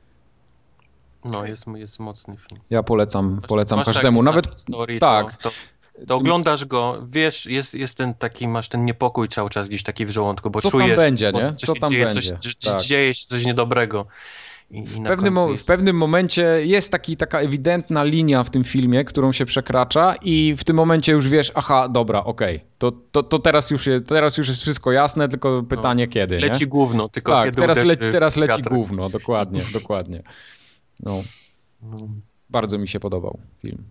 No, jest, jest mocny film. Ja polecam, polecam masz każdemu. Nawet historii, tak. To, to, to oglądasz go, wiesz, jest, jest ten taki, masz ten niepokój cały czas gdzieś taki w żołądku, bo co czujesz, tam będzie, nie? Co Co się tam dzieje, będzie? Coś, tak. dzieje się coś niedobrego. I, i w, pewnym, jest... w pewnym momencie jest taki, taka ewidentna linia w tym filmie, którą się przekracza i w tym momencie już wiesz, aha, dobra, okej, okay. to, to, to teraz, już je, teraz już jest wszystko jasne, tylko pytanie no, kiedy. Leci nie? gówno, tylko tak, kiedy teraz, le, uderzy teraz leci wiatrem. gówno, dokładnie, dokładnie. No. No. Bardzo mi się podobał film.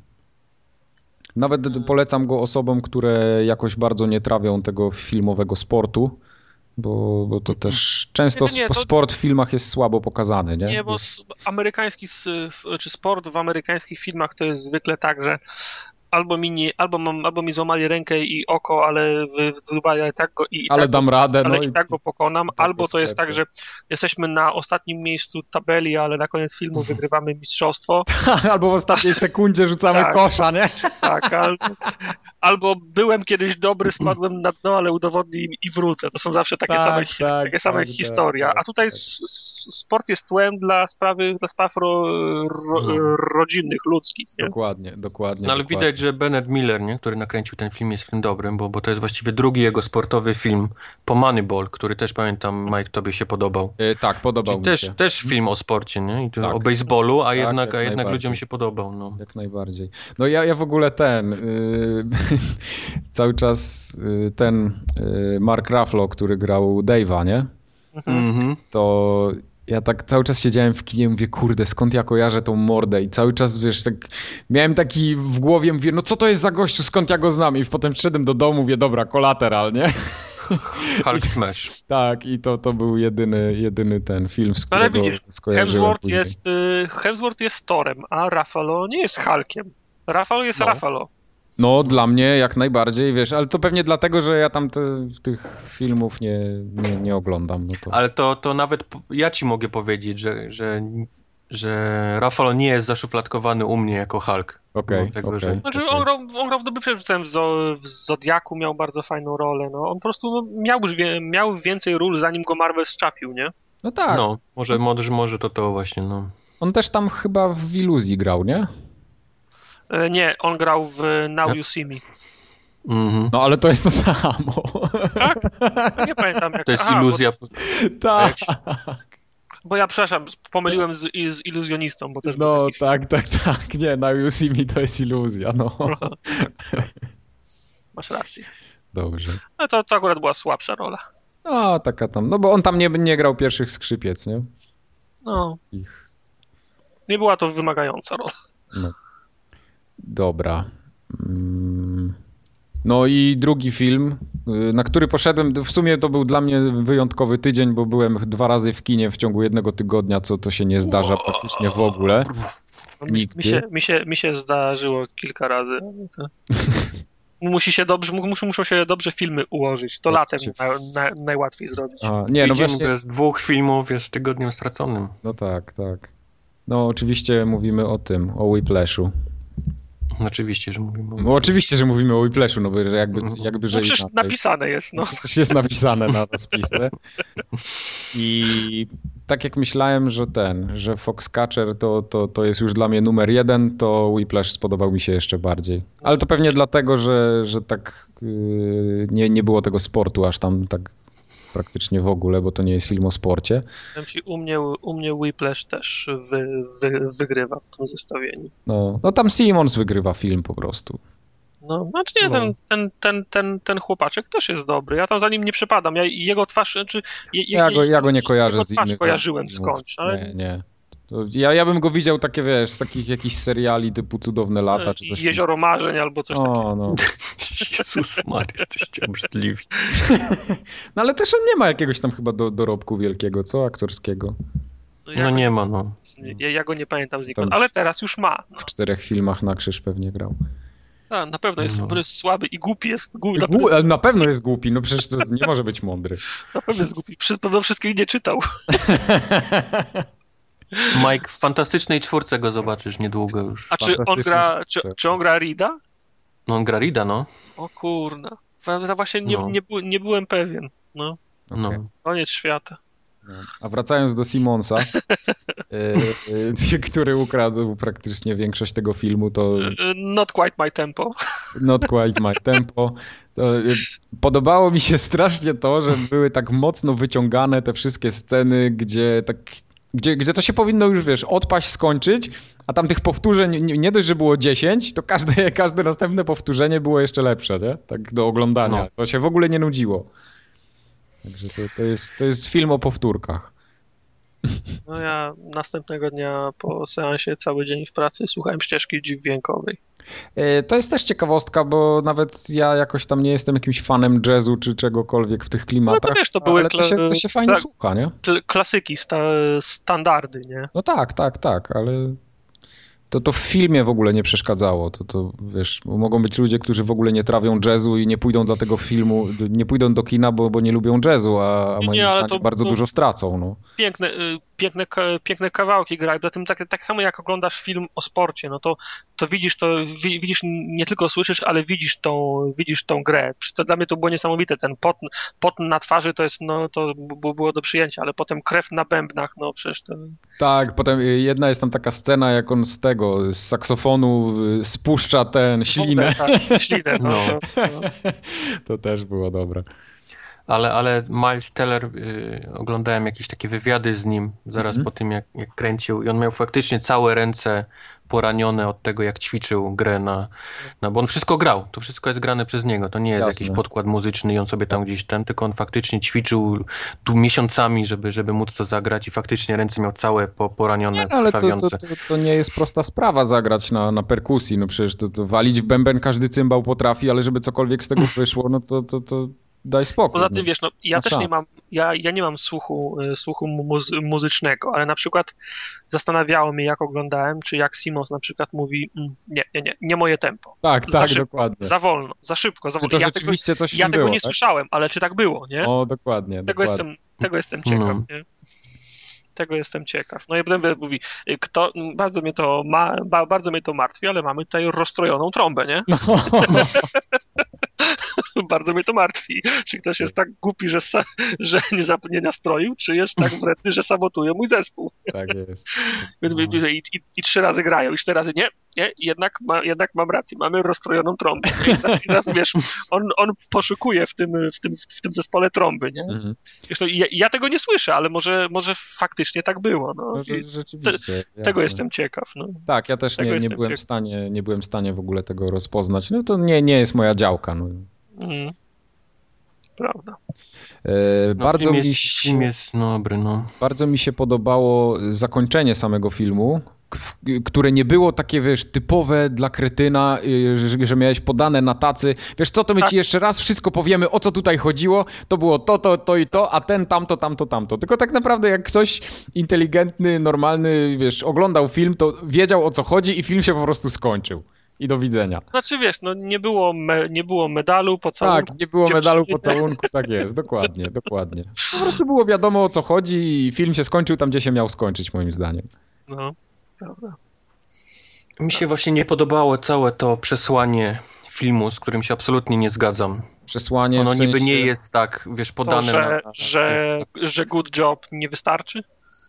Nawet polecam go osobom, które jakoś bardzo nie trawią tego filmowego sportu, bo, bo to też często Nie, nie, to- sport w filmach jest słabo pokazany, nie? Nie, bo Jest- s- amerykański, s- f- czy sport w amerykańskich filmach to jest zwykle tak, że albo mi, nie, albo mam, albo mi złamali rękę i oko, ale w, w Dubaju i tak go, i, i Ale tak dam go, radę, ale no i i tak go pokonam, tak albo jest to jest tak, pewnie. że jesteśmy na ostatnim miejscu tabeli, ale na koniec filmu wygrywamy mistrzostwo. albo w ostatniej sekundzie rzucamy Tak. kosza, nie? Tak, albo, albo byłem kiedyś dobry, spadłem na dno, ale udowodnij i wrócę. To są zawsze takie Tak, same, tak, takie same tak, historie. tak, A tutaj tak. s- s- sport jest tłem dla sprawy, dla spraw ro, ro, No. rodzinnych, ludzkich. Nie? Dokładnie, dokładnie. No ale dokładnie. widać, że Bennett Miller, nie, który nakręcił ten film, jest film dobrym, bo, bo to jest właściwie drugi jego sportowy film po Moneyball, który też pamiętam, Mike, tobie się podobał. E, Tak, podobał Czyli mi też, się. też film o sporcie, nie? I to Tak. o baseballu, a Tak, jednak, jak a jednak najbardziej. ludziom się podobał. No. Jak najbardziej. No ja, ja w ogóle ten, yy, cały czas yy, ten yy, Mark Ruffalo, który grał Dave'a, nie? Mhm. To ja tak cały czas siedziałem w kinie i mówię, kurde, skąd ja kojarzę tą mordę? I cały czas, wiesz, tak miałem taki w głowie, mówię, no co to jest za gościu, skąd ja go znam? I potem przyszedłem do domu, mówię, dobra, Collateral, nie? Hulk Smash. Tak, i to, to był jedyny, jedyny ten film, z Ale którego widzisz, skojarzyłem Hemsworth później. jest, y, Hemsworth jest Thorem, a Ruffalo nie jest Hulkiem. Ruffalo jest No. Ruffalo. No, dla mnie jak najbardziej, wiesz, ale to pewnie dlatego, że ja tam te, tych filmów nie, nie, nie oglądam. No to... Ale to, to nawet po- ja ci mogę powiedzieć, że, że, że Ruffalo nie jest zaszufladkowany u mnie jako Hulk. Okej, Mimo tego, okej. że- Znaczy, okej. on grał, on grał w dobry przedtem w, Zo, w Zodiaku, miał bardzo fajną rolę. No. On po prostu no, miał już wie, miał więcej ról, zanim go Marvel zczapił, nie? No tak, No, może, może, może to to właśnie, no. on też tam chyba w Iluzji grał, nie? E, Nie, on grał w Now You See Me. Mhm. No ale to jest to samo. Tak? No, nie pamiętam jak. To jest Aha, iluzja. Tak. jak się- Bo, bo ja, przepraszam, pomyliłem z, z iluzjonistą, bo też był No taki film. tak, tak, tak. Nie, na You See Me to jest iluzja, no. Masz rację. Dobrze. No to, to akurat była słabsza rola. No, taka tam, no bo on tam nie, nie grał pierwszych skrzypiec, nie? No, Ich. nie była to wymagająca rola. No. Dobra. Mm. No i drugi film, y, na który poszedłem, w sumie to był dla mnie wyjątkowy tydzień, bo byłem dwa razy w kinie w ciągu jednego tygodnia, co to się nie zdarza praktycznie w ogóle. No, mi, mi, się, mi, się, mi się zdarzyło kilka razy. ale to- Musi się dobrze, mu- muszą, muszą się dobrze filmy ułożyć. To Jak latem się- na, na, najłatwiej zrobić. A, nie, no Tydzień właśnie, bez dwóch filmów jest tygodniem straconym. no tak, tak. No oczywiście mówimy o tym, o Whiplashu. Oczywiście, że mówimy. No oczywiście, że mówimy o Whiplashu, no bo że jakby, jakby że No przecież inaczej. napisane jest, no. Coś jest napisane na rozpisce. I tak jak myślałem, że ten, że Foxcatcher to, to, to jest już dla mnie numer jeden, to Whiplash spodobał mi się jeszcze bardziej. Ale to pewnie dlatego, że, że tak yy, nie, nie było tego sportu aż tam tak praktycznie w ogóle, bo to nie jest film o sporcie. Powiem ci, U mnie, u mnie Whiplash też wy, wy, wygrywa w tym zestawieniu. No, no tam Simmons wygrywa film po prostu. No, znaczy nie, No. ten, ten, ten, ten, ten chłopaczek też jest dobry. Ja tam za nim nie przepadam. Ja jego twarz, znaczy... Je, je, Ja go, ja go nie kojarzę jego z twarz innych. kojarzyłem filmów. skądś, ale Nie, nie. To ja, ja bym go widział takie, wiesz, z takich jakichś seriali typu Cudowne lata, czy coś. w tym Jezioro Marzeń albo coś takiego. O, no. Jezus Maria, jesteście obrzydliwi. No ale też on nie ma jakiegoś tam chyba do, dorobku wielkiego, co? Aktorskiego. Ja, No go, nie ma, no. ja, ja go nie pamiętam znikąd, Tam- ale teraz już ma. No. W czterech filmach na krzyż pewnie grał. A, na pewno jest, No. jest słaby i głupi jest. Głupi, na, Głu- pewno, ale na pewno jest głupi, no przecież to nie może być mądry. na pewno jest głupi. Przy- Pewno wszystkich nie czytał. Mike, w fantastycznej czwórce go zobaczysz niedługo już. A czy on Fantastycznie gra, czy, sztuce. czy on gra Rida? No on gra Rida, no. O kurna. Ja właśnie nie, No. nie, był- nie byłem pewien. No, no. Okej. koniec świata. No. A wracając do Simonsa, y, y, który ukradł praktycznie większość tego filmu, to Y, Not quite my tempo. Not Quite My Tempo. To, y, podobało mi się strasznie to, że były tak mocno wyciągane te wszystkie sceny, gdzie tak, gdzie, gdzie to się powinno już, wiesz, odpaść, skończyć, a tam tych powtórzeń nie, nie dość, że było dziesięć, to każde, każde następne powtórzenie było jeszcze lepsze, nie? Tak do oglądania. No. To się w ogóle nie nudziło. Także to, to, jest, to jest film o powtórkach. No ja następnego dnia po seansie cały dzień w pracy słuchałem ścieżki dźwiękowej. To jest też ciekawostka, bo nawet ja jakoś tam nie jestem jakimś fanem jazzu czy czegokolwiek w tych klimatach, No to wiesz, to były ale to się, to się fajnie kla- słucha, nie? klasyki, sta standardy, nie? No tak, tak, tak, ale to, to w filmie w ogóle nie przeszkadzało. To, to wiesz, bo mogą być ludzie, którzy w ogóle nie trawią jazzu i nie pójdą do tego filmu, nie pójdą do kina, bo, bo nie lubią jazzu, a, a moim Nie, ale zdaniem to- bardzo to- dużo stracą. No. Piękne, y, piękne, ka- piękne kawałki grają. Do tym tak, tak samo jak oglądasz film o sporcie, no to, to widzisz to, wi- widzisz, nie tylko słyszysz, ale widzisz tą, widzisz tą grę. To dla mnie to było niesamowite. Ten pot, pot na twarzy to jest, no to b- było do przyjęcia, ale potem krew na bębnach, no przecież to... Tak, potem jedna jest tam taka scena, jak on z tego, z saksofonu y, spuszcza ten ślinę. Wodę, tak, ślinę, no, No. To, no. To też było dobre. Ale, ale Miles Teller, y, oglądałem jakieś takie wywiady z nim zaraz Mhm. po tym, jak, jak kręcił i on miał faktycznie całe ręce poranione od tego, jak ćwiczył grę na, na... Bo on wszystko grał, to wszystko jest grane przez niego, to nie jest Jasne. jakiś podkład muzyczny i on sobie tam Jasne. gdzieś ten, tylko on faktycznie ćwiczył tu miesiącami, żeby, żeby móc to zagrać i faktycznie ręce miał całe po, poranione, Nie, no, ale to, to, krwawiące. to, to nie jest prosta sprawa zagrać na, na perkusji. No przecież to, to walić w bęben każdy cymbał potrafi, ale żeby cokolwiek z tego wyszło, no to, to, to daj spokój. Poza tym, no. wiesz, no, ja Ma też nie szans. mam, ja, ja nie mam słuchu, y, słuchu muzy- muzycznego, ale na przykład zastanawiało mnie, jak oglądałem, czy jak Simons na przykład mówi, mm, nie, nie, nie, nie moje tempo, Tak, za tak, szybko, dokładnie. za wolno, za szybko, za Czy wolno. to Ja tego, rzeczywiście coś w ja tym tego było, nie tak? słyszałem, ale czy tak było, nie? O, dokładnie, Tego dokładnie. jestem, tego jestem ciekaw, No. nie? Tego jestem ciekaw. No i potem mówi, y, kto, bardzo mnie to ma, ba, bardzo mnie to martwi, ale mamy tutaj rozstrojoną trąbę, nie? No. Bardzo mnie to martwi. Czy ktoś jest tak głupi, że, sa, że nie, zap- nie nastroił, czy jest tak wredny, że sabotuje mój zespół. Tak jest. Więc No. I, i, I trzy razy grają, i cztery razy nie, nie, jednak, ma, jednak mam rację, mamy rozstrojoną trąbę. I teraz, i teraz wiesz, on, on poszukuje w tym, w, tym, w tym zespole trąby, nie? Mhm. Wiesz, no, ja, ja tego nie słyszę, ale może, może faktycznie tak było. No. No, że, I rzeczywiście. tego jasne. jestem ciekaw. No. Tak, ja też tego nie, nie, jestem byłem w ciekaw. stanie, nie byłem w stanie w ogóle tego rozpoznać. No to nie, nie jest moja działka. No. Mm. Prawda. E, No, bardzo, film mi jest, się, film jest dobry, no. bardzo mi się podobało zakończenie samego filmu, k- które nie było takie, wiesz, typowe dla kretyna, y, że, że miałeś podane na tacy. Wiesz co, to my Tak. ci jeszcze raz wszystko powiemy, o co tutaj chodziło. To było to, to, to i to, a ten tamto, tamto, tamto. Tylko tak naprawdę jak ktoś inteligentny, normalny, wiesz, oglądał film, to wiedział, o co chodzi i film się po prostu skończył. I do widzenia. Znaczy wiesz, no nie było, me, nie było medalu po całym. Tak, nie było dziewczyny. medalu pocałunku, tak jest, dokładnie, dokładnie. Po prostu było wiadomo, o co chodzi i film się skończył tam, gdzie się miał skończyć, moim zdaniem. No, prawda. Mi się właśnie nie podobało całe to przesłanie filmu, z którym się absolutnie nie zgadzam. Przesłanie Ono w sensie... niby nie jest tak, wiesz, To, podane że, na, na, że, że good job nie wystarczy?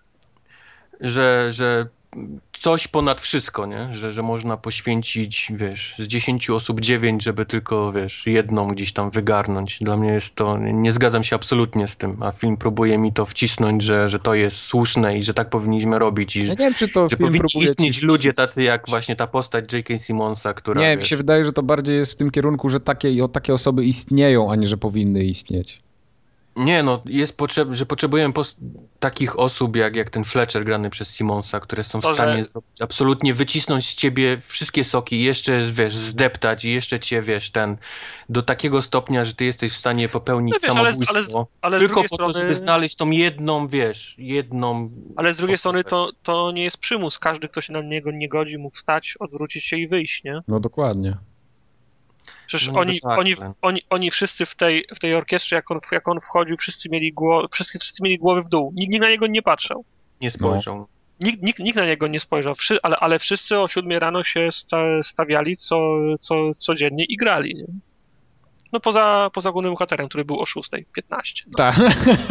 że, że coś ponad wszystko, nie? Że, że można poświęcić, wiesz, z dziesięciu osób dziewięć, żeby tylko, wiesz, jedną gdzieś tam wygarnąć. Dla mnie jest to, nie zgadzam się absolutnie z tym, a film próbuje mi to wcisnąć, że, że to jest słuszne i że tak powinniśmy robić i Ja że, nie wiem, czy to że film powinni próbuje istnieć ci ludzie wcisnąć. tacy jak właśnie ta postać J K. Simmonsa, która, Nie, mi wiesz, się wydaje, że to bardziej jest w tym kierunku, że takie, o, takie osoby istnieją, a nie, że powinny istnieć. Nie, no, jest potrzeb, że potrzebujemy pos- takich osób jak, jak ten Fletcher grany przez Simmonsa, które są w To, stanie że- z- absolutnie wycisnąć z ciebie wszystkie soki, jeszcze, wiesz, zdeptać i jeszcze cię, wiesz, ten, do takiego stopnia, że ty jesteś w stanie popełnić No wiesz, ale- samobójstwo, ale z tylko drugiej po strony- to, żeby znaleźć tą jedną, wiesz, jedną... Ale z drugiej osobę. strony to, to nie jest przymus. Każdy, kto się na niego nie godzi, mógł wstać, odwrócić się i wyjść, nie? No dokładnie. Przecież No niby oni, tak, oni, ale- oni, oni wszyscy w tej, w tej orkiestrze, jak on, jak on wchodził, wszyscy mieli, gło, wszyscy, wszyscy mieli głowy w dół. Nikt, nikt na niego nie patrzał. Nie spojrzał. Nikt, nikt, nikt na niego nie spojrzał, Wszy, ale, ale wszyscy o siódmej rano się sta, stawiali co, co, codziennie i grali. Nie? No poza, poza głównym bohaterem, który był o szóstej piętnaście. No. Tak.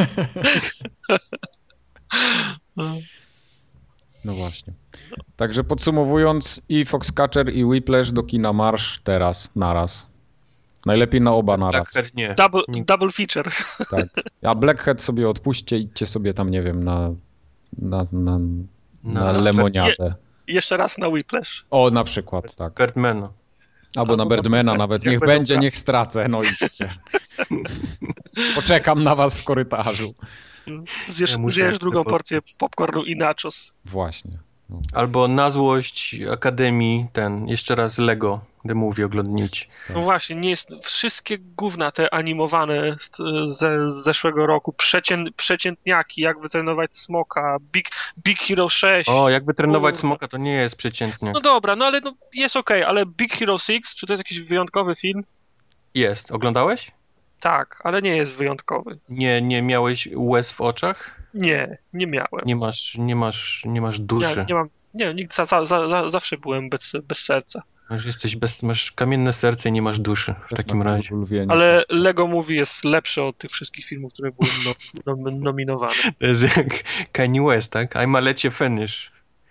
No. No właśnie. Także podsumowując, i Foxcatcher, i Whiplash do kina marsz teraz, naraz. Najlepiej na oba naraz. Tak, nie. Double, Nie. double feature. Tak. A Blackhead sobie odpuśćcie, idźcie sobie tam, nie wiem, na, na, na, na Na- lemoniadę. Jeszcze raz na Whiplash. O, na przykład, tak. Birdmana. Albo na Birdmana nawet. Jak Niech będą będzie, pra- niech stracę. No idźcie. Poczekam na was w korytarzu. Zjesz, Ja muszę zjesz drugą poprzeć. porcję popcornu i nachos. Właśnie. No. Albo Na złość Akademii, ten, jeszcze raz Lego, The Movie oglądnijcie. No właśnie, nie jest, wszystkie gówna te animowane z, ze, z zeszłego roku, przecię, przeciętniaki, jak wytrenować smoka, Big, Big Hero sześć. O, jak wytrenować Kurwa. smoka, to nie jest przeciętnie. No dobra, no ale no, jest okej, ale Big Hero sześć, czy to jest jakiś wyjątkowy film? Jest. Oglądałeś? Tak, ale nie jest wyjątkowy. Nie, nie miałeś łez w oczach? Nie, nie miałem. Nie masz, nie masz, nie masz Nie, duszy. nie mam, nie, nigdy, za, za, za, zawsze byłem bez, bez serca. Masz, jesteś bez, masz kamienne serce i nie masz duszy w Też takim na razie. ulwienie. Ale Lego Movie jest lepsze od tych wszystkich filmów, które były no, no, nominowane. To jest jak Kanye West, tak? I'm a let you finish.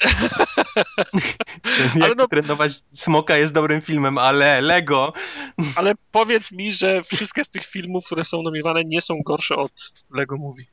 Jak Ale no- trenować smoka jest dobrym filmem, ale Lego... Ale powiedz mi, że wszystkie z tych filmów, które są nominowane, nie są gorsze od Lego Movie.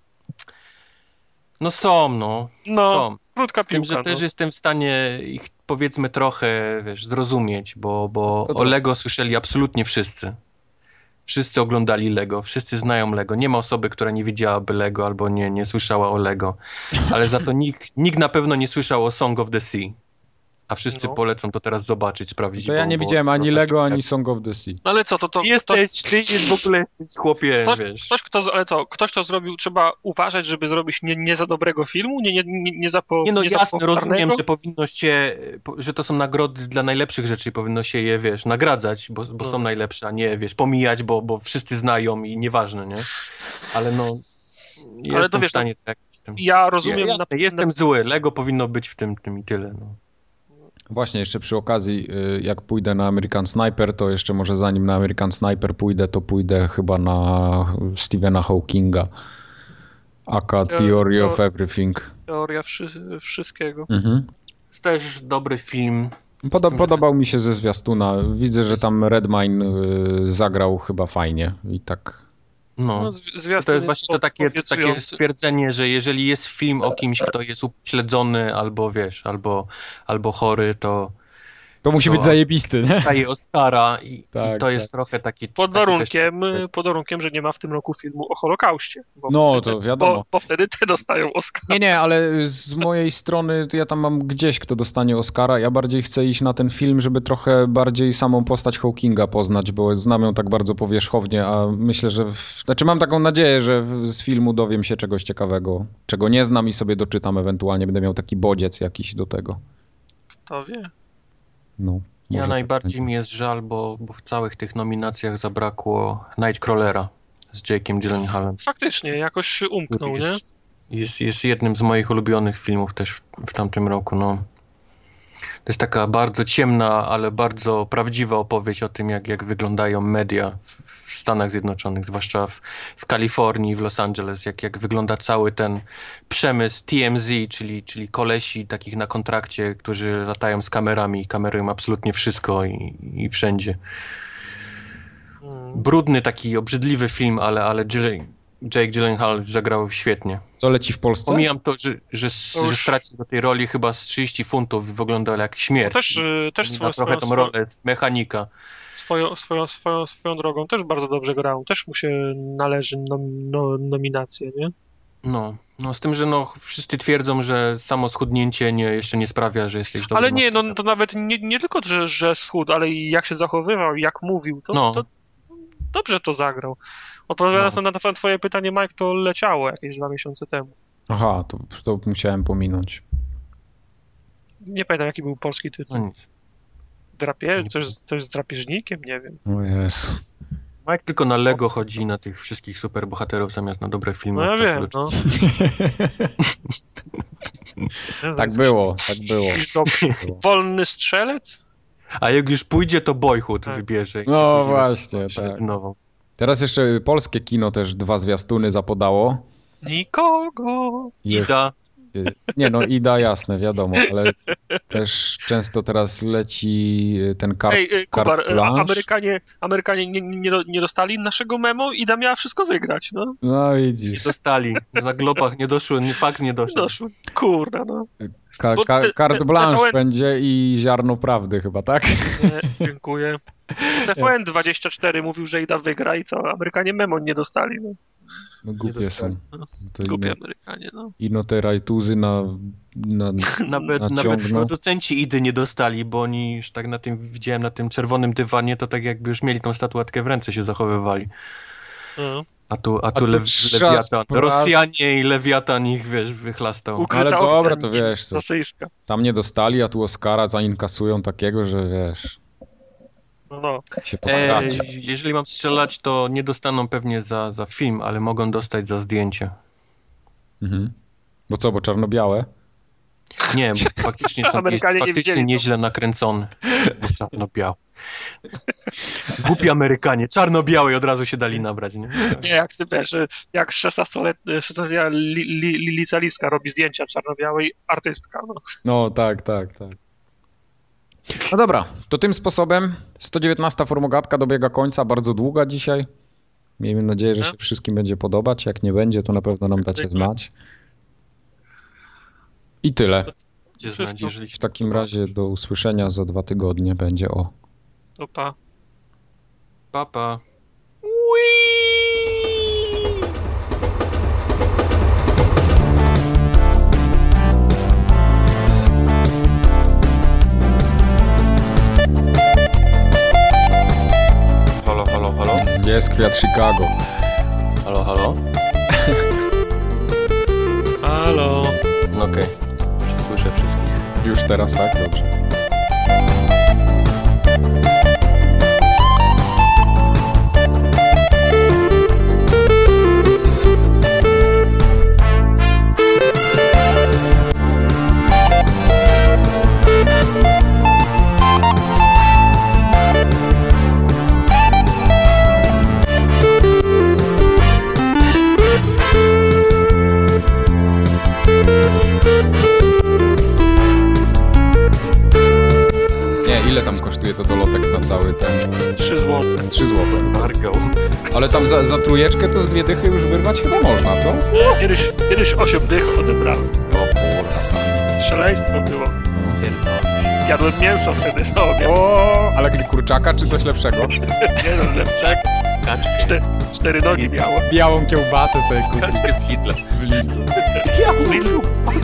No są, no. No, Są. krótka Z tym, piłka. że też no. jestem w stanie ich powiedzmy trochę, wiesz, zrozumieć, bo, bo To to- o Lego słyszeli absolutnie wszyscy. Wszyscy oglądali Lego, wszyscy znają Lego. Nie ma osoby, która nie widziałaby Lego albo nie, nie słyszała o Lego. Ale za to nikt, nikt na pewno nie słyszał o Song of the Sea. A wszyscy No. polecą to teraz zobaczyć, sprawdzić. To ja bo- nie bo widziałem skoro ani to Lego, się- ani Song of the Sea. No ale co, to, to Ty ktoś, jesteś, ty jest w ogóle jesteś, chłopie, ktoś, wiesz. ktoś, kto, ale co, ktoś, kto zrobił, trzeba uważać, żeby zrobić nie, nie za dobrego filmu, nie, nie, nie, nie za po, Nie no nie za jasne, rozumiem, popularnego? że powinno się, że to są nagrody dla najlepszych rzeczy i powinno się je, wiesz, nagradzać, bo, bo No. są najlepsze, a nie, wiesz, pomijać, bo, bo wszyscy znają i nieważne, nie? Ale no, to jestem wiesz, w stanie tak z tym... Ja rozumiem... Ja, jasne, na, jestem na, zły, Lego powinno być w tym, tym i tyle, no. Właśnie, jeszcze przy okazji, y, jak pójdę na American Sniper, to jeszcze może zanim na American Sniper pójdę, to pójdę chyba na Stephena Hawkinga. Aka Theory of Everything. Teoria wszy, wszystkiego. Mhm. To jest też dobry film. Podo- tym, że- podobał mi się ze zwiastuna. Widzę, że tam Redmine y, zagrał chyba fajnie i tak. No. No, zwi- zwiastun To jest właśnie to takie, to takie obiecujący. stwierdzenie, że jeżeli jest film o kimś, kto jest upośledzony albo wiesz, albo, albo chory, to To musi To- być zajebisty, nie? dostaje Oscara i, Tak, i to jest tak. trochę taki... Pod taki warunkiem, też- pod warunkiem, że nie ma w tym roku filmu o Holokauście. Bo No, wtedy, to wiadomo. Bo, bo wtedy te dostają Oscar. Nie, nie, ale z mojej strony to ja tam mam gdzieś, kto dostanie Oscara. Ja bardziej chcę iść na ten film, żeby trochę bardziej samą postać Hawkinga poznać, bo znam ją tak bardzo powierzchownie, a myślę, że... W... Znaczy mam taką nadzieję, że w- z filmu dowiem się czegoś ciekawego, czego nie znam i sobie doczytam ewentualnie. Będę miał taki bodziec jakiś do tego. Kto wie? No, Ja może najbardziej tak mi jest żal, bo, bo w całych tych nominacjach zabrakło Nightcrawlera z Jake'em Gyllenhaalem. Faktycznie, jakoś umknął, nie? Jest, jest, jest jednym z moich ulubionych filmów też w, w tamtym roku, no. To jest taka bardzo ciemna, ale bardzo prawdziwa opowieść o tym, jak, jak wyglądają media w, w Stanach Zjednoczonych, zwłaszcza w, w Kalifornii, w Los Angeles, jak, jak wygląda cały ten przemysł T M Z, czyli, czyli kolesi takich na kontrakcie, którzy latają z kamerami i kamerują absolutnie wszystko i, i wszędzie. Mm. Brudny, taki obrzydliwy film, ale, ale Jill, Jake Gyllenhaal zagrał świetnie. Co leci w Polsce? Pomijam to, że, że, To już- że stracił do tej roli chyba z trzydzieści funtów, wyglądał jak śmierć. Też, y, też Pomina swoją, trochę swoją, tą rolę z mechanika. swoją, swoją, swoją, swoją drogą też bardzo dobrze grał. Też mu się należy nom, no, nominacja, nie? No, no, z tym, że no, wszyscy twierdzą, że samo schudnięcie nie, jeszcze nie sprawia, że jesteś dobrym Ale nie, no aktorem. to nawet nie, nie tylko, że, że schudł, ale i jak się zachowywał, jak mówił, to, No. to dobrze to zagrał. Odpowiadając No. na, na twoje pytanie, Mike, to leciało jakieś dwa miesiące temu. Aha, to, to musiałem pominąć. Nie pamiętam, jaki był polski tytuł. No nic. Drapie... Nie Coś, coś z drapieżnikiem? Nie wiem. O Jezu. Mike tylko na Lego chodzi i na tych wszystkich superbohaterów zamiast na dobre filmy. No ja od czasu wiem, do no. Tak było, tak było. Jakiś dobry, wolny strzelec? A jak już pójdzie, to Boyhood Tak. wybierze. i No później właśnie, się tak. zrezygnował. Teraz jeszcze polskie kino też dwa zwiastuny zapodało. Nikogo. Jest, Ida, nie no, Ida jasne, wiadomo, ale też często teraz leci ten kart, Ej, ej carte Kubar, e, blanche. Amerykanie, Amerykanie nie, nie, nie dostali naszego memo i Ida miała wszystko wygrać, no. No nie widzisz, dostali. Na globach nie doszło, nie- fakt nie doszedł. Doszło. Kurna, no. Ka- bo ka- te- carte te- blanche T V N będzie i ziarno prawdy chyba, tak? Nie, dziękuję. T V N dwadzieścia cztery mówił, że Ida wygra i co? Amerykanie memo nie dostali, no. No głupie są. To Głupie ino, Amerykanie, no. ino te rajtuzy na, na, Nawet, nawet naciągną. producenci Idy nie dostali, bo oni już tak na tym, widziałem na tym czerwonym dywanie, to tak jakby już mieli tą statuetkę w ręce, się zachowywali. no. A tu, a A tu, tu lew, trzask Lewiatan, praw. Rosjanie i Lewiatan ich, wiesz, wychlastał. Ukryta Ale opcja dobra, to wiesz co. rosyjska. Tam nie dostali, a tu Oscara zainkasują takiego, że wiesz, No, no. się E, posracie. jeżeli mam strzelać, to nie dostaną pewnie za, za film, ale mogą dostać za zdjęcie. Mhm. Bo co, bo czarno-białe? Nie, bo faktycznie są, jest Amerykanie nie faktycznie widzieli, no. nieźle nakręcony. Bo czarno-biały. Głupi Amerykanie, czarno-białe i od razu się dali nabrać, nie? Nie, jak ty wiesz, jak szesnastoletnia szesnastoletnia li, li, li, licealistka robi zdjęcia czarno-białej, artystka, no. No tak, tak, tak. No dobra, to tym sposobem sto dziewiętnasta formogatka dobiega końca, bardzo długa dzisiaj. Miejmy nadzieję, że No. się wszystkim będzie podobać. Jak nie będzie, to na pewno nam dacie znać. I tyle. Gdzie Wszystko. znać, jeżeli W się takim podoba. razie do usłyszenia za dwa tygodnie będzie o. To pa. Papa. Halo, halo, halo? Jest kwiat Chicago. Halo, halo? Halo. No okej, słyszę wszystkich. Już teraz, tak? Dobrze. Nie, ile tam kosztuje to dolotek na cały ten? Trzy złote. trzy złote. Margo. Ale tam za, za trójeczkę to z dwie dychy już wyrwać chyba można, co? Kiedyś, kiedyś osiem dych odebrałem. O kurwa. Szaleństwo było. Pierdolisz. Jadłem mięso wtedy na obiad. O, ale kurczaka czy coś lepszego? Nie no, lepszek. Kaczkę. Cztery, cztery nogi miało. Białą kiełbasę sobie kupić Kaczkę z Hitler. w Lidlu. Lidlu.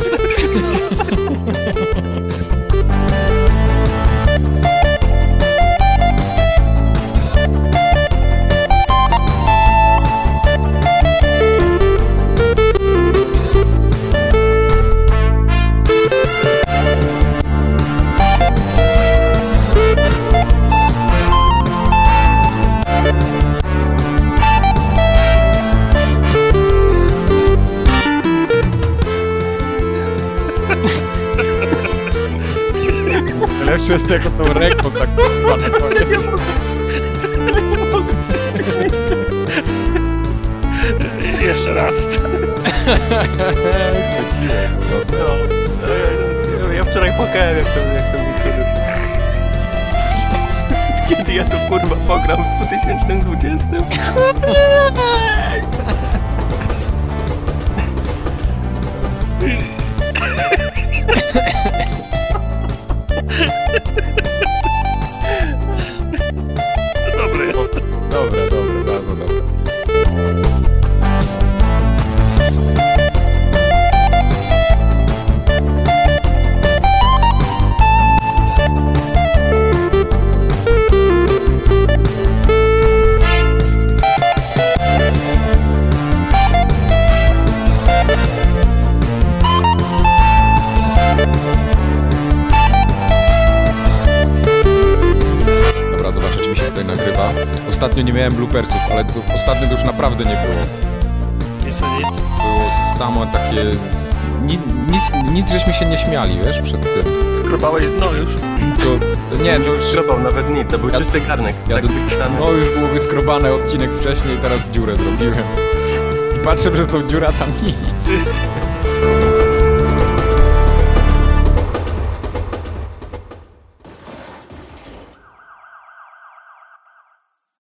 Lepsze jest tego tą ręką tak kurwa na koniec. Jeszcze raz. Chodziłem, po prostu. No, ja, ja wczoraj płakałem, jak to, jak to mi kurde. Kiedy ja to kurwa pogram w dwa tysiące dwudziestym? Dobry jest. Dobre, dobre, bardzo dobre. Dobra, zobaczę, czy mi się tutaj nagrywa. Ostatnio nie miałem bloopersów, ale to, ostatnio to już naprawdę nie było. Nic a nic. Było samo takie... z- Nic, nic, nic żeśmy się nie śmiali, wiesz, przed tym. Skrobałeś dno już. To, to nie, to już... Szrobał nawet nic, to był Ja- czysty garnek. Ja tak do, wyczytany. no już było wyskrobane odcinek wcześniej, teraz dziurę zrobiłem. I patrzę przez tą dziurę, a tam nic.